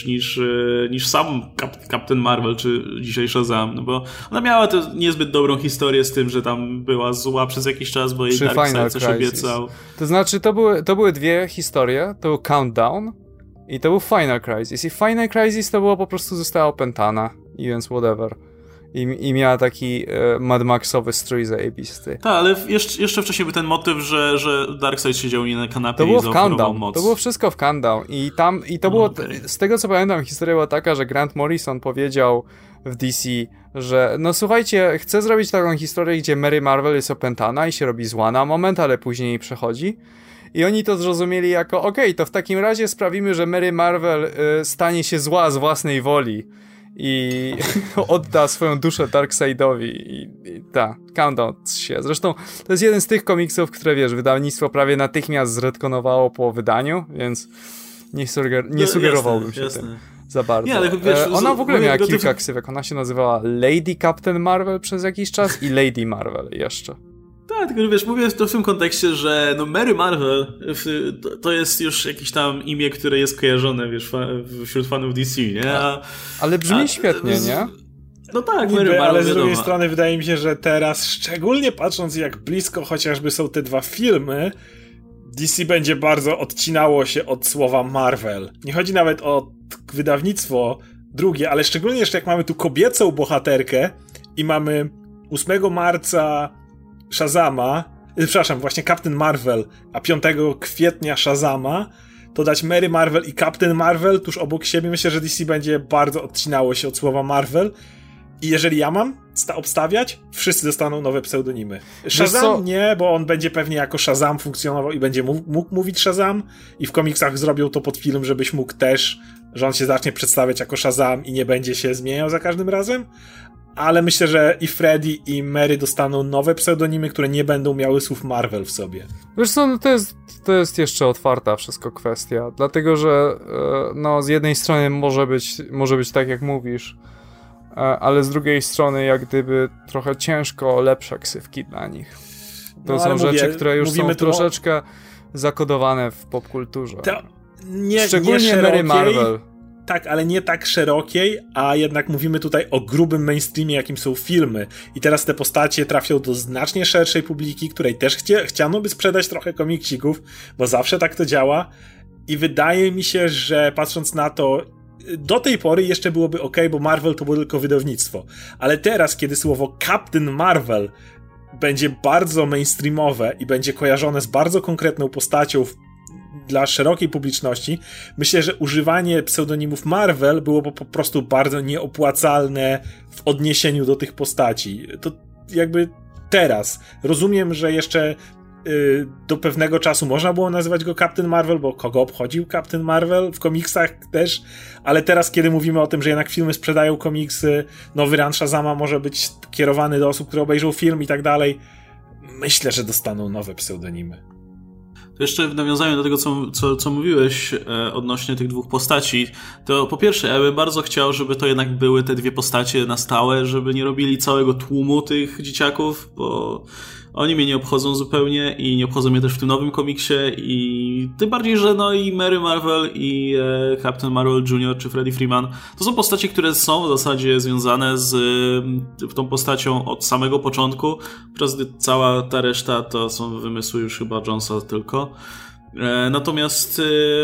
niż sam Captain Marvel, czy dzisiaj Shazam, no bo ona miała tę niezbyt dobrą historię z tym, że tam była zła przez jakiś czas, bo jej Darkseid coś obiecał. To znaczy, to były 2 historie, to był Countdown i to był Final Crisis. I Final Crisis to było po prostu została opętana i więc whatever. I miała taki Mad Maxowy strój zajebisty. Tak, ale jeszcze wcześniej był ten motyw, że Darkseid siedział nie na kanapie i zaoferował moc. To było wszystko w Countdown. I to było, z tego co pamiętam, historia była taka, że Grant Morrison powiedział w DC, że no słuchajcie, chcę zrobić taką historię, gdzie Mary Marvel jest opętana i się robi zła na moment, ale później jej przechodzi. I oni to zrozumieli jako, okej, to w takim razie sprawimy, że Mary Marvel stanie się zła z własnej woli i odda swoją duszę Darkseidowi i Countdown się. Zresztą to jest jeden z tych komiksów, które wiesz, wydawnictwo prawie natychmiast zredkonowało po wydaniu, więc nie sugerowałbym się tym za bardzo. Nie, ale wiesz, ona w ogóle miała kilka ksywek. Ona się nazywała Lady Captain Marvel przez jakiś czas i Lady Marvel jeszcze. Tak, tylko wiesz, mówię to w tym kontekście, że no Mary Marvel to jest już jakieś tam imię, które jest kojarzone, wiesz, wśród fanów DC, nie? Ale brzmi świetnie, nie? No tak, Mary Marvel, ale z drugiej strony wydaje mi się, że teraz, szczególnie patrząc jak blisko chociażby są te 2 filmy, DC będzie bardzo odcinało się od słowa Marvel. Nie chodzi nawet o wydawnictwo drugie, ale szczególnie jeszcze jak mamy tu kobiecą bohaterkę i mamy 8 marca Shazama, właśnie Captain Marvel, a 5 kwietnia Shazama, to dać Mary Marvel i Captain Marvel tuż obok siebie. Myślę, że DC będzie bardzo odcinało się od słowa Marvel i jeżeli ja mam obstawiać, wszyscy dostaną nowe pseudonimy. Shazam nie, bo on będzie pewnie jako Shazam funkcjonował i będzie mógł mówić Shazam i w komiksach zrobią to pod film, żebyś mógł też, że on się zacznie przedstawiać jako Shazam i nie będzie się zmieniał za każdym razem. Ale myślę, że i Freddy i Mary dostaną nowe pseudonimy, które nie będą miały słów Marvel w sobie. Wiesz co, no to jest jeszcze otwarta wszystko kwestia, dlatego że no z jednej strony może być tak jak mówisz, ale z drugiej strony jak gdyby trochę ciężko o lepsze ksywki dla nich. To są rzeczy, które już są troszeczkę zakodowane w popkulturze. Szczególnie Mary Marvel. tak, ale nie tak szerokiej, a jednak mówimy tutaj o grubym mainstreamie, jakim są filmy. I teraz te postacie trafią do znacznie szerszej publiki, której też chciano by sprzedać trochę komiksików, bo zawsze tak to działa. I wydaje mi się, że patrząc na to, do tej pory jeszcze byłoby okej, bo Marvel to było tylko wydawnictwo. Ale teraz, kiedy słowo Captain Marvel będzie bardzo mainstreamowe i będzie kojarzone z bardzo konkretną postacią dla szerokiej publiczności, myślę, że używanie pseudonimów Marvel byłoby po prostu bardzo nieopłacalne w odniesieniu do tych postaci. To jakby teraz. Rozumiem, że jeszcze do pewnego czasu można było nazywać go Captain Marvel, bo kogo obchodził Captain Marvel? W komiksach też, ale teraz, kiedy mówimy o tym, że jednak filmy sprzedają komiksy, nowy run Shazama może być kierowany do osób, które obejrzą film i tak dalej, myślę, że dostaną nowe pseudonimy. Jeszcze w nawiązaniu do tego, co mówiłeś odnośnie tych dwóch postaci, to po pierwsze, ja bym bardzo chciał, żeby to jednak były te dwie postacie na stałe, żeby nie robili całego tłumu tych dzieciaków, bo oni mnie nie obchodzą zupełnie i nie obchodzą mnie też w tym nowym komiksie i tym bardziej, że no i Mary Marvel i Captain Marvel Jr. czy Freddie Freeman to są postacie, które są w zasadzie związane z tą postacią od samego początku, wraz gdy cała ta reszta to są wymysły już chyba Jonesa tylko. Natomiast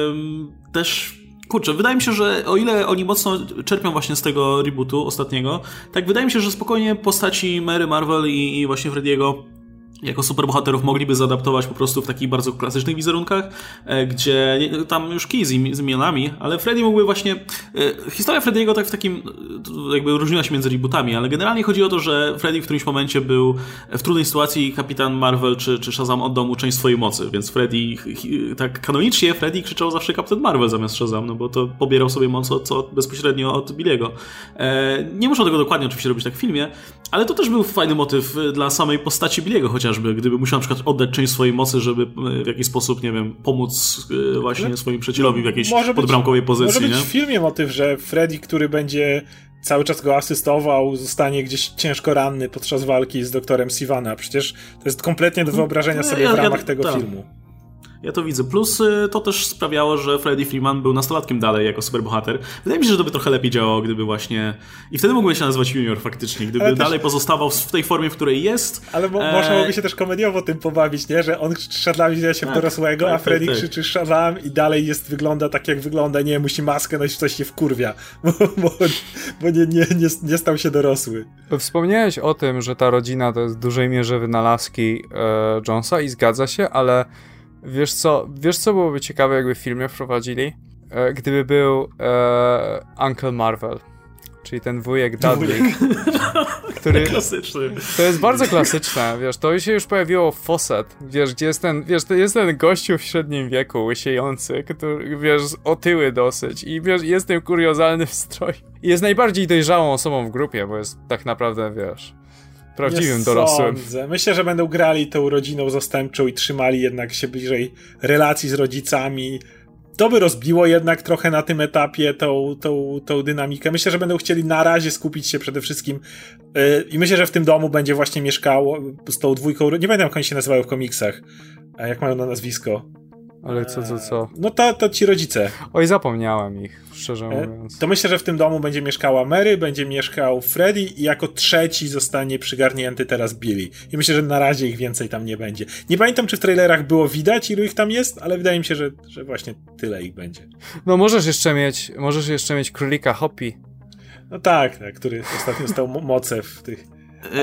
też kurczę, wydaje mi się, że o ile oni mocno czerpią właśnie z tego rebootu ostatniego, tak wydaje mi się, że spokojnie postaci Mary Marvel i właśnie Frediego jako superbohaterów mogliby zaadaptować po prostu w takich bardzo klasycznych wizerunkach, gdzie tam już kij z imionami, ale Freddy mógłby właśnie... Historia Frediego tak w takim... jakby różniła się między rebootami, ale generalnie chodzi o to, że Freddy w którymś momencie był w trudnej sytuacji i Kapitan Marvel czy Shazam oddał mu część swojej mocy, więc Freddy... tak kanonicznie Freddy krzyczał zawsze Kapitan Marvel zamiast Shazam, no bo to pobierał sobie moc bezpośrednio od Billiego. Nie muszę tego dokładnie oczywiście robić tak w filmie, ale to też był fajny motyw dla samej postaci Billiego chociażby, gdyby musiał na przykład oddać część swojej mocy, żeby w jakiś sposób, nie wiem, pomóc właśnie swoim przyjacielowi w jakiejś podbramkowej pozycji. Może być w filmie motyw, że Freddy, który będzie cały czas go asystował, zostanie gdzieś ciężko ranny podczas walki z doktorem Sivana. Przecież to jest kompletnie do wyobrażenia sobie w ramach tego filmu. Ja to widzę. Plus to też sprawiało, że Freddie Freeman był nastolatkiem dalej jako superbohater. Wydaje mi się, że to by trochę lepiej działało, gdyby właśnie... I wtedy mógłby się nazywać Junior faktycznie, gdyby dalej pozostawał w tej formie, w której jest. Ale można byłoby się też komediowo tym pobawić, nie? Że on Shazam się w dorosłego, a Freddy krzyczy Shazam i dalej wygląda tak, jak wygląda. Nie, musi maskę nosić, coś się wkurwia. Bo nie stał się dorosły. Wspomniałeś o tym, że ta rodzina to jest w dużej mierze wynalazki Jonesa i zgadza się, ale Wiesz co byłoby ciekawe, jakby w filmie wprowadzili? Gdyby był Uncle Marvel, czyli ten wujek Dudley, który... Klasyczny. To jest bardzo klasyczne, wiesz, to się już pojawiło w Fawcett, wiesz, gdzie jest ten gościu w średnim wieku, łysiejący, który, wiesz, otyły dosyć i wiesz, jest tym kuriozalny w stroju. I jest najbardziej dojrzałą osobą w grupie, bo jest tak naprawdę, wiesz... prawdziwym dorosłym. Sądzę. Myślę, że będą grali tą rodziną zastępczą i trzymali jednak się bliżej relacji z rodzicami. To by rozbiło jednak trochę na tym etapie tą dynamikę. Myślę, że będą chcieli na razie skupić się przede wszystkim i myślę, że w tym domu będzie właśnie mieszkało z tą dwójką, nie pamiętam jak oni się nazywają w komiksach, a jak mają na nazwisko. Ale co? No to ci rodzice. Oj, zapomniałem ich, szczerze mówiąc. To myślę, że w tym domu będzie mieszkała Mary, będzie mieszkał Freddy i jako trzeci zostanie przygarnięty teraz Billy. I myślę, że na razie ich więcej tam nie będzie. Nie pamiętam, czy w trailerach było widać, ilu ich tam jest, ale wydaje mi się, że właśnie tyle ich będzie. No możesz jeszcze mieć królika Hoppy. No tak, który ostatnio stał moce w tych...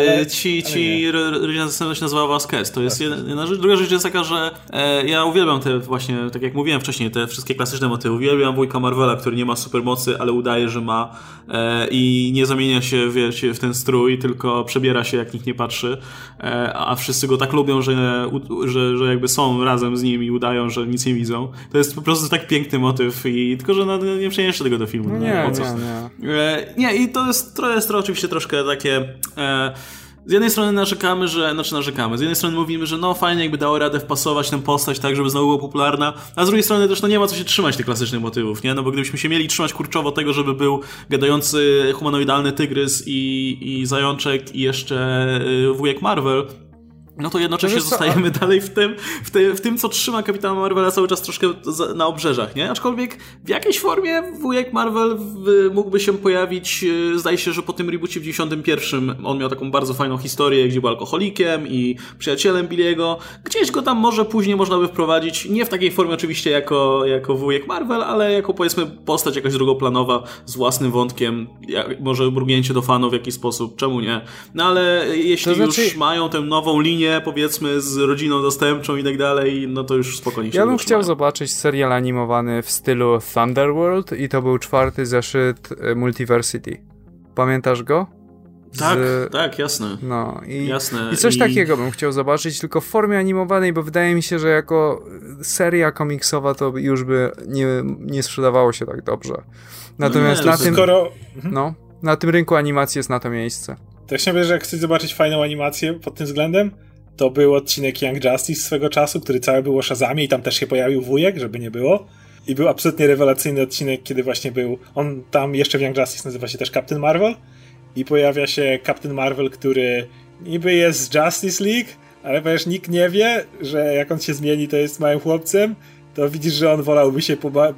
Rodzina zastępcza się nazywa Vasquez. To jest jedna rzecz. Druga rzecz jest taka, że ja uwielbiam te właśnie, tak jak mówiłem wcześniej, te wszystkie klasyczne motywy. Uwielbiam wujka Marvela, który nie ma supermocy, ale udaje, że ma i nie zamienia się, wiecie, w ten strój, tylko przebiera się, jak nikt nie patrzy. A wszyscy go tak lubią, że jakby są razem z nim i udają, że nic nie widzą. To jest po prostu tak piękny motyw tylko, że nie przeniesiesz tego do filmu. Nie, i to jest oczywiście troszkę takie... Z jednej strony narzekamy, z jednej strony mówimy, że no fajnie jakby dało radę wpasować tę postać tak, żeby znowu była popularna, a z drugiej strony też no nie ma co się trzymać tych klasycznych motywów, nie? No bo gdybyśmy się mieli trzymać kurczowo tego, żeby był gadający humanoidalny tygrys i zajączek i jeszcze wujek Marvel, no to jednocześnie zostajemy dalej w tym, co trzyma Kapitana Marvela cały czas troszkę na obrzeżach, nie? Aczkolwiek w jakiejś formie wujek Marvel mógłby się pojawić, zdaje się, że po tym reboocie w 91 on miał taką bardzo fajną historię, gdzie był alkoholikiem i przyjacielem Billy'ego. Gdzieś go tam może później można by wprowadzić, nie w takiej formie oczywiście jako wujek Marvel, ale jako powiedzmy postać jakaś drugoplanowa z własnym wątkiem, może mrugnięcie do fanów w jakiś sposób, czemu nie? No ale jeśli już mają tę nową linię, powiedzmy, z rodziną zastępczą i tak dalej, no to już spokojnie się Ja bym chciał zobaczyć serial animowany w stylu Thunderworld i to był 4. zeszyt Multiversity. Pamiętasz go? Tak, jasne. No jasne. I coś takiego bym chciał zobaczyć, tylko w formie animowanej, bo wydaje mi się, że jako seria komiksowa to już by nie sprzedawało się tak dobrze. Natomiast na tym rynku animacji jest na to miejsce. To ja mówię, że jak chcesz zobaczyć fajną animację pod tym względem, to był odcinek Young Justice swego czasu, który cały był o Shazamie i tam też się pojawił wujek, żeby nie było. I był absolutnie rewelacyjny odcinek, kiedy właśnie był, on tam jeszcze w Young Justice nazywa się też Captain Marvel i pojawia się Captain Marvel, który niby jest z Justice League, ale ponieważ nikt nie wie, że jak on się zmieni, to jest małym chłopcem, to widzisz, że on wolałby się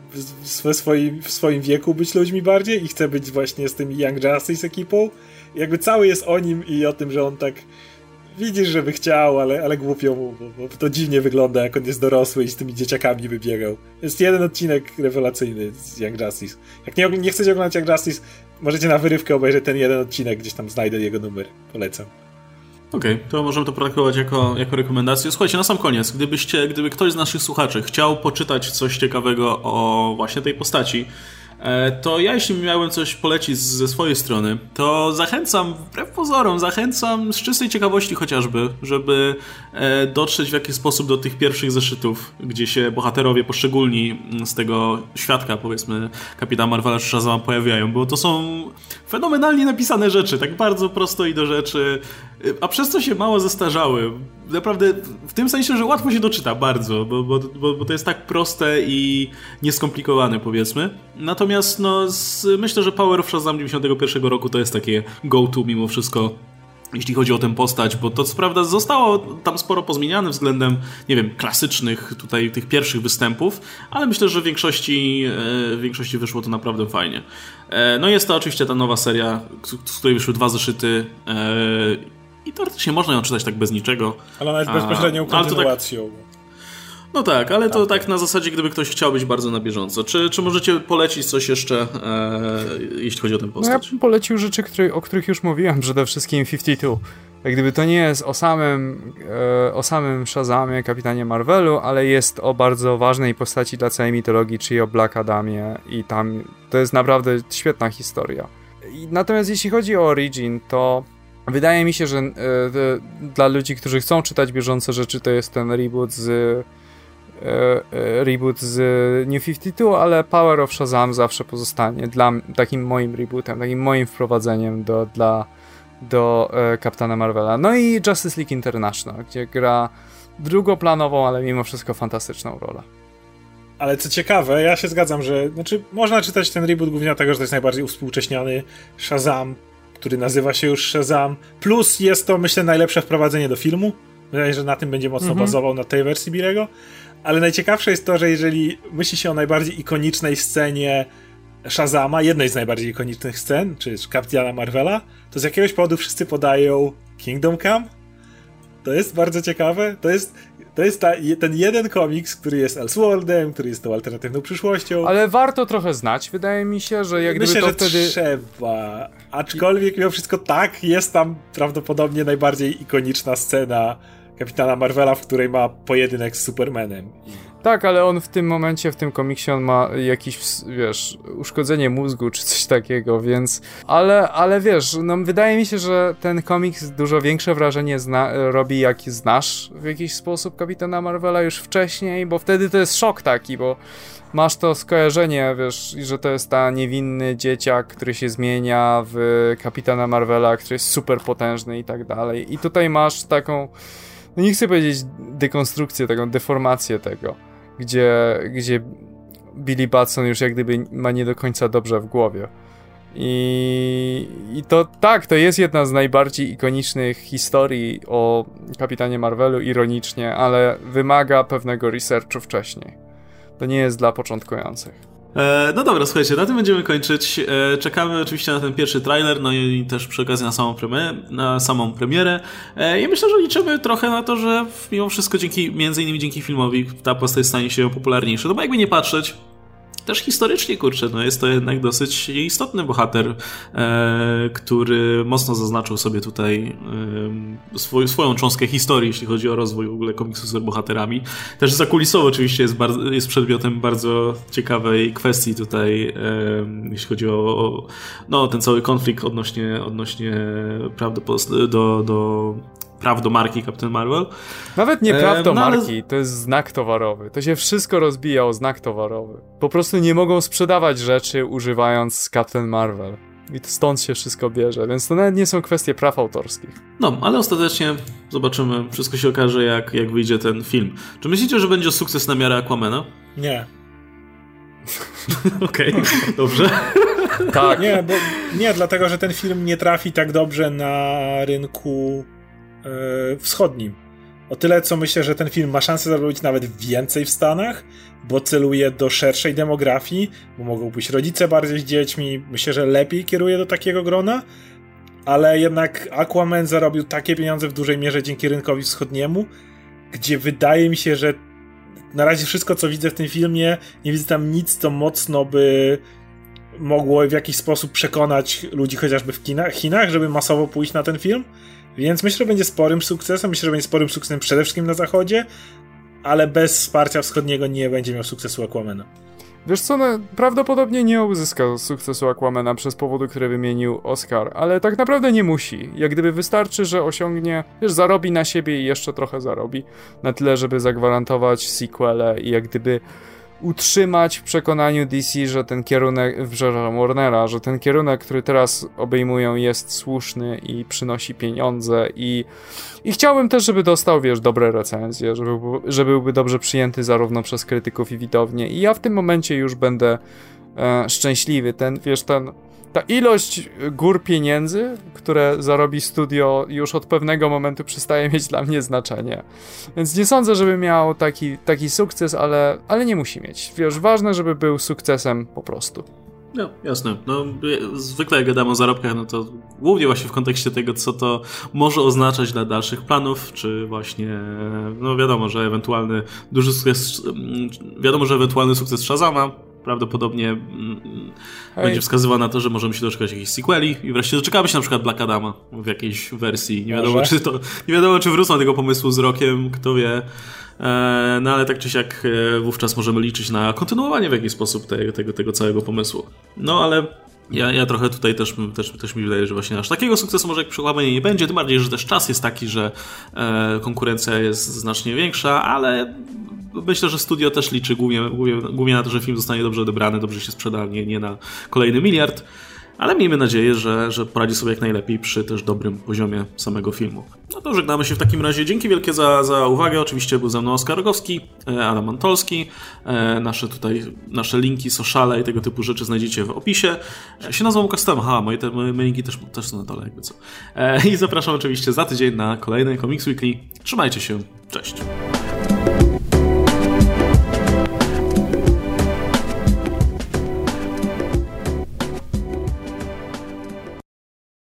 w swoim wieku być ludźmi bardziej i chce być właśnie z tym Young Justice ekipą. I jakby cały jest o nim i o tym, że on tak widzisz, że by chciał, ale głupio mu, bo to dziwnie wygląda, jak on jest dorosły i z tymi dzieciakami by biegał. Jest jeden odcinek rewelacyjny z Young Justice. Jak nie chcecie oglądać Young Justice, możecie na wyrywkę obejrzeć ten jeden odcinek, gdzieś tam znajdę jego numer. Polecam. Okej, to możemy to potraktować jako rekomendację. Słuchajcie, na sam koniec, gdyby ktoś z naszych słuchaczy chciał poczytać coś ciekawego o właśnie tej postaci, to ja, jeśli miałem coś polecić ze swojej strony, to wbrew pozorom, zachęcam z czystej ciekawości chociażby, żeby dotrzeć w jakiś sposób do tych pierwszych zeszytów, gdzie się bohaterowie poszczególni z tego świadka, powiedzmy, Kapitana Marvela czy Shazama pojawiają, bo to są fenomenalnie napisane rzeczy, tak bardzo prosto i do rzeczy, a przez co się mało zestarzały. Naprawdę w tym sensie, że łatwo się doczyta bardzo, bo to jest tak proste i nieskomplikowane, powiedzmy. Natomiast myślę, że Power of Shazam 91 roku to jest takie go-to mimo wszystko, jeśli chodzi o tę postać, bo to co prawda zostało tam sporo pozmieniane względem, nie wiem, klasycznych tutaj tych pierwszych występów, ale myślę, że w większości wyszło to naprawdę fajnie. No jest to oczywiście ta nowa seria, z której wyszły 2 zeszyty i teoretycznie można ją czytać tak bez niczego. Ale ona jest bezpośrednią kontynuacją. No tak, ale to tak na zasadzie, gdyby ktoś chciał być bardzo na bieżąco. Czy możecie polecić coś jeszcze, jeśli chodzi o tę postać? No ja bym polecił rzeczy, o których już mówiłem, przede wszystkim 52. Jak gdyby to nie jest o samym Shazamie, Kapitanie Marvelu, ale jest o bardzo ważnej postaci dla całej mitologii, czyli o Black Adamie i tam to jest naprawdę świetna historia. Natomiast jeśli chodzi o Origin, to wydaje mi się, że dla ludzi, którzy chcą czytać bieżące rzeczy, to jest ten reboot z New 52, ale Power of Shazam zawsze pozostanie takim moim rebootem, takim moim wprowadzeniem do Kapitana Marvela. No i Justice League International, gdzie gra drugoplanową, ale mimo wszystko fantastyczną rolę. Ale co ciekawe, ja się zgadzam, że można czytać ten reboot głównie dlatego, że to jest najbardziej uwspółcześniony Shazam, który nazywa się już Shazam. Plus jest to, myślę, najlepsze wprowadzenie do filmu. Wydaje się, że na tym będzie mocno bazował, na tej wersji Billy'ego. Ale najciekawsze jest to, że jeżeli myśli się o najbardziej ikonicznej scenie Shazama, jednej z najbardziej ikonicznych scen, czy Kapitana Marvela, to z jakiegoś powodu wszyscy podają Kingdom Come. To jest bardzo ciekawe. To jest ten jeden komiks, który jest Elseworldem, który jest tą alternatywną przyszłością. Ale warto trochę znać, wydaje mi się, że jak Myślę, gdyby to że wtedy... trzeba. Aczkolwiek mimo wszystko tak, jest tam prawdopodobnie najbardziej ikoniczna scena Kapitana Marvela, w której ma pojedynek z Supermanem. Tak, ale on w tym momencie, w tym komiksie on ma jakieś, uszkodzenie mózgu czy coś takiego, więc... Ale wiesz, wydaje mi się, że ten komiks dużo większe wrażenie robi, jak znasz w jakiś sposób Kapitana Marvela już wcześniej, bo wtedy to jest szok taki, bo masz to skojarzenie, wiesz, że to jest ta niewinny dzieciak, który się zmienia w Kapitana Marvela, który jest super potężny i tak dalej. I tutaj masz taką, nie chcę powiedzieć dekonstrukcję, taką deformację tego, gdzie Billy Batson już jak gdyby ma nie do końca dobrze w głowie. I to tak, to jest jedna z najbardziej ikonicznych historii o Kapitanie Marvelu, ironicznie, ale wymaga pewnego researchu wcześniej. To nie jest dla początkujących. No dobra, słuchajcie, na tym będziemy kończyć. Czekamy oczywiście na ten pierwszy trailer, no i też przy okazji na samą premierę. I myślę, że liczymy trochę na to, że mimo wszystko między innymi dzięki filmowi ta postać stanie się popularniejsza. No bo jakby nie patrzeć, też historycznie, kurczę, no jest to jednak dosyć istotny bohater, który mocno zaznaczył sobie tutaj swoją cząstkę historii, jeśli chodzi o rozwój w ogóle komiksu z bohaterami. Też zakulisowo oczywiście jest przedmiotem bardzo ciekawej kwestii tutaj, jeśli chodzi o ten cały konflikt odnośnie praw do marki Captain Marvel. Nawet nie praw do marki, to jest znak towarowy. To się wszystko rozbija o znak towarowy. Po prostu nie mogą sprzedawać rzeczy używając Captain Marvel. I stąd się wszystko bierze, więc to nawet nie są kwestie praw autorskich. No, ale ostatecznie zobaczymy, wszystko się okaże jak wyjdzie ten film. Czy myślicie, że będzie sukces na miarę Aquamana? Nie. Okej, dobrze. Tak. Nie, dlatego, że ten film nie trafi tak dobrze na rynku wschodnim. O tyle, co myślę, że ten film ma szansę zarobić nawet więcej w Stanach, bo celuje do szerszej demografii, bo mogą być rodzice bardziej z dziećmi, myślę, że lepiej kieruje do takiego grona, ale jednak Aquaman zarobił takie pieniądze w dużej mierze dzięki rynkowi wschodniemu, gdzie wydaje mi się, że na razie wszystko, co widzę w tym filmie, nie widzę tam nic, co mocno by mogło w jakiś sposób przekonać ludzi chociażby w Chinach, żeby masowo pójść na ten film. Więc myślę, że będzie sporym sukcesem. Myślę, że będzie sporym sukcesem przede wszystkim na zachodzie, ale bez wsparcia wschodniego nie będzie miał sukcesu Aquamana. Wiesz co, prawdopodobnie nie uzyskał sukcesu Aquamana przez powody, które wymienił Oscar, ale tak naprawdę nie musi. Jak gdyby wystarczy, że osiągnie, zarobi na siebie i jeszcze trochę zarobi. Na tyle, żeby zagwarantować sequele i jak gdyby utrzymać w przekonaniu DC, że ten kierunek, Warnera, że ten kierunek, który teraz obejmują, jest słuszny i przynosi pieniądze i chciałbym też, żeby dostał, dobre recenzje, żeby byłby dobrze przyjęty zarówno przez krytyków i widownię i ja w tym momencie już będę szczęśliwy. Ta ilość gór pieniędzy, które zarobi studio, już od pewnego momentu przestaje mieć dla mnie znaczenie. Więc nie sądzę, żeby miał taki sukces, ale nie musi mieć. Ważne, żeby był sukcesem po prostu. No, jasne. No, zwykle jak gadamy o zarobkach, no to głównie właśnie w kontekście tego, co to może oznaczać dla dalszych planów, czy właśnie, wiadomo, że ewentualny duży sukces, ewentualny sukces Shazama prawdopodobnie będzie wskazywał na to, że możemy się doczekać jakichś sequeli i wreszcie doczekamy się na przykład Black Adama w jakiejś wersji. Nie wiadomo, czy wrócą do tego pomysłu z rokiem, kto wie. No ale tak czy siak wówczas możemy liczyć na kontynuowanie w jakiś sposób tego całego pomysłu. No ale ja trochę tutaj też mi wydaje, że właśnie aż takiego sukcesu może jak przy Aquamanie nie będzie, tym bardziej, że też czas jest taki, że konkurencja jest znacznie większa, ale myślę, że studio też liczy głównie na to, że film zostanie dobrze odebrany, dobrze się sprzeda, nie na kolejny miliard. Ale miejmy nadzieję, że poradzi sobie jak najlepiej przy też dobrym poziomie samego filmu. No to żegnamy się w takim razie. Dzięki wielkie za uwagę. Oczywiście był ze mną Oskar Rogowski, Adam Antolski. Nasze linki, sociale i tego typu rzeczy znajdziecie w opisie. Ja się nazywam Custom. Moje linki też są na dole, jakby co. I zapraszam oczywiście za tydzień na kolejny Comics Weekly. Trzymajcie się. Cześć.